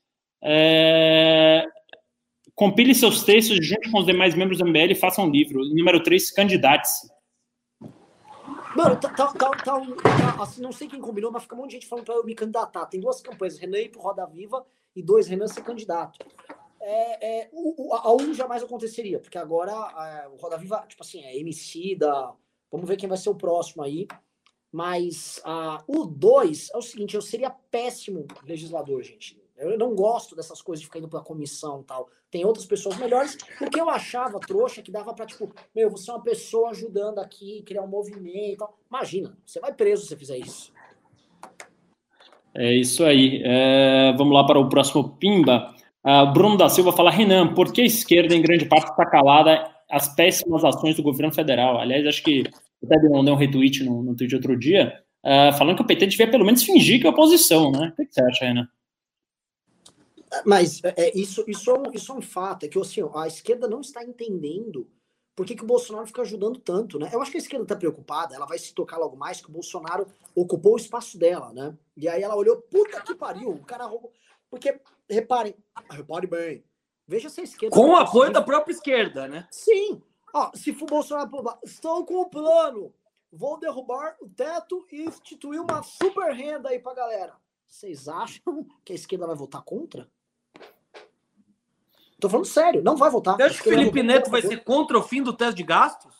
É, compile seus textos junto com os demais membros do M B L e faça um livro. Número três, candidate-se. Mano, tá, tá, tá, tá, um, tá, assim, não sei quem combinou, mas fica um monte de gente falando pra eu me candidatar. Tem duas campanhas, Renan ir pro Roda Viva e dois, Renan ser candidato. É, é, o, o, a um jamais aconteceria, porque agora é, o Roda Viva, tipo assim, é Emicida, vamos ver quem vai ser o próximo aí. Mas a, o dois é o seguinte, eu seria péssimo legislador, gente. Eu não gosto dessas coisas de ficar indo pra comissão e tal. Tem outras pessoas melhores. O que eu achava, trouxa, que dava pra, tipo, meu, você é uma pessoa ajudando aqui, criar um movimento e tal. Imagina, você vai preso se você fizer isso. É isso aí. É, vamos lá para o próximo pimba. Uh, Bruno da Silva fala, Renan, por que a esquerda, em grande parte, está calada às péssimas ações do governo federal? Aliás, acho que até deu um retweet no, no tweet outro dia, uh, falando que o P T devia pelo menos fingir que é oposição, né? O que você acha, Renan? Mas é, isso, isso, é um, isso é um fato, é que assim, a esquerda não está entendendo por que, que o Bolsonaro fica ajudando tanto, né? Eu acho que a esquerda está preocupada, ela vai se tocar logo mais que o Bolsonaro ocupou o espaço dela, né? E aí ela olhou, puta que pariu, o cara roubou. Porque, reparem, reparem bem, veja se a esquerda... Com o apoio da própria esquerda, né? Sim. Ó, se for Bolsonaro, estou com o plano, vou derrubar o teto e instituir uma super renda aí pra galera. Vocês acham que a esquerda vai votar contra? Tô falando sério, não vai votar. Você acha que o Felipe Neto vai ser contra o fim do teto de gastos?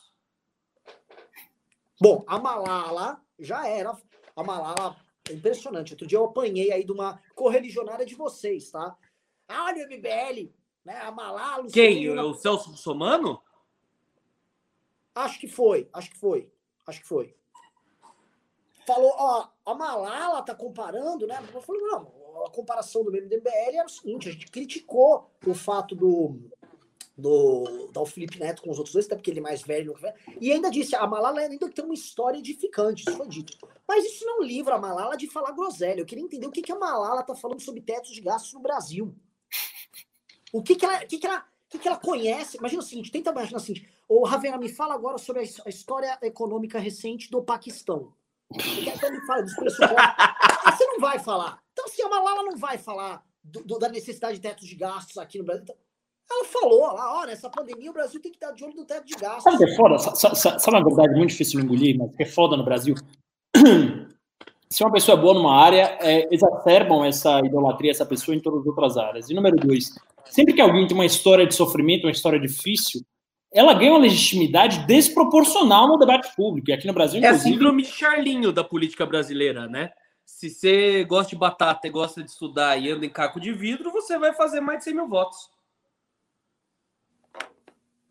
Bom, a Malala já era. A Malala é impressionante. Outro dia eu apanhei aí de uma correligionária de vocês, tá? Ah, olha o M B L, né? A Malala... Quem? O Celso Russomano? Acho que foi, acho que foi. Acho que foi. Falou, ó, a Malala tá comparando, né? Eu falei, não, a comparação do M B L era o seguinte, a gente criticou o fato do, do, do Felipe Neto com os outros dois, até porque ele é mais velho, e ainda disse, a Malala ainda tem uma história edificante, isso foi dito. Mas isso não livra a Malala de falar groselha. Eu queria entender o que, que a Malala tá falando sobre tetos de gastos no Brasil. O que que ela, o que que ela, o que que ela conhece? Imagina o seguinte, tenta imaginar o seguinte, ô Ravena, me fala agora sobre a história econômica recente do Paquistão. Então me fala dos pressupostos. Você não vai falar. Então, assim, a Malala não vai falar do, do, da necessidade de tetos de gastos aqui no Brasil. Ela falou lá, ó, nessa pandemia o Brasil tem que dar de olho no teto de gastos. Sabe o que é foda? Sabe uma verdade muito difícil de engolir, mas que é foda no Brasil? Se uma pessoa é boa numa área, é, exacerbam essa idolatria, essa pessoa em todas as outras áreas. E número dois, sempre que alguém tem uma história de sofrimento, uma história difícil, ela ganha uma legitimidade desproporcional no debate público. E aqui no Brasil, é inclusive... a síndrome de Charlinho da política brasileira, né? Se você gosta de batata e gosta de estudar e anda em caco de vidro, você vai fazer mais de cem mil votos.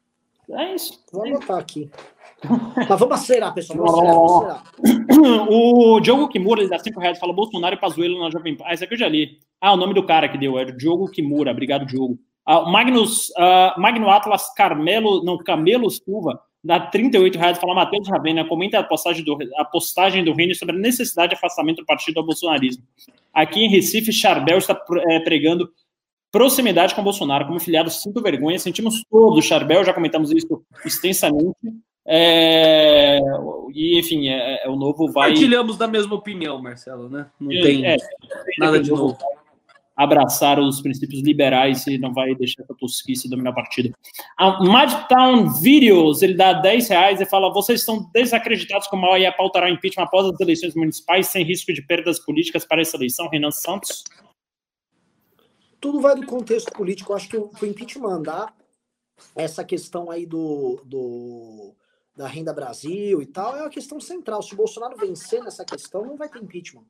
É isso. Vou anotar aqui. Mas vamos acelerar, pessoal. Vamos acelerar, vamos acelerar. O Diogo Kimura, ele dá cinco reais, fala Bolsonaro e Pazuello na Jovem Pan. Ah, esse aqui eu já li. Ah, o nome do cara que deu era Diogo Kimura. Obrigado, Diogo. Uh, Magnus, uh, Magno Atlas Carmelo, não, Camelo Silva, dá trinta e oito reais, fala Matheus Ravena, comenta a postagem, do, a postagem do Reino sobre a necessidade de afastamento do partido ao bolsonarismo. Aqui em Recife, Charbel está é, pregando proximidade com Bolsonaro. Como filiado, sinto vergonha, sentimos todos, Charbel, já comentamos isso extensamente. É, e, enfim, é, é, o novo vai... Partilhamos da mesma opinião, Marcelo, né? Não é, tem é, nada de novo. Abraçar os princípios liberais e não vai deixar essa tosquice dominar a partida. A Madtown Videos, ele dá dez reais e fala, vocês estão desacreditados como a O A I pautará o impeachment após as eleições municipais sem risco de perdas políticas para essa eleição, Renan Santos? Tudo vai do contexto político. Eu acho que o, o impeachment andar, essa questão aí do, do, da Renda Brasil e tal, é uma questão central. Se o Bolsonaro vencer nessa questão, não vai ter impeachment.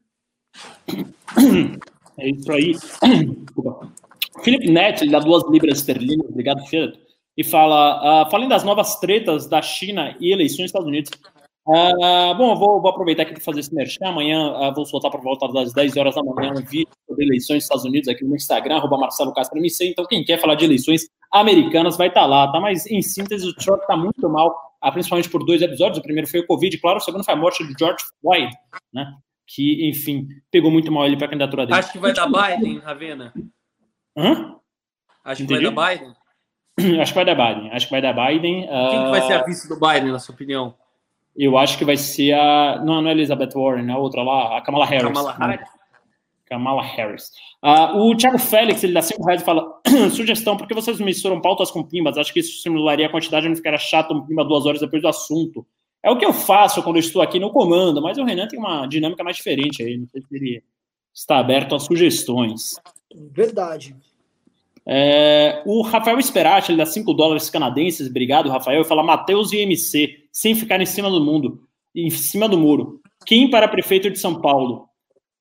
É isso aí. Felipe Neto, ele dá duas libras esterlinas, obrigado, Felipe, e fala, uh, falem das novas tretas da China e eleições nos Estados Unidos. Uh, bom, eu vou, vou aproveitar aqui para fazer esse merchan. Amanhã uh, vou soltar por volta das dez horas da manhã um vídeo sobre eleições nos Estados Unidos aqui no Instagram, arroba Marcelo Castro M C. Então, quem quer falar de eleições americanas vai estar tá lá, tá? Mas, em síntese, o Trump está muito mal, uh, principalmente por dois episódios. O primeiro foi o Covid, claro, o segundo foi a morte de George Floyd, né? Que, enfim, pegou muito mal ele para a candidatura dele. Acho que vai dar Biden, Ravena. Hã? Acho Entendi. que vai dar Biden. Acho que vai dar Biden. Acho que vai dar Biden. Quem uh... que vai ser a vice do Biden, na sua opinião? Eu acho que vai ser a... Não, não é a Elizabeth Warren, a outra lá, a Kamala Harris. Kamala Harris. Né? Kamala Harris. Uh, o Thiago Félix, ele dá cinco reais e fala, sugestão, por que vocês misturam pautas com pimbas? Acho que isso simularia a quantidade e não ficaria chato um pimba duas horas depois do assunto. É o que eu faço quando eu estou aqui no comando, mas o Renan tem uma dinâmica mais diferente aí. Não sei se ele está aberto a sugestões. Verdade. É, o Rafael Sperati, ele dá cinco dólares canadenses. Obrigado, Rafael. Ele fala, Matheus e M C, sem ficar em cima do mundo, em cima do muro. Quem para prefeito de São Paulo?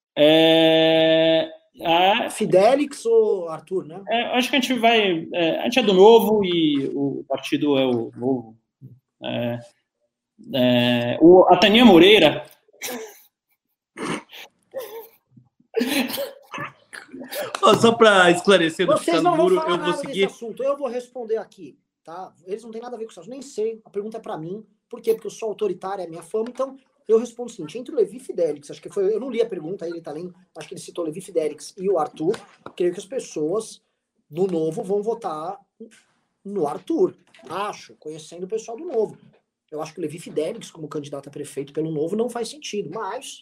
É, a, Fidelix ou Arthur, né? É, acho que a gente vai... É, a gente é do Novo e o partido é o Novo. É... É, o, a Taninha Moreira oh, só para esclarecer do vocês não muro, vão falar eu nada vou seguir desse assunto, eu vou responder aqui, tá? Eles não têm nada a ver com isso, nem sei, a pergunta é para mim, por quê? Porque eu sou autoritário, é minha fama, então eu respondo o seguinte, entre o Levi Fidelix, acho que foi, eu não li a pergunta, ele tá lendo, acho que ele citou o Levi Fidelix e o Arthur, creio que as pessoas do Novo vão votar no Arthur, acho, conhecendo o pessoal do Novo. Eu acho que o Levi Fidelix, como candidato a prefeito pelo Novo, não faz sentido, mas...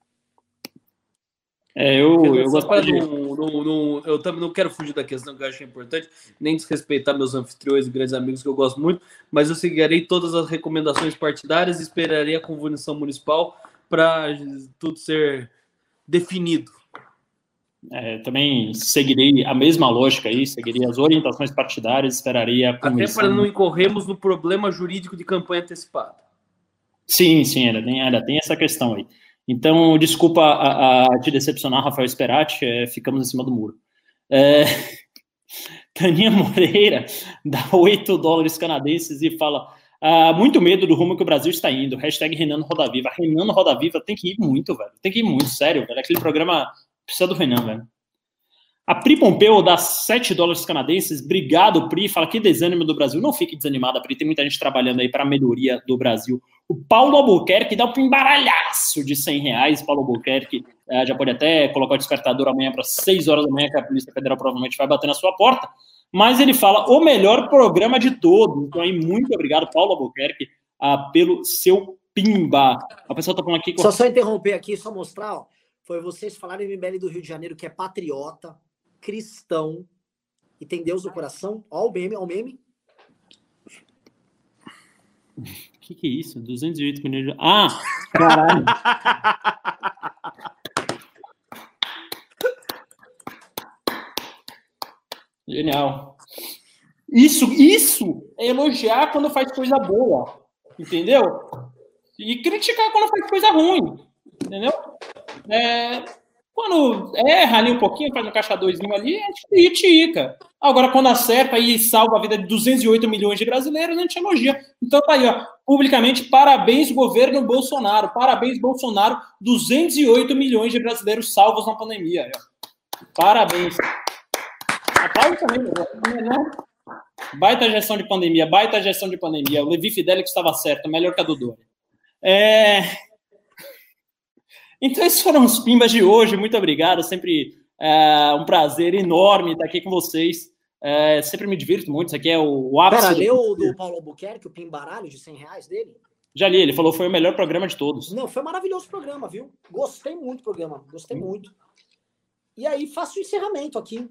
É, eu, eu gosto de... Não, não, não, eu também não quero fugir da questão que eu acho importante, nem desrespeitar meus anfitriões e grandes amigos que eu gosto muito, mas eu seguirei todas as recomendações partidárias e esperarei a convenção municipal para tudo ser definido. É, também seguirei a mesma lógica aí, seguirei as orientações partidárias, esperarei a convenção. Até para não incorrermos no problema jurídico de campanha antecipada. Sim, sim, ainda tem, ainda tem essa questão aí. Então, desculpa a, a te decepcionar, Rafael Sperati, é, ficamos em cima do muro. É, Taninha Moreira dá oito dólares canadenses e fala, ah, muito medo do rumo que o Brasil está indo, hashtag Renan Roda Viva. Renan Roda Viva tem que ir muito, velho, tem que ir muito, sério, velho, aquele programa precisa do Renan, velho. A Pri Pompeu dá sete dólares canadenses, obrigado, Pri, fala que desânimo do Brasil, não fique desanimada, Pri, tem muita gente trabalhando aí para a melhoria do Brasil. O Paulo Albuquerque dá um embaralhaço de cem reais, Paulo Albuquerque eh, já pode até colocar o despertador amanhã para seis horas da manhã, que a Polícia Federal provavelmente vai bater na sua porta, mas ele fala o melhor programa de todos, então aí muito obrigado, Paulo Albuquerque, ah, pelo seu pimba. A pessoa tá falando aqui... Só só interromper aqui, só mostrar, ó, foi vocês falarem em M B L do Rio de Janeiro, que é patriota, cristão, e tem Deus no coração, ó o meme, ó o meme. O que, que é isso? duzentos e oito milhões de... Ah, caralho. Genial. Isso, isso é elogiar quando faz coisa boa, entendeu? E criticar quando faz coisa ruim, entendeu? É, Quando erra ali um pouquinho, faz um caixa doisinho ali, a gente critica. Agora, quando acerta e salva a vida de duzentos e oito milhões de brasileiros, a gente elogia. Então, tá aí, ó, publicamente, parabéns, governo Bolsonaro. Parabéns, Bolsonaro. duzentos e oito milhões de brasileiros salvos na pandemia. Ó. Parabéns. Aplausos também, né? Baita gestão de pandemia, baita gestão de pandemia. O Levi Fidelix estava certo, melhor que a do Dória. É... Então, esses foram os Pimbas de hoje. Muito obrigado. Sempre é um prazer enorme estar aqui com vocês. É, sempre me divirto muito. Isso aqui é o, o ápice. Pera, leu do Paulo Albuquerque, o Pimbaralho de cem reais dele? Já li, ele falou que foi o melhor programa de todos. Não, foi maravilhoso o programa, viu? Gostei muito do programa, gostei hum. muito. E aí, faço o encerramento aqui.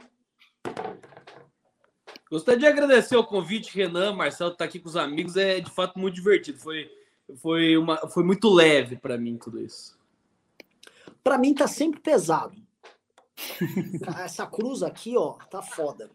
Gostaria de agradecer o convite, Renan, Marcelo, estar aqui com os amigos. É, de fato, muito divertido. Foi, foi, uma, foi muito leve para mim tudo isso. Pra mim tá sempre pesado. Essa cruz aqui, ó, tá foda.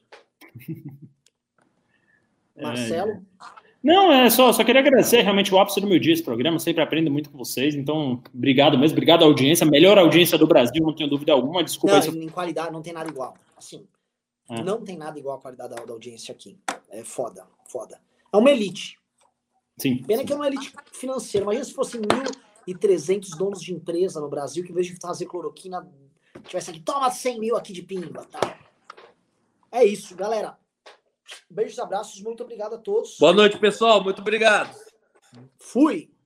Marcelo? É. Não, é só, só queria agradecer realmente o ápice do meu dia esse programa. Sempre aprendo muito com vocês. Então, obrigado mesmo. Obrigado à audiência. Melhor audiência do Brasil, não tenho dúvida alguma. Desculpa. Não, isso. Em qualidade não tem nada igual. Assim, é. Não tem nada igual a qualidade da, da audiência aqui. É foda, foda. É uma elite. Sim. Pena sim. que é uma elite financeira. Imagina se fosse mil e trezentos donos de empresa no Brasil que, em vez de fazer cloroquina, tivesse aqui, toma cem mil aqui de pimba. Tá? É isso, galera. Beijos, abraços, muito obrigado a todos. Boa noite, pessoal. Muito obrigado. Fui.